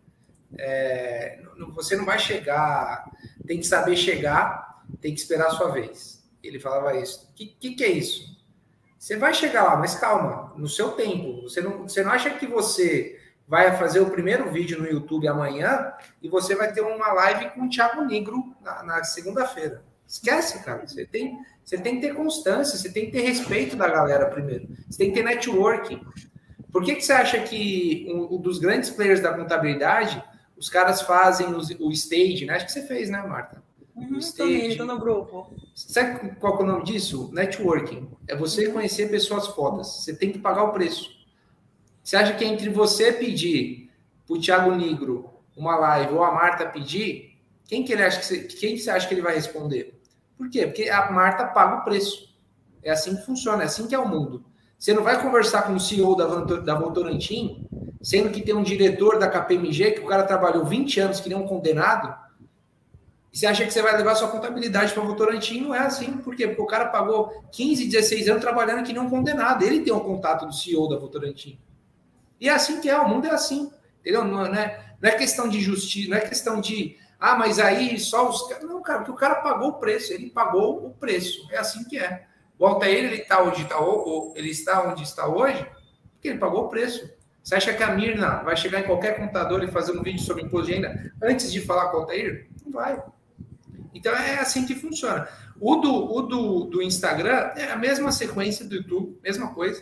É, você não vai chegar, tem que saber chegar, tem que esperar a sua vez. Ele falava isso. O que, que, que é isso? Você vai chegar lá, mas calma, no seu tempo. Você não, você não acha que você vai fazer o primeiro vídeo no YouTube amanhã e você vai ter uma live com o Thiago Nigro na, na segunda-feira. Esquece, cara. Você tem, você tem que ter constância, você tem que ter respeito da galera primeiro. Você tem que ter networking. Por que, que você acha que um, um dos grandes players da contabilidade, os caras fazem os, o stage, né? Acho que você fez, né, Marta? Uhum, também, tô no grupo. Sabe qual é o nome disso? Networking. É você conhecer pessoas fodas. Você tem que pagar o preço. Você acha que entre você pedir pro Thiago Nigro uma live ou a Marta pedir, quem que ele acha que você, quem você acha que ele vai responder? Por quê? Porque a Marta paga o preço. É assim que funciona, é assim que é o mundo. Você não vai conversar com o C E O da, da Votorantim, sendo que tem um diretor da K P M G que o cara trabalhou vinte anos que nem um condenado, E você acha que você vai levar sua contabilidade para o Votorantim? Não é assim. Por quê? Porque o cara pagou quinze, dezesseis anos trabalhando aqui não condenado. Ele tem um contato do C E O da Votorantim. E é assim que é, o mundo é assim. Entendeu? Não é, não é questão de justiça, não é questão de, ah, mas aí só os caras. Não, cara, porque o cara pagou o preço, ele pagou o preço. É assim que é. O Altair, ele, tá onde tá, ele está onde está hoje, porque ele pagou o preço. Você acha que a Mirna vai chegar em qualquer contador e fazer um vídeo sobre imposto de renda antes de falar com o Altair? Não vai. Então é assim que funciona. O do, o do, do Instagram é a mesma sequência do YouTube, mesma coisa.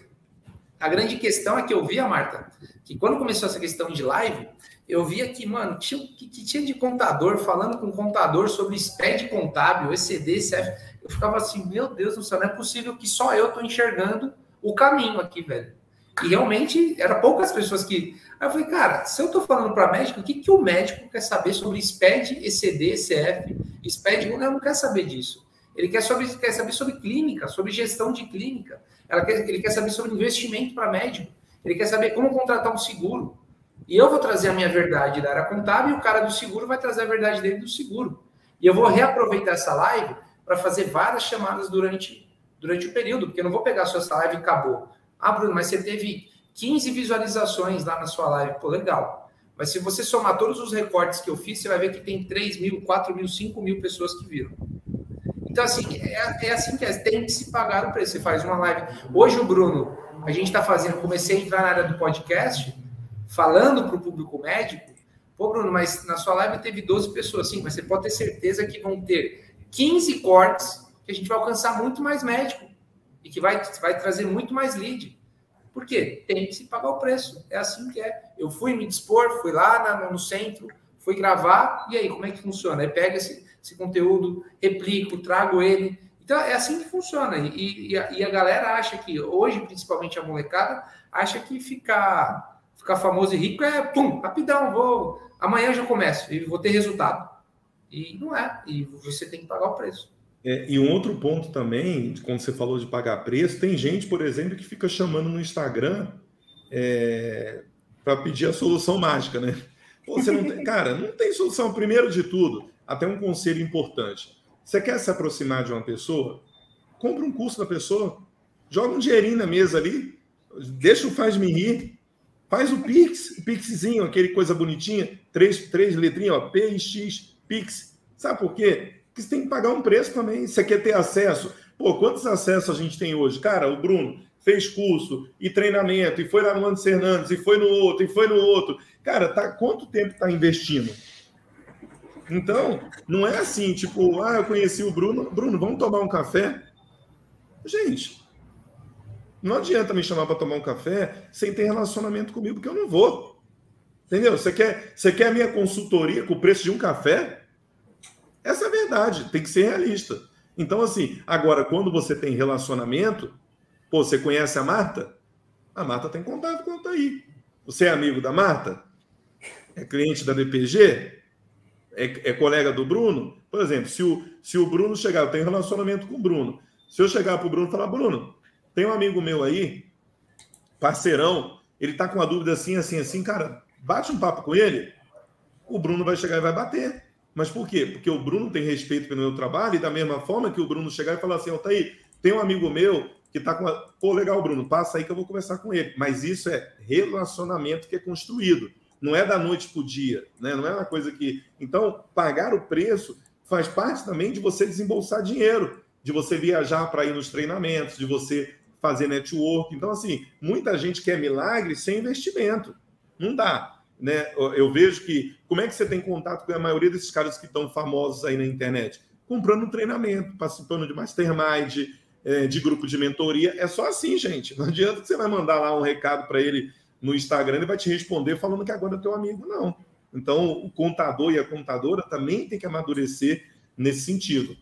A grande questão é que eu via, Marta, que quando começou essa questão de live, eu via que, mano, tinha, que, que tinha de contador falando com contador sobre S P E D contábil, E C D, C F. Eu ficava assim, meu Deus do céu, não é possível que só eu tô enxergando o caminho aqui, velho. E realmente, eram poucas pessoas que... Aí eu falei, cara, se eu tô falando para médico, o que, que o médico quer saber sobre S P E D, E C D, C F, S P E D? Não, não quer saber disso. Ele quer, sobre, quer saber sobre clínica, sobre gestão de clínica. Ela quer, ele quer saber sobre investimento para médico. Ele quer saber como contratar um seguro. E eu vou trazer a minha verdade da área contábil e o cara do seguro vai trazer a verdade dele do seguro. E eu vou reaproveitar essa live para fazer várias chamadas durante, durante o período, porque eu não vou pegar só essa live e acabou. Ah, Bruno, mas você teve quinze visualizações lá na sua live. Pô, legal. Mas se você somar todos os recortes que eu fiz, você vai ver que tem três mil, quatro mil, cinco mil pessoas que viram. Então, assim, é, é assim que é. Tem que se pagar o preço. Você faz uma live. Hoje, o Bruno, a gente está fazendo, comecei a entrar na área do podcast, falando para o público médico. Pô, Bruno, mas na sua live teve doze pessoas. Sim, mas você pode ter certeza que vão ter quinze cortes que a gente vai alcançar muito mais médico e que vai, vai trazer muito mais lead. Por quê? Tem que se pagar o preço. É assim que é. Eu fui me dispor, fui lá na, no centro, fui gravar, e aí, como é que funciona? Aí pega esse, esse conteúdo, replico, trago ele. Então, é assim que funciona. E, e, a, e a galera acha que, hoje, principalmente a molecada, acha que ficar, ficar famoso e rico é, pum, rapidão, vou, amanhã eu já começo e vou ter resultado. E não é. E você tem que pagar o preço. É, e um outro ponto também, quando você falou de pagar preço, tem gente, por exemplo, que fica chamando no Instagram é, para pedir a solução mágica, né? Pô, você não tem, cara, não tem solução. Primeiro de tudo, até um conselho importante. Você quer se aproximar de uma pessoa? Compra um curso da pessoa, joga um dinheirinho na mesa ali, deixa o faz-me rir, faz o Pix, o Pixzinho, aquele coisa bonitinha, três, três letrinhas, ó, P X, Pix. Sabe por quê? Porque você tem que pagar um preço também. Você quer ter acesso. Pô, quantos acessos a gente tem hoje? Cara, o Bruno fez curso e treinamento, e foi lá no Anderson Hernandes, e foi no outro, e foi no outro. Cara, tá, quanto tempo tá investindo? Então, não é assim, tipo, ah, eu conheci o Bruno. Bruno, vamos tomar um café? Gente, não adianta me chamar para tomar um café sem ter relacionamento comigo, porque eu não vou. Entendeu? Você quer, você quer a minha consultoria com o preço de um café? Essa é a verdade, tem que ser realista. Então, assim, agora, quando você tem relacionamento, pô, você conhece a Marta? A Marta tem contato com a Altair. Você é amigo da Marta? É cliente da D P G? É, é colega do Bruno? Por exemplo, se o, se o Bruno chegar, eu tenho relacionamento com o Bruno. Se eu chegar para o Bruno e falar, Bruno, tem um amigo meu aí, parceirão, ele tá com uma dúvida assim, assim, assim, cara, bate um papo com ele, o Bruno vai chegar e vai bater. Mas por quê? Porque o Bruno tem respeito pelo meu trabalho e da mesma forma que o Bruno chegar e falar assim, Altair, tem um amigo meu que tá com... A... Pô, legal, Bruno, passa aí que eu vou conversar com ele. Mas isso é relacionamento que é construído. Não é da noite pro dia, né? Não é uma coisa que... Então, pagar o preço faz parte também de você desembolsar dinheiro, de você viajar para ir nos treinamentos, de você fazer network. Então, assim, muita gente quer milagre sem investimento. Não dá. Né? Eu vejo que... Como é que você tem contato com a maioria desses caras que estão famosos aí na internet? Comprando um treinamento, participando de mastermind, de grupo de mentoria. É só assim, gente. Não adianta que você vai mandar lá um recado para ele no Instagram, ele vai te responder falando que agora é teu amigo. Não. Então, o contador e a contadora também tem que amadurecer nesse sentido.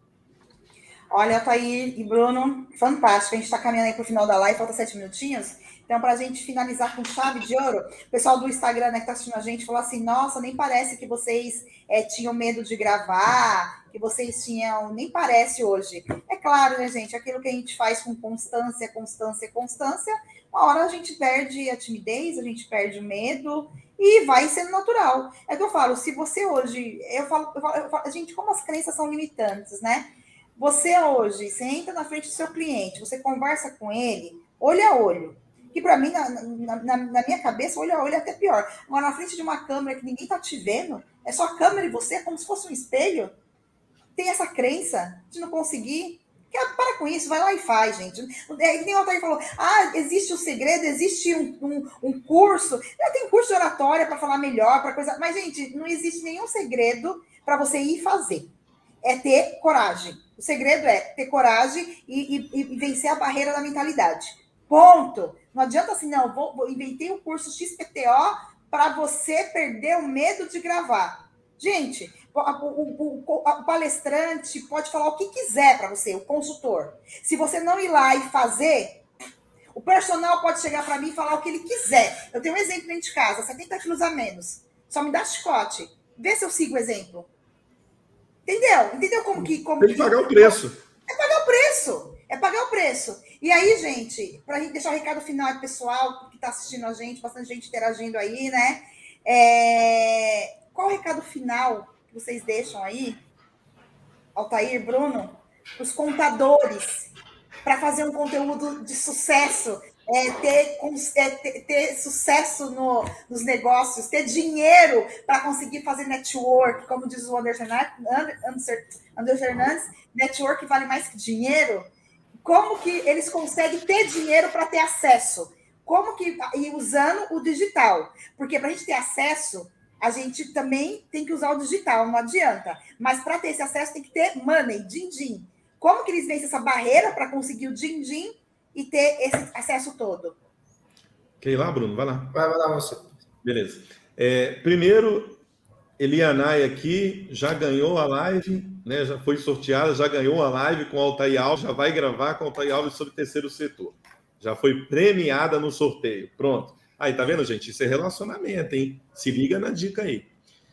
Olha, Altair e Bruno, fantástico. A gente está caminhando aí para o final da live, falta sete minutinhos. Então, para a gente finalizar com chave de ouro, o pessoal do Instagram, né, que está assistindo a gente, falou assim, nossa, nem parece que vocês é, tinham medo de gravar, que vocês tinham, nem parece hoje. É claro, né, gente, aquilo que a gente faz com constância, constância, constância, uma hora a gente perde a timidez, a gente perde o medo, E vai sendo natural. É que eu falo, se você hoje... Eu falo, eu falo, eu falo gente, como as crenças são limitantes, né? Você hoje, você entra na frente do seu cliente, você conversa com ele, olho a olho. Que para mim, na, na, na minha cabeça, olho a olho é até pior. Agora, na frente de uma câmera que ninguém tá te vendo, é só a câmera e você, como se fosse um espelho. Tem essa crença de não conseguir... Para com isso, vai lá e faz, gente. É, que nem o Altair falou, ah, existe um segredo, existe um, um, um curso. Já tem curso de oratória para falar melhor, para coisa. Mas, gente, não existe nenhum segredo para você ir fazer. É ter coragem. O segredo é ter coragem e, e, e vencer a barreira da mentalidade. Ponto. Não adianta assim, não, vou, vou inventei o um curso X P T O para você perder o medo de gravar. Gente, o, o, o, o palestrante pode falar o que quiser para você, o consultor. Se você não ir lá e fazer, o personal pode chegar para mim e falar o que ele quiser. Eu tenho um exemplo dentro de casa, setenta quilos a menos. Só me dá chicote. Vê se eu sigo o exemplo. Entendeu? Entendeu como que... Como Tem que pagar o preço. É pagar o preço. É pagar o preço. E aí, gente, para a gente deixar o recado final aí, pessoal, que está assistindo a gente, bastante gente interagindo aí, né? É... Qual o recado final que vocês deixam aí, Altair, Bruno, os contadores, para fazer um conteúdo de sucesso, é, ter, é, ter, ter sucesso no, nos negócios, ter dinheiro para conseguir fazer network, como diz o Anderson Fernandes, network vale mais que dinheiro. Como que eles conseguem ter dinheiro para ter acesso? Como que, e usando o digital. Porque para a gente ter acesso, a gente também tem que usar o digital, não adianta. Mas para ter esse acesso tem que ter money, din-din. Como que eles vencem essa barreira para conseguir o din-din e ter esse acesso todo? Quer ir lá, Bruno? Vai lá. Vai, vai lá você. Beleza. É, primeiro, Elianai aqui já ganhou a live, né? Já foi sorteada, já ganhou a live com o Altair Alves, já vai gravar com o Altair Alves sobre o terceiro setor. Já foi premiada no sorteio. Pronto. Aí, tá vendo, gente? Isso é relacionamento, hein? Se liga na dica aí.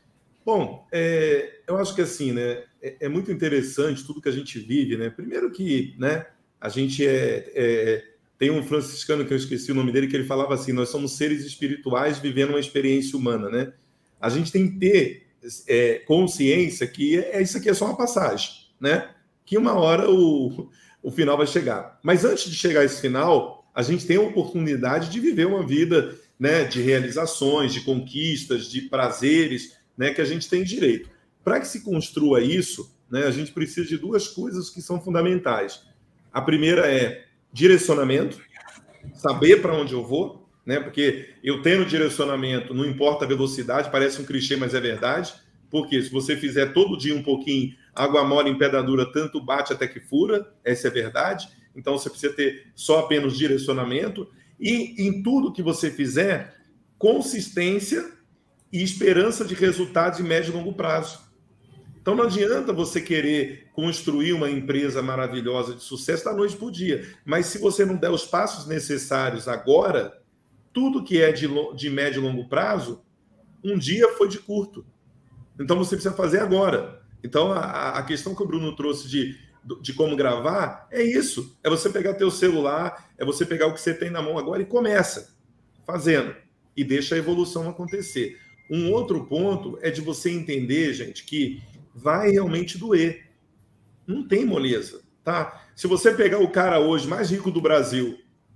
Bom, é, eu acho que assim, né? É, é muito interessante tudo que a gente vive, né? Primeiro que, né? A gente é, é... Tem um franciscano que eu esqueci o nome dele, que ele falava assim, nós somos seres espirituais vivendo uma experiência humana, né? A gente tem que ter é, consciência que é, isso aqui é só uma passagem, né? Que uma hora o, o final vai chegar. Mas antes de chegar a esse final, a gente tem a oportunidade de viver uma vida, né, de realizações, de conquistas, de prazeres, né, que a gente tem direito. Para que se construa isso, né, a gente precisa de duas coisas que são fundamentais. A primeira é direcionamento, saber para onde eu vou, né, porque eu tendo direcionamento, não importa a velocidade, parece um clichê, mas é verdade, porque se você fizer todo dia um pouquinho, água mole em pedra dura, tanto bate até que fura, essa é verdade. Então, você precisa ter só apenas direcionamento e, em tudo que você fizer, consistência e esperança de resultados em médio e longo prazo. Então, não adianta você querer construir uma empresa maravilhosa de sucesso da noite para o dia. Mas, se você não der os passos necessários agora, tudo que é de, de médio e longo prazo, um dia foi de curto. Então, você precisa fazer agora. Então, a, a questão que o Bruno trouxe de... de como gravar, é isso. É você pegar teu celular, é você pegar o que você tem na mão agora e começa fazendo. E deixa a evolução acontecer. Um outro ponto é de você entender, gente, que vai realmente doer. Não tem moleza, tá? Se você pegar o cara hoje mais rico do Brasil,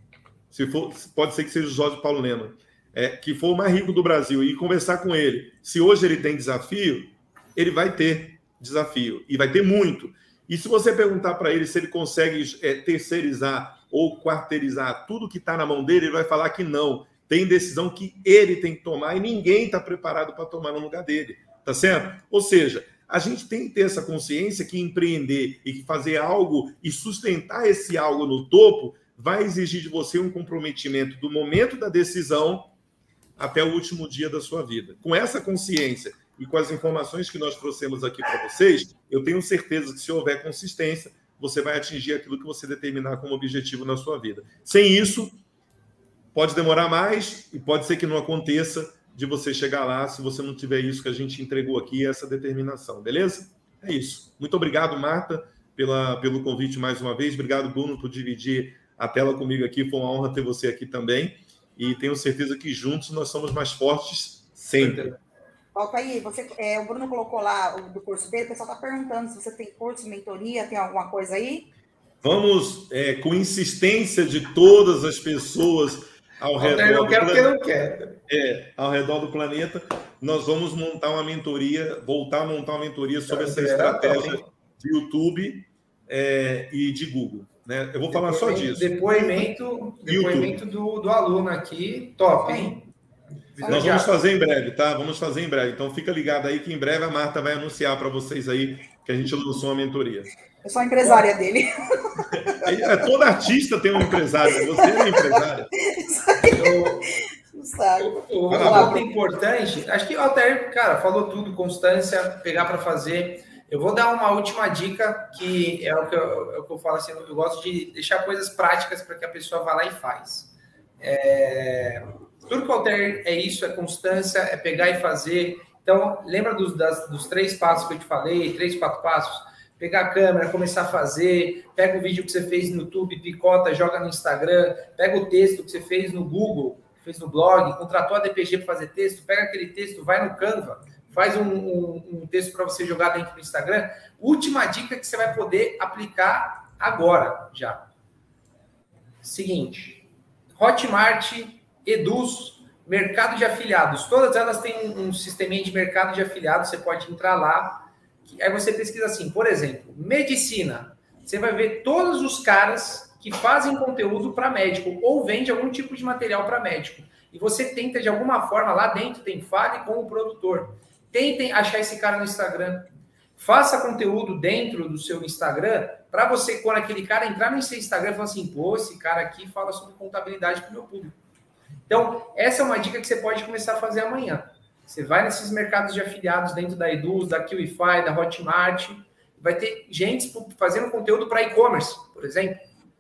se for, pode ser que seja o Jorge Paulo Leman, é, que for o mais rico do Brasil, e conversar com ele, se hoje ele tem desafio, ele vai ter desafio. E vai ter muito. E se você perguntar para ele se ele consegue é, terceirizar ou quarteirizar tudo que está na mão dele, ele vai falar que não. Tem decisão que ele tem que tomar e ninguém está preparado para tomar no lugar dele. Tá certo? Ou seja, a gente tem que ter essa consciência que empreender e que fazer algo e sustentar esse algo no topo vai exigir de você um comprometimento do momento da decisão até o último dia da sua vida. Com essa consciência e com as informações que nós trouxemos aqui para vocês, eu tenho certeza que se houver consistência, você vai atingir aquilo que você determinar como objetivo na sua vida. Sem isso, pode demorar mais e pode ser que não aconteça de você chegar lá se você não tiver isso que a gente entregou aqui, essa determinação, beleza? É isso. Muito obrigado, Marta, pela, pelo convite mais uma vez. Obrigado, Bruno, por dividir a tela comigo aqui. Foi uma honra ter você aqui também. E tenho certeza que juntos nós somos mais fortes Sempre. Volta aí, você, é, o Bruno colocou lá o do curso dele, o pessoal está perguntando se você tem curso, mentoria, tem alguma coisa aí? Vamos, é, com insistência de todas as pessoas ao redor não do quero planeta, não quero. É, ao redor do planeta, nós vamos montar uma mentoria, voltar a montar uma mentoria sobre essa estratégia de YouTube é, e de Google. Né? Eu vou falar só disso. Depoimento, depoimento do, do aluno aqui, top, hein? Nós vamos fazer em breve, tá? Vamos fazer em breve. Então fica ligado aí que em breve a Marta vai anunciar para vocês aí que a gente lançou uma mentoria. Eu sou a empresária dele. É, toda artista tem um empresário, você é uma empresária. O ponto importante, acho que o Altair, cara, falou tudo, constância, pegar para fazer. Eu vou dar uma última dica, que é o que eu, é o que eu falo assim, eu gosto de deixar coisas práticas para que a pessoa vá lá e faz. É... Tudo que o Altair é isso, é constância, é pegar e fazer. Então, lembra dos, das, dos três passos que eu te falei, três, quatro passos? Pegar a câmera, começar a fazer, pega o vídeo que você fez no YouTube, picota, joga no Instagram, pega o texto que você fez no Google, fez no blog, contratou a D P G para fazer texto, pega aquele texto, vai no Canva, faz um, um, um texto para você jogar dentro do Instagram. Última dica que você vai poder aplicar agora, já. Seguinte, Hotmart, Eduz, mercado de afiliados. Todas elas têm um, um sisteminha de mercado de afiliados, você pode entrar lá. Aí você pesquisa assim, por exemplo, medicina. Você vai ver todos os caras que fazem conteúdo para médico ou vende algum tipo de material para médico. E você tenta, de alguma forma, lá dentro tem fale com o produtor. Tentem achar esse cara no Instagram. Faça conteúdo dentro do seu Instagram para você, quando aquele cara entrar no seu Instagram, falar assim, pô, esse cara aqui fala sobre contabilidade para o meu público. Então, essa é uma dica que você pode começar a fazer amanhã. Você vai nesses mercados de afiliados dentro da Eduz, da Qify, da Hotmart, vai ter gente fazendo conteúdo para e-commerce, por exemplo.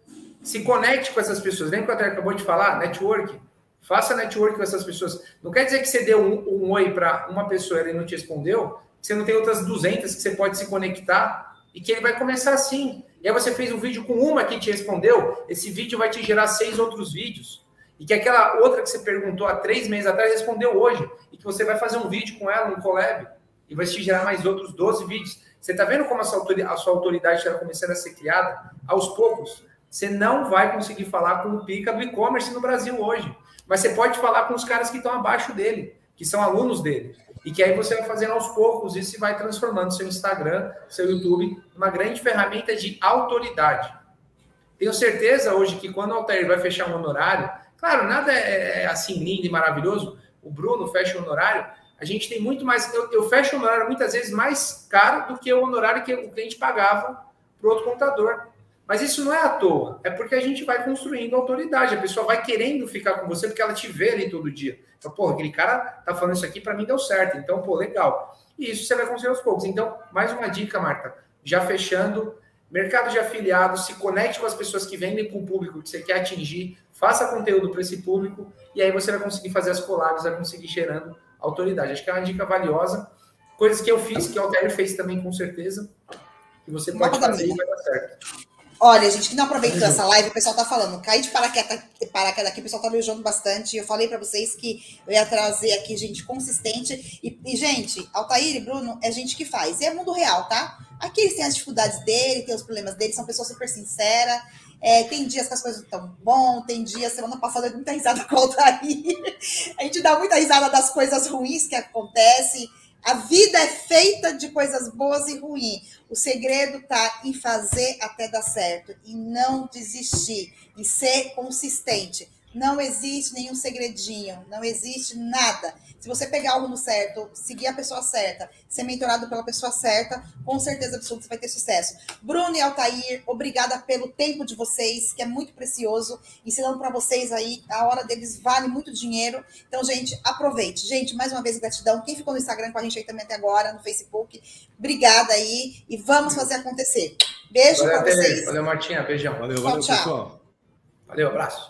Se conecte com essas pessoas. Lembra que o Altair acabou de falar? Network. Faça network com essas pessoas. Não quer dizer que você deu um, um oi para uma pessoa e ele não te respondeu, que você não tem outras duzentas que você pode se conectar e que ele vai começar assim. E aí você fez um vídeo com uma que te respondeu, esse vídeo vai te gerar seis outros vídeos. E que aquela outra que você perguntou há três meses atrás respondeu hoje. E que você vai fazer um vídeo com ela, um collab, e vai te gerar mais outros doze vídeos. Você está vendo como a sua autoridade, a sua autoridade está começando a ser criada? Aos poucos. Você não vai conseguir falar com o pica do e-commerce no Brasil hoje. Mas você pode falar com os caras que estão abaixo dele, que são alunos dele. E que aí você vai fazendo aos poucos isso e vai transformando seu Instagram, seu YouTube, numa grande ferramenta de autoridade. Tenho certeza hoje que quando o Altair vai fechar um honorário, claro, nada é assim lindo e maravilhoso, o Bruno fecha um honorário, a gente tem muito mais... Eu, eu fecho um honorário muitas vezes mais caro do que o honorário que o cliente pagava para o outro contador. Mas isso não é à toa, é porque a gente vai construindo autoridade, a pessoa vai querendo ficar com você porque ela te vê ali todo dia. Então, pô, aquele cara tá falando isso aqui, para mim deu certo, então, pô, legal. E isso você vai construir aos poucos. Então, mais uma dica, Marta, já fechando, mercado de afiliados, se conecte com as pessoas que vendem com o público que você quer atingir, faça conteúdo para esse público, e aí você vai conseguir fazer as collabs, vai conseguir gerando autoridade. Acho que é uma dica valiosa, coisas que eu fiz, que o Altair fez também com certeza, que você pode fazer e vai dar certo. Olha, gente, que não aproveitou essa live, o pessoal tá falando, caí de paraquedas, paraquedas aqui, o pessoal tá me elogiando bastante. Eu falei para vocês que eu ia trazer aqui gente consistente. E, e, gente, Altair e Bruno é gente que faz. E é mundo real, tá? Aqui eles têm as dificuldades dele, tem os problemas dele, são pessoas super sinceras. É, tem dias que as coisas não estão bom, tem dias, semana passada eu dei muita risada com o Altair. A gente dá muita risada das coisas ruins que acontecem. A vida é feita de coisas boas e ruins. O segredo está em fazer até dar certo e não desistir e ser consistente. Não existe nenhum segredinho, não existe nada. Se você pegar algo no certo, seguir a pessoa certa, ser mentorado pela pessoa certa, com certeza absoluta você vai ter sucesso. Bruno e Altair, obrigada pelo tempo de vocês, que é muito precioso. Ensinando para vocês aí, a hora deles vale muito dinheiro. Então, gente, aproveite. Gente, mais uma vez, gratidão. Quem ficou no Instagram com a gente aí também até agora, no Facebook, obrigada aí. E vamos fazer acontecer. Beijo para vocês. Valeu, Martinha. Beijão. Valeu, valeu, tchau, tchau. pessoal. Valeu, abraço.